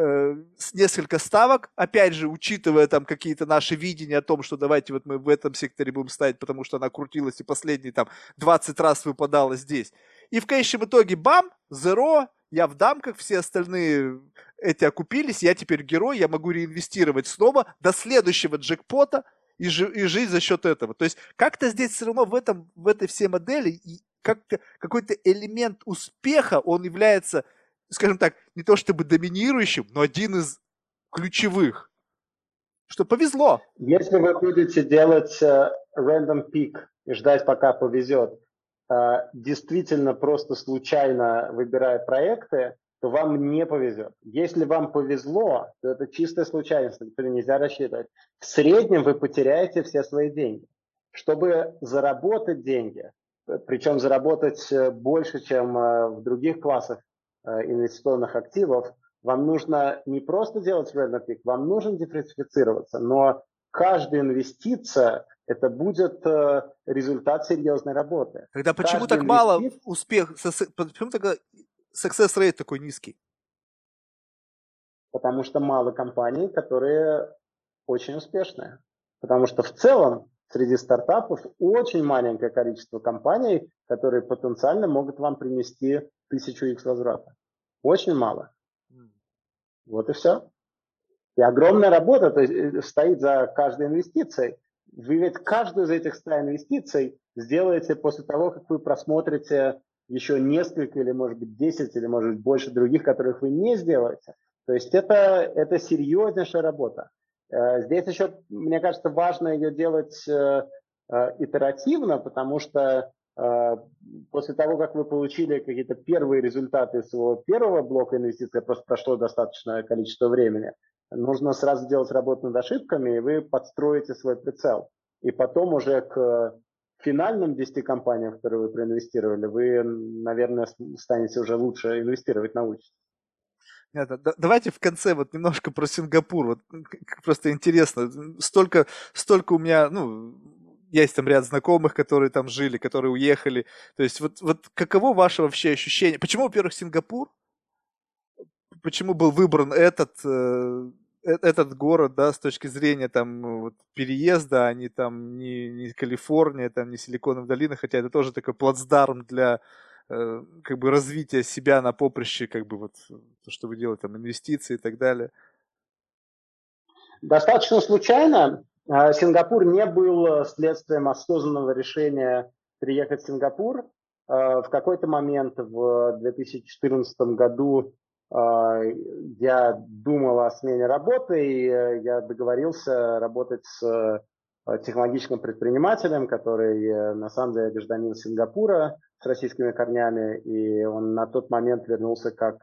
с несколько ставок, опять же, учитывая там какие-то наши видения о том, что давайте вот мы в этом секторе будем ставить, потому что она крутилась и последние там 20 раз выпадала здесь. И в конечном итоге бам, зеро, я в дамках, все остальные эти окупились, я теперь герой, я могу реинвестировать снова до следующего джекпота и жить за счет этого. То есть как-то здесь все равно в этой всей модели как-то какой-то элемент успеха, он является, скажем так, не то чтобы доминирующим, но один из ключевых. Что повезло. Если вы будете делать random pick и ждать, пока повезет, действительно просто случайно выбирая проекты, то вам не повезет. Если вам повезло, то это чистая случайность, на которую нельзя рассчитывать. В среднем вы потеряете все свои деньги. Чтобы заработать деньги, причем заработать больше, чем в других классах инвестиционных активов, вам нужно не просто делать random pick, вам нужно диверсифицироваться, но каждая инвестиция это будет результат серьезной работы. Тогда почему так мало успех, почему тогда success rate такой низкий? Потому что мало компаний, которые очень успешные. Потому что в целом среди стартапов очень маленькое количество компаний, которые потенциально могут вам принести 1000x возврата. Очень мало. Вот и все. И огромная работа то есть, стоит за каждой инвестицией. Вы ведь каждую из этих 100 инвестиций сделаете после того, как вы просмотрите еще несколько, или может быть 10, или может быть больше других, которых вы не сделаете. То есть это серьезнейшая работа. Здесь еще, мне кажется, важно ее делать итеративно, потому что после того, как вы получили какие-то первые результаты своего первого блока инвестиций, просто прошло достаточное количество времени, нужно сразу делать работу над ошибками, и вы подстроите свой прицел. И потом уже к финальным 10 компаниям, в которые вы проинвестировали, вы, наверное, станете уже лучше инвестировать, научитесь. Давайте в конце вот немножко про Сингапур. Вот просто интересно. Столько у меня, ну, есть там ряд знакомых, которые там жили, которые уехали. То есть вот каково ваше вообще ощущение? Почему, во-первых, Сингапур? Почему был выбран этот город, да, с точки зрения там вот, переезда, а не там не Калифорния, там не Силиконовая долина, хотя это тоже такой плацдарм для как бы развития себя на поприще, как бы вот то, что вы делаете, там инвестиции и так далее. Достаточно случайно. Сингапур не был следствием осознанного решения приехать в Сингапур. В какой-то момент в 2014 году я думал о смене работы, и я договорился работать с технологическим предпринимателем, который на самом деле гражданин Сингапура с российскими корнями, и он на тот момент вернулся как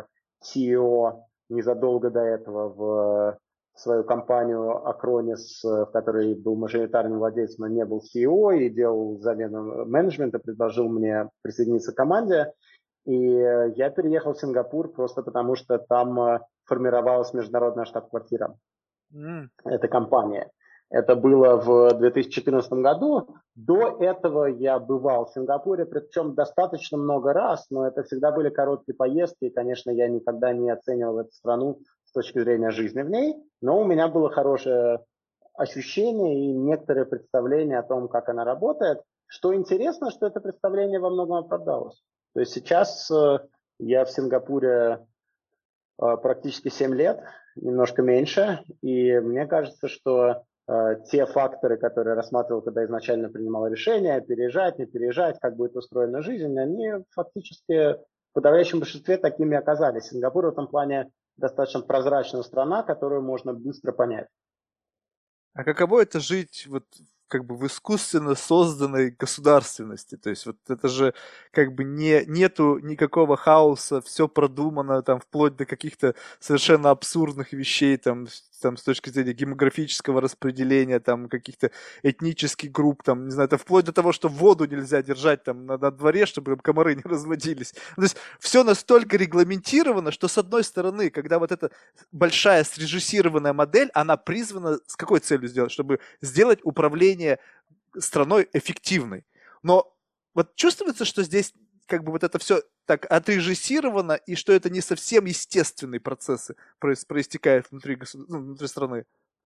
CEO незадолго до этого в свою компанию Acronis, в которой был мажоритарным владельцем, но не был CEO, и делал замену менеджмента, предложил мне присоединиться к команде. И я переехал в Сингапур просто потому, что там формировалась международная штаб-квартира этой компании. Это было в 2014 году. До этого я бывал в Сингапуре, причем достаточно много раз, но это всегда были короткие поездки. И, конечно, я никогда не оценивал эту страну с точки зрения жизни в ней, но у меня было хорошее ощущение и некоторые представления о том, как она работает. Что интересно, что это представление во многом оправдалось. То есть сейчас я в Сингапуре практически 7 лет, немножко меньше, и мне кажется, что те факторы, которые я рассматривал, когда изначально принимал решение, переезжать, не переезжать, как будет устроена жизнь, они фактически в подавляющем большинстве такими оказались. Сингапур в этом плане достаточно прозрачная страна, которую можно быстро понять. А каково это жить вот как бы в искусственно созданной государственности? То есть вот это же как бы нету никакого хаоса, все продумано там вплоть до каких-то совершенно абсурдных вещей там с точки зрения демографического распределения, там каких-то этнических групп, там, не знаю, это вплоть до того, что воду нельзя держать там на дворе, чтобы там комары не разводились. То есть все настолько регламентировано, что с одной стороны, когда вот эта большая срежиссированная модель, она призвана с какой целью сделать? Чтобы сделать управление страной эффективной. Но вот чувствуется, что здесь как бы вот это все так отрежиссировано, и что это не совсем естественные процессы проистекают внутри страны.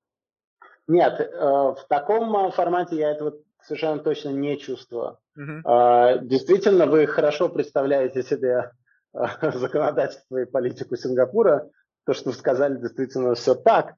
Нет, в таком формате я этого совершенно точно не чувствую. Мгм. Действительно, вы хорошо представляете себе законодательство и политику Сингапура. То, что вы сказали, действительно все так.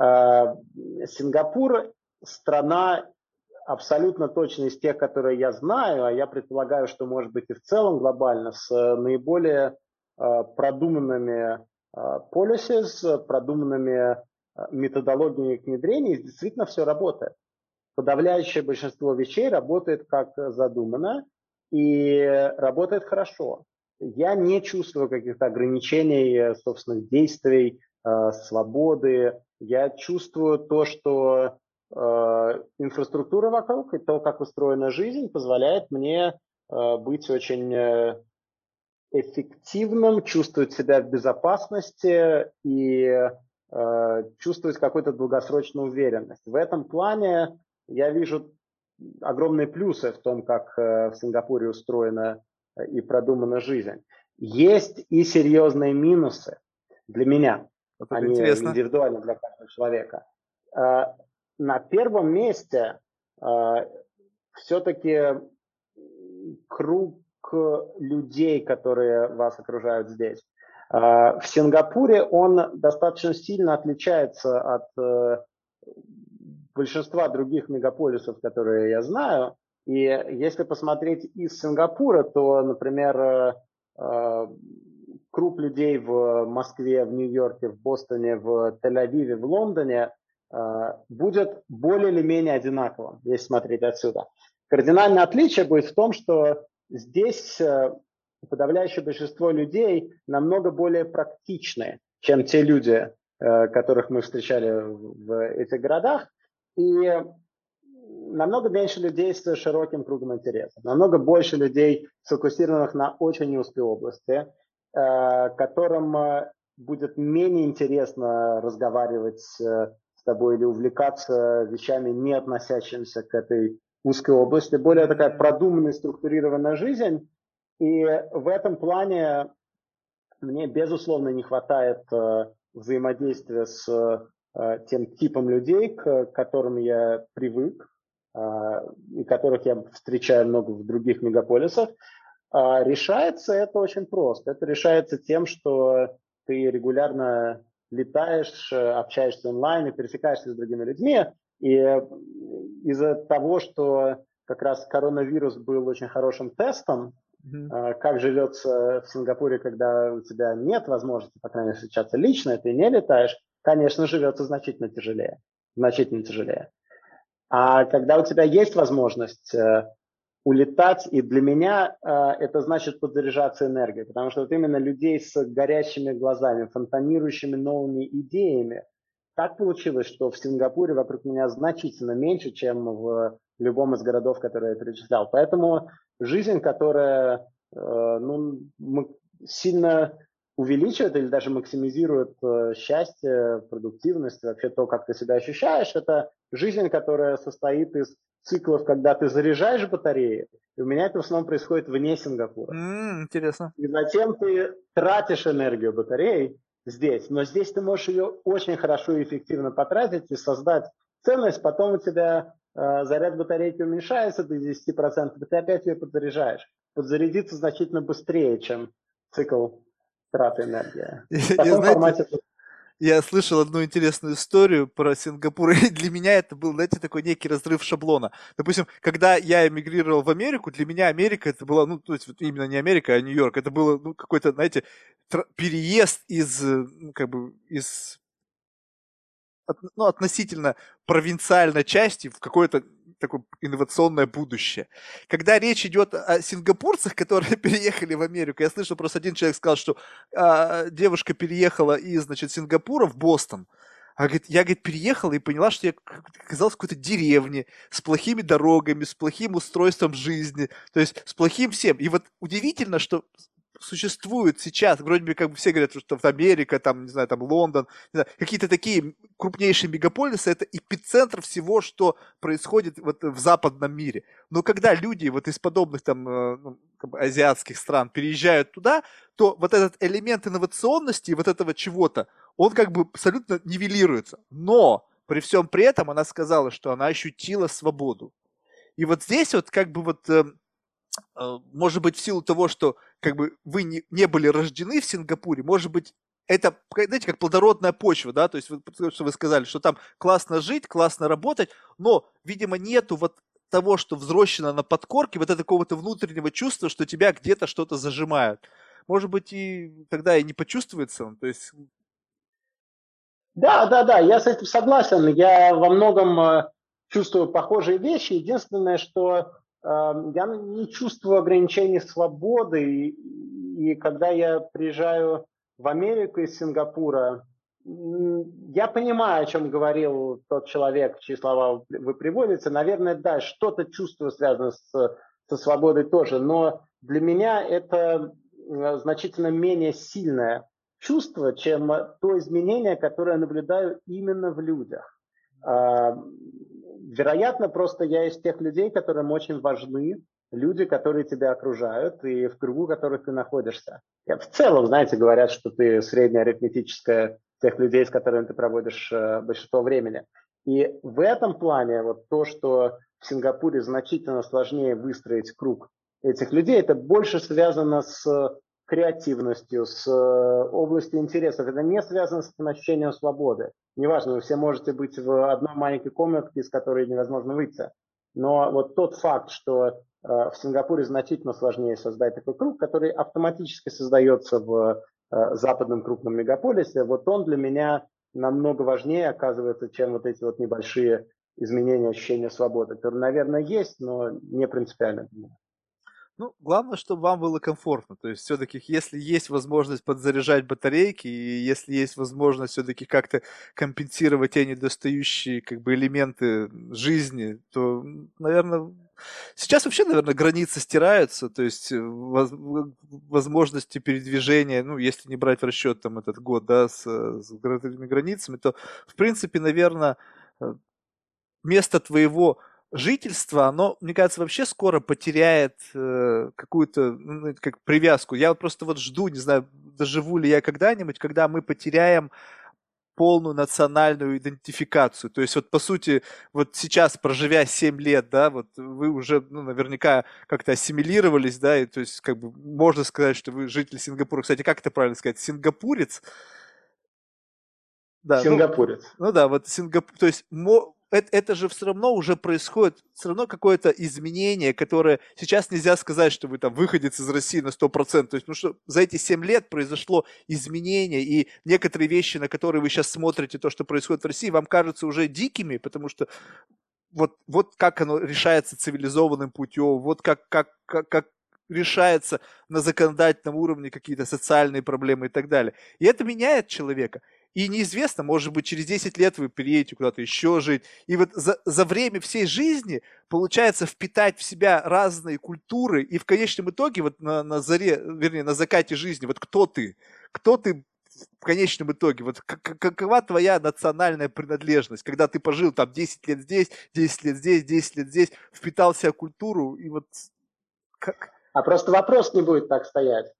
Сингапур страна абсолютно точно из тех, которые я знаю, а я предполагаю, что может быть и в целом глобально, с наиболее продуманными policies, продуманными методологиями их внедрения, и действительно все работает. Подавляющее большинство вещей работает как задумано и работает хорошо. Я не чувствую каких-то ограничений собственных действий, свободы. Я чувствую то, что инфраструктура вокруг и то, как устроена жизнь, позволяет мне быть очень эффективным, чувствовать себя в безопасности и чувствовать какую-то долгосрочную уверенность. В этом плане я вижу огромные плюсы в том, как в Сингапуре устроена и продумана жизнь. Есть и серьезные минусы для меня, Вот это они интересно. индивидуальны для каждого человека. На первом месте все-таки круг людей, которые вас окружают здесь. В Сингапуре он достаточно сильно отличается от большинства других мегаполисов, которые я знаю. И если посмотреть из Сингапура, то, например, круг людей в Москве, в Нью-Йорке, в Бостоне, в Тель-Авиве, в Лондоне будет более или менее одинаковым, если смотреть отсюда. Кардинальное отличие будет в том, что здесь подавляющее большинство людей намного более практичны, чем те люди, которых мы встречали в этих городах, и намного меньше людей с широким кругом интересов, намного больше людей, сфокусированных на очень узкой области, которым будет менее интересно разговаривать с тобой или увлекаться вещами, не относящимися к этой узкой области. Более такая продуманная, структурированная жизнь. И в этом плане мне, безусловно, не хватает взаимодействия с тем типом людей, к которым я привык, и которых я встречаю много в других мегаполисах. Решается это очень просто. Это решается тем, что ты регулярно летаешь, общаешься онлайн и пересекаешься с другими людьми. И из-за того, что как раз коронавирус был очень хорошим тестом, как живется в Сингапуре, когда у тебя нет возможности, по крайней мере, встречаться лично, ты не летаешь, конечно, живется значительно тяжелее. Значительно тяжелее. А когда у тебя есть возможность улетать, и для меня это значит подзаряжаться энергией, потому что вот именно людей с горящими глазами, фонтанирующими новыми идеями, так получилось, что в Сингапуре вокруг меня значительно меньше, чем в любом из городов, которые я перечислял. Поэтому жизнь, которая сильно увеличивает или даже максимизирует счастье, продуктивность, вообще то, как ты себя ощущаешь, это жизнь, которая состоит из циклов, когда ты заряжаешь батареи, и у меня это в основном происходит вне Сингапура. Интересно. И затем ты тратишь энергию батареи здесь, но здесь ты можешь ее очень хорошо и эффективно потратить и создать ценность, потом у тебя заряд батарейки уменьшается до 10%, и ты опять ее подзаряжаешь. Подзарядиться значительно быстрее, чем цикл траты энергии. В таком Знаете, формате... я слышал одну интересную историю про Сингапур, и для меня это был, знаете, такой некий разрыв шаблона. Допустим, когда я эмигрировал в Америку, для меня Америка это была, ну, то есть вот именно не Америка, а Нью-Йорк, это было, ну, какой-то, знаете, переезд из, как бы, из относительно провинциальной части в какое-то такое инновационное будущее. Когда речь идет о сингапурцах, которые переехали в Америку, я слышал, просто один человек сказал, что девушка переехала из, значит, Сингапура в Бостон. А говорит, я, говорит, переехала и поняла, что я оказалась в какой-то деревне с плохими дорогами, с плохим устройством жизни, то есть с плохим всем. И вот удивительно, что существует сейчас, вроде бы как бы все говорят, что Америка, там, не знаю, там Лондон, не знаю, какие-то такие крупнейшие мегаполисы, это эпицентр всего, что происходит вот в западном мире. Но когда люди вот из подобных там как бы азиатских стран переезжают туда, то вот этот элемент инновационности, вот этого чего-то, он как бы абсолютно нивелируется. Но при всем при этом она сказала, что она ощутила свободу. И вот здесь вот как бы вот может быть, в силу того, что как бы вы не были рождены в Сингапуре, может быть, это, знаете, как плодородная почва, да, то есть, что вы сказали, что там классно жить, классно работать, но, видимо, нету вот того, что взрощено на подкорке, вот этого какого-то внутреннего чувства, что тебя где-то что-то зажимают. Может быть, и тогда и не почувствуется он, то есть... Да, я с этим согласен. Я во многом чувствую похожие вещи. Единственное, что я не чувствую ограничений свободы. И когда я приезжаю в Америку из Сингапура, я понимаю, о чем говорил тот человек, чьи слова вы приводите. Наверное, да, что-то чувствую связано со свободой тоже. Но для меня это значительно менее сильное чувство, чем то изменение, которое я наблюдаю именно в людях. Вероятно, просто я из тех людей, которым очень важны люди, которые тебя окружают и в кругу которых ты находишься. В целом, знаете, говорят, что ты среднеарифметическая тех людей, с которыми ты проводишь большинство времени. И в этом плане вот то, что в Сингапуре значительно сложнее выстроить круг этих людей, это больше связано с креативностью, с областью интересов. Это не связано с ощущением свободы. Неважно, вы все можете быть в одной маленькой комнатке, из которой невозможно выйти. Но вот тот факт, что в Сингапуре значительно сложнее создать такой круг, который автоматически создается в западном крупном мегаполисе, вот он для меня намного важнее оказывается, чем вот эти вот небольшие изменения ощущения свободы. Это, наверное, есть, но не принципиально. Ну, главное, чтобы вам было комфортно. То есть все-таки, если есть возможность подзаряжать батарейки, и если есть возможность все-таки как-то компенсировать те недостающие как бы элементы жизни, то, наверное, сейчас вообще, наверное, границы стираются, то есть возможности передвижения, ну, если не брать в расчет там этот год, да, с городскими границами, то, в принципе, наверное, место твоего жительства, оно, мне кажется, вообще скоро потеряет какую-то как привязку. Я вот просто вот жду, не знаю, доживу ли я когда-нибудь, когда мы потеряем полную национальную идентификацию. То есть вот по сути, вот сейчас, проживя 7 лет, да, вот вы уже ну, наверняка как-то ассимилировались, да, и то есть как бы можно сказать, что вы житель Сингапура. Кстати, как это правильно сказать? Сингапурец? Да, Сингапурец. ну да, вот Сингапур, то есть это же все равно уже происходит, все равно какое-то изменение, которое сейчас нельзя сказать, что вы там выходец из России на 100%. То есть, ну что, за эти 7 лет произошло изменение, и некоторые вещи, на которые вы сейчас смотрите, то, что происходит в России, вам кажутся уже дикими, потому что вот как оно решается цивилизованным путем, вот как решается на законодательном уровне какие-то социальные проблемы и так далее. И это меняет человека. И неизвестно, может быть, через 10 лет вы переедете куда-то еще жить. И вот за время всей жизни получается впитать в себя разные культуры, и в конечном итоге вот на заре, вернее, на закате жизни, вот кто ты в конечном итоге, вот какова твоя национальная принадлежность, когда ты пожил там 10 лет здесь, 10 лет здесь, 10 лет здесь, впитал в себя культуру, и вот как... А просто вопрос не будет так стоять.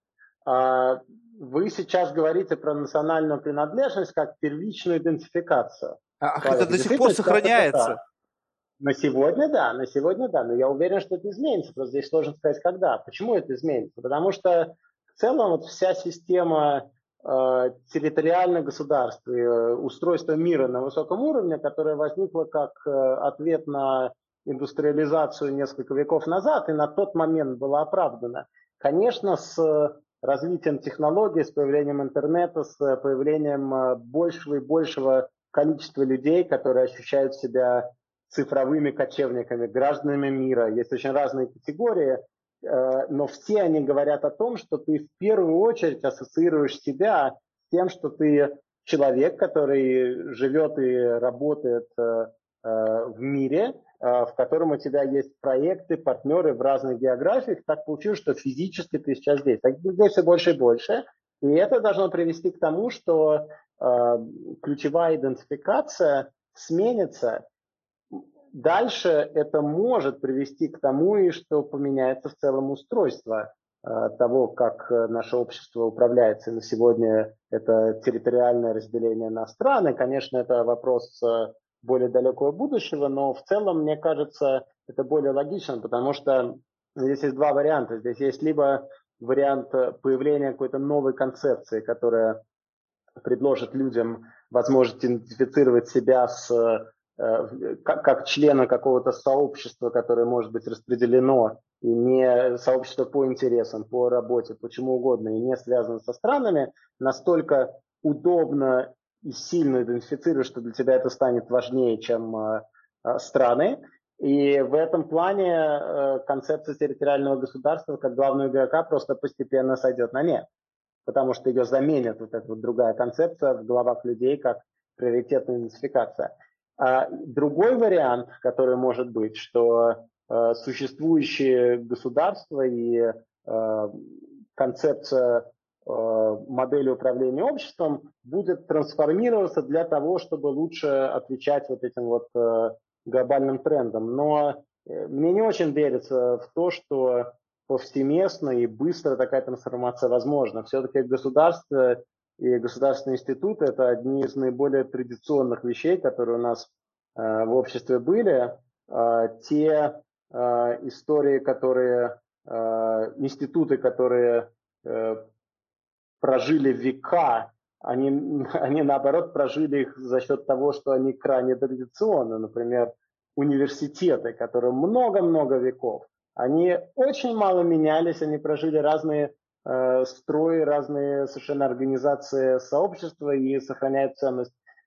Вы сейчас говорите про национальную принадлежность как первичную идентификацию это человека. до сих пор Действительно, сейчас это так. сохраняется. На сегодня да, но я уверен, что это изменится, просто здесь сложно сказать, когда. Почему это изменится? Потому что в целом вот вся система территориальных государств и устройства мира на высоком уровне, которая возникла как ответ на индустриализацию несколько веков назад и на тот момент была оправдана. Конечно, с развитием технологий, с появлением интернета, с появлением большего и большего количества людей, которые ощущают себя цифровыми кочевниками, гражданами мира. Есть очень разные категории, но все они говорят о том, что ты в первую очередь ассоциируешь себя с тем, что ты человек, который живет и работает в мире, в котором у тебя есть проекты, партнеры в разных географиях. Так получилось, что физически ты сейчас здесь. Таких людей все больше и больше. И это должно привести к тому, что ключевая идентификация сменится. Дальше это может привести к тому, и что поменяется в целом устройство того, как наше общество управляется. И на сегодня это территориальное разделение на страны. Конечно, это вопрос более далекого будущего, но в целом, мне кажется, это более логично, потому что здесь есть два варианта. Здесь есть либо вариант появления какой-то новой концепции, которая предложит людям возможность идентифицировать себя как члена какого-то сообщества, которое может быть распределено, и не сообщество по интересам, по работе, почему угодно, и не связано со странами, настолько удобно и сильно идентифицируешь, что для тебя это станет важнее, чем страны. И в этом плане концепция территориального государства как главного игрока просто постепенно сойдет на нет, потому что ее заменит вот эта вот другая концепция в головах людей как приоритетная идентификация. А другой вариант, который может быть, что существующие государства и концепция модели управления обществом будет трансформироваться для того, чтобы лучше отвечать вот этим вот глобальным трендам. Но мне не очень верится в то, что повсеместно и быстро такая трансформация возможна. Все-таки государство и государственные институты – это одни из наиболее традиционных вещей, которые у нас в обществе были. Те истории, которые, институты, которые прожили века, они наоборот прожили их за счет того, что они крайне традиционны. Например, университеты, которые много-много веков, они очень мало менялись, они прожили разные строи, разные совершенно организации сообщества и сохраняют ценность.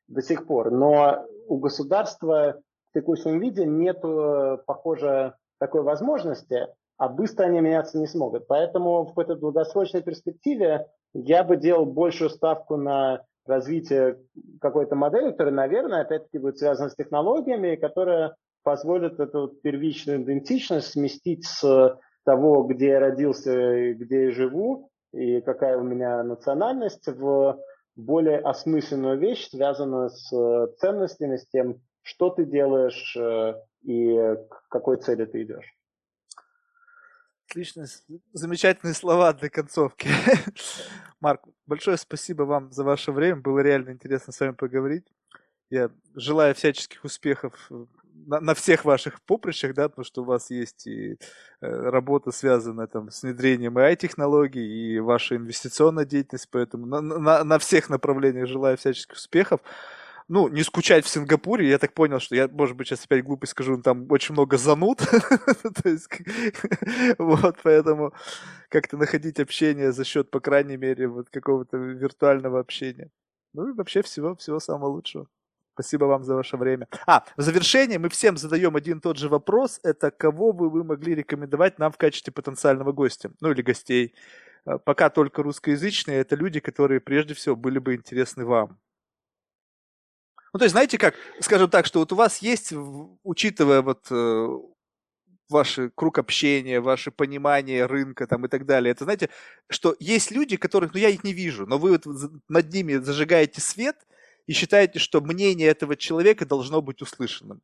до сих пор. Но у государства в текущем виде нет, похоже, такой возможности, а быстро они меняться не смогут. Поэтому в этой долгосрочной перспективе я бы делал большую ставку на развитие какой-то модели, которая, наверное, опять-таки будет связана с технологиями, которая позволит эту первичную идентичность сместить с того, где я родился, где я живу, и какая у меня национальность, в более осмысленную вещь, связанную с ценностями, с тем, что ты делаешь и к какой цели ты идешь. Отлично, замечательные слова для концовки. Марк, большое спасибо вам за ваше время, было реально интересно с вами поговорить. Я желаю всяческих успехов на всех ваших поприщах, да, потому что у вас есть и работа, связанная там с внедрением AI-технологий, и ваша инвестиционная деятельность, поэтому на всех направлениях желаю всяческих успехов. Ну, не скучать в Сингапуре, я так понял, что я, может быть, сейчас опять глупость скажу, но там очень много зануд, то есть, вот, поэтому как-то находить общение за счет, по крайней мере, вот какого-то виртуального общения. Ну и вообще всего самого лучшего. Спасибо вам за ваше время. В завершение мы всем задаем один и тот же вопрос. Это кого вы могли рекомендовать нам в качестве потенциального гостя? Ну или гостей. Пока только русскоязычные. Это люди, которые прежде всего были бы интересны вам. Ну, то есть, знаете как, скажем так, что вот у вас есть, учитывая вот ваш круг общения, ваше понимание рынка там и так далее, это знаете, что есть люди, которых, ну, я их не вижу, но вы вот над ними зажигаете свет и считаете, что мнение этого человека должно быть услышанным.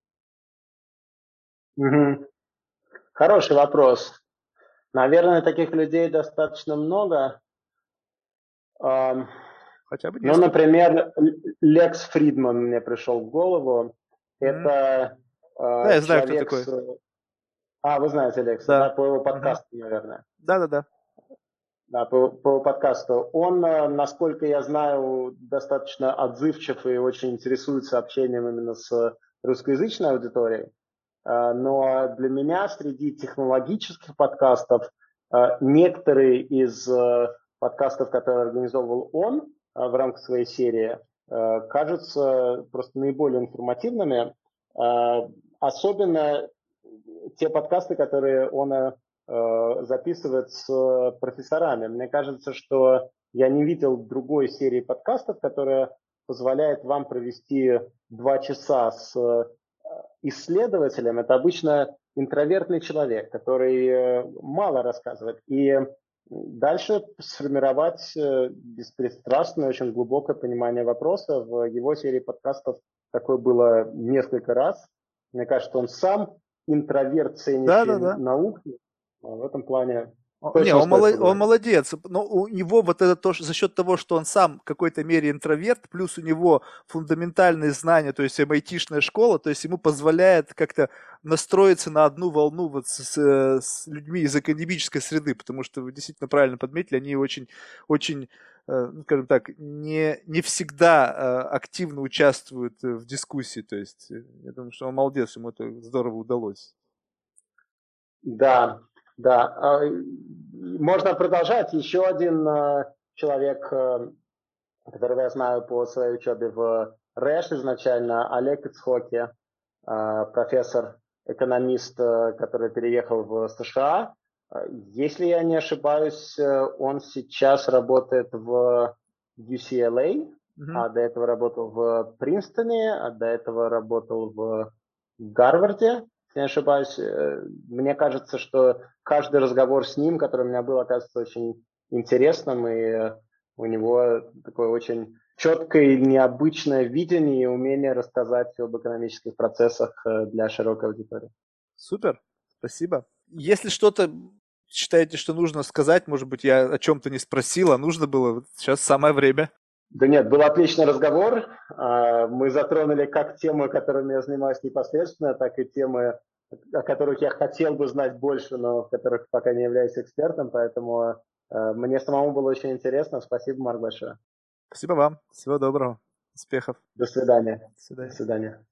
Угу. Хороший вопрос. Наверное, таких людей достаточно много. Хотя бы Ну, несколько. например, Лекс Фридман мне пришел в голову. Это Да, я знаю, кто человек такой. с... вы знаете Лекса, да, Да. по его подкасту, наверное. Да-да-да. Да, по подкасту. Он, насколько я знаю, достаточно отзывчив и очень интересуется общением именно с русскоязычной аудиторией. Но для меня среди технологических подкастов некоторые из подкастов, которые организовывал он в рамках своей серии, кажутся просто наиболее информативными. Особенно те подкасты, которые он записывает с профессорами. Мне кажется, что я не видел другой серии подкастов, которая позволяет вам провести 2 часа с исследователем. Это обычно интровертный человек, который мало рассказывает. И дальше сформировать беспристрастное, очень глубокое понимание вопроса. В его серии подкастов такое было несколько раз. Мне кажется, он сам интроверт, ценящий Да-да-да. науку. В этом плане Не, точно стоит он поговорить. молодец. Но у него вот это то, что за счет того, что он сам в какой-то мере интроверт, плюс у него фундаментальные знания, то есть MIT-шная школа, то есть ему позволяет как-то настроиться на одну волну вот с людьми из академической среды, потому что вы действительно правильно подметили, они очень, ну, скажем так, не всегда активно участвуют в дискуссии. То есть я думаю, что он молодец, ему это здорово удалось. Да, да. Можно продолжать. Еще один человек, которого я знаю по своей учебе в РЭШ изначально, Олег Ицхоки, профессор, экономист, который переехал в США. Если я не ошибаюсь, он сейчас работает в UCLA, а до этого работал в Принстоне, а до этого работал в Гарварде, если не ошибаюсь. Мне кажется, что каждый разговор с ним, который у меня был, оказывается очень интересным, и у него такое очень четкое и необычное видение и умение рассказать об экономических процессах для широкой аудитории. Супер, спасибо. Если что-то считаете, что нужно сказать, может быть, я о чем-то не спросил, а нужно было, вот сейчас самое время. Да нет, был отличный разговор. Мы затронули как темы, которыми я занимаюсь непосредственно, так и темы, о которых я хотел бы знать больше, но в которых пока не являюсь экспертом. Поэтому мне самому было очень интересно. Спасибо, Марк, большое. Спасибо вам. Всего доброго. Успехов. До свидания. До До свидания. свидания.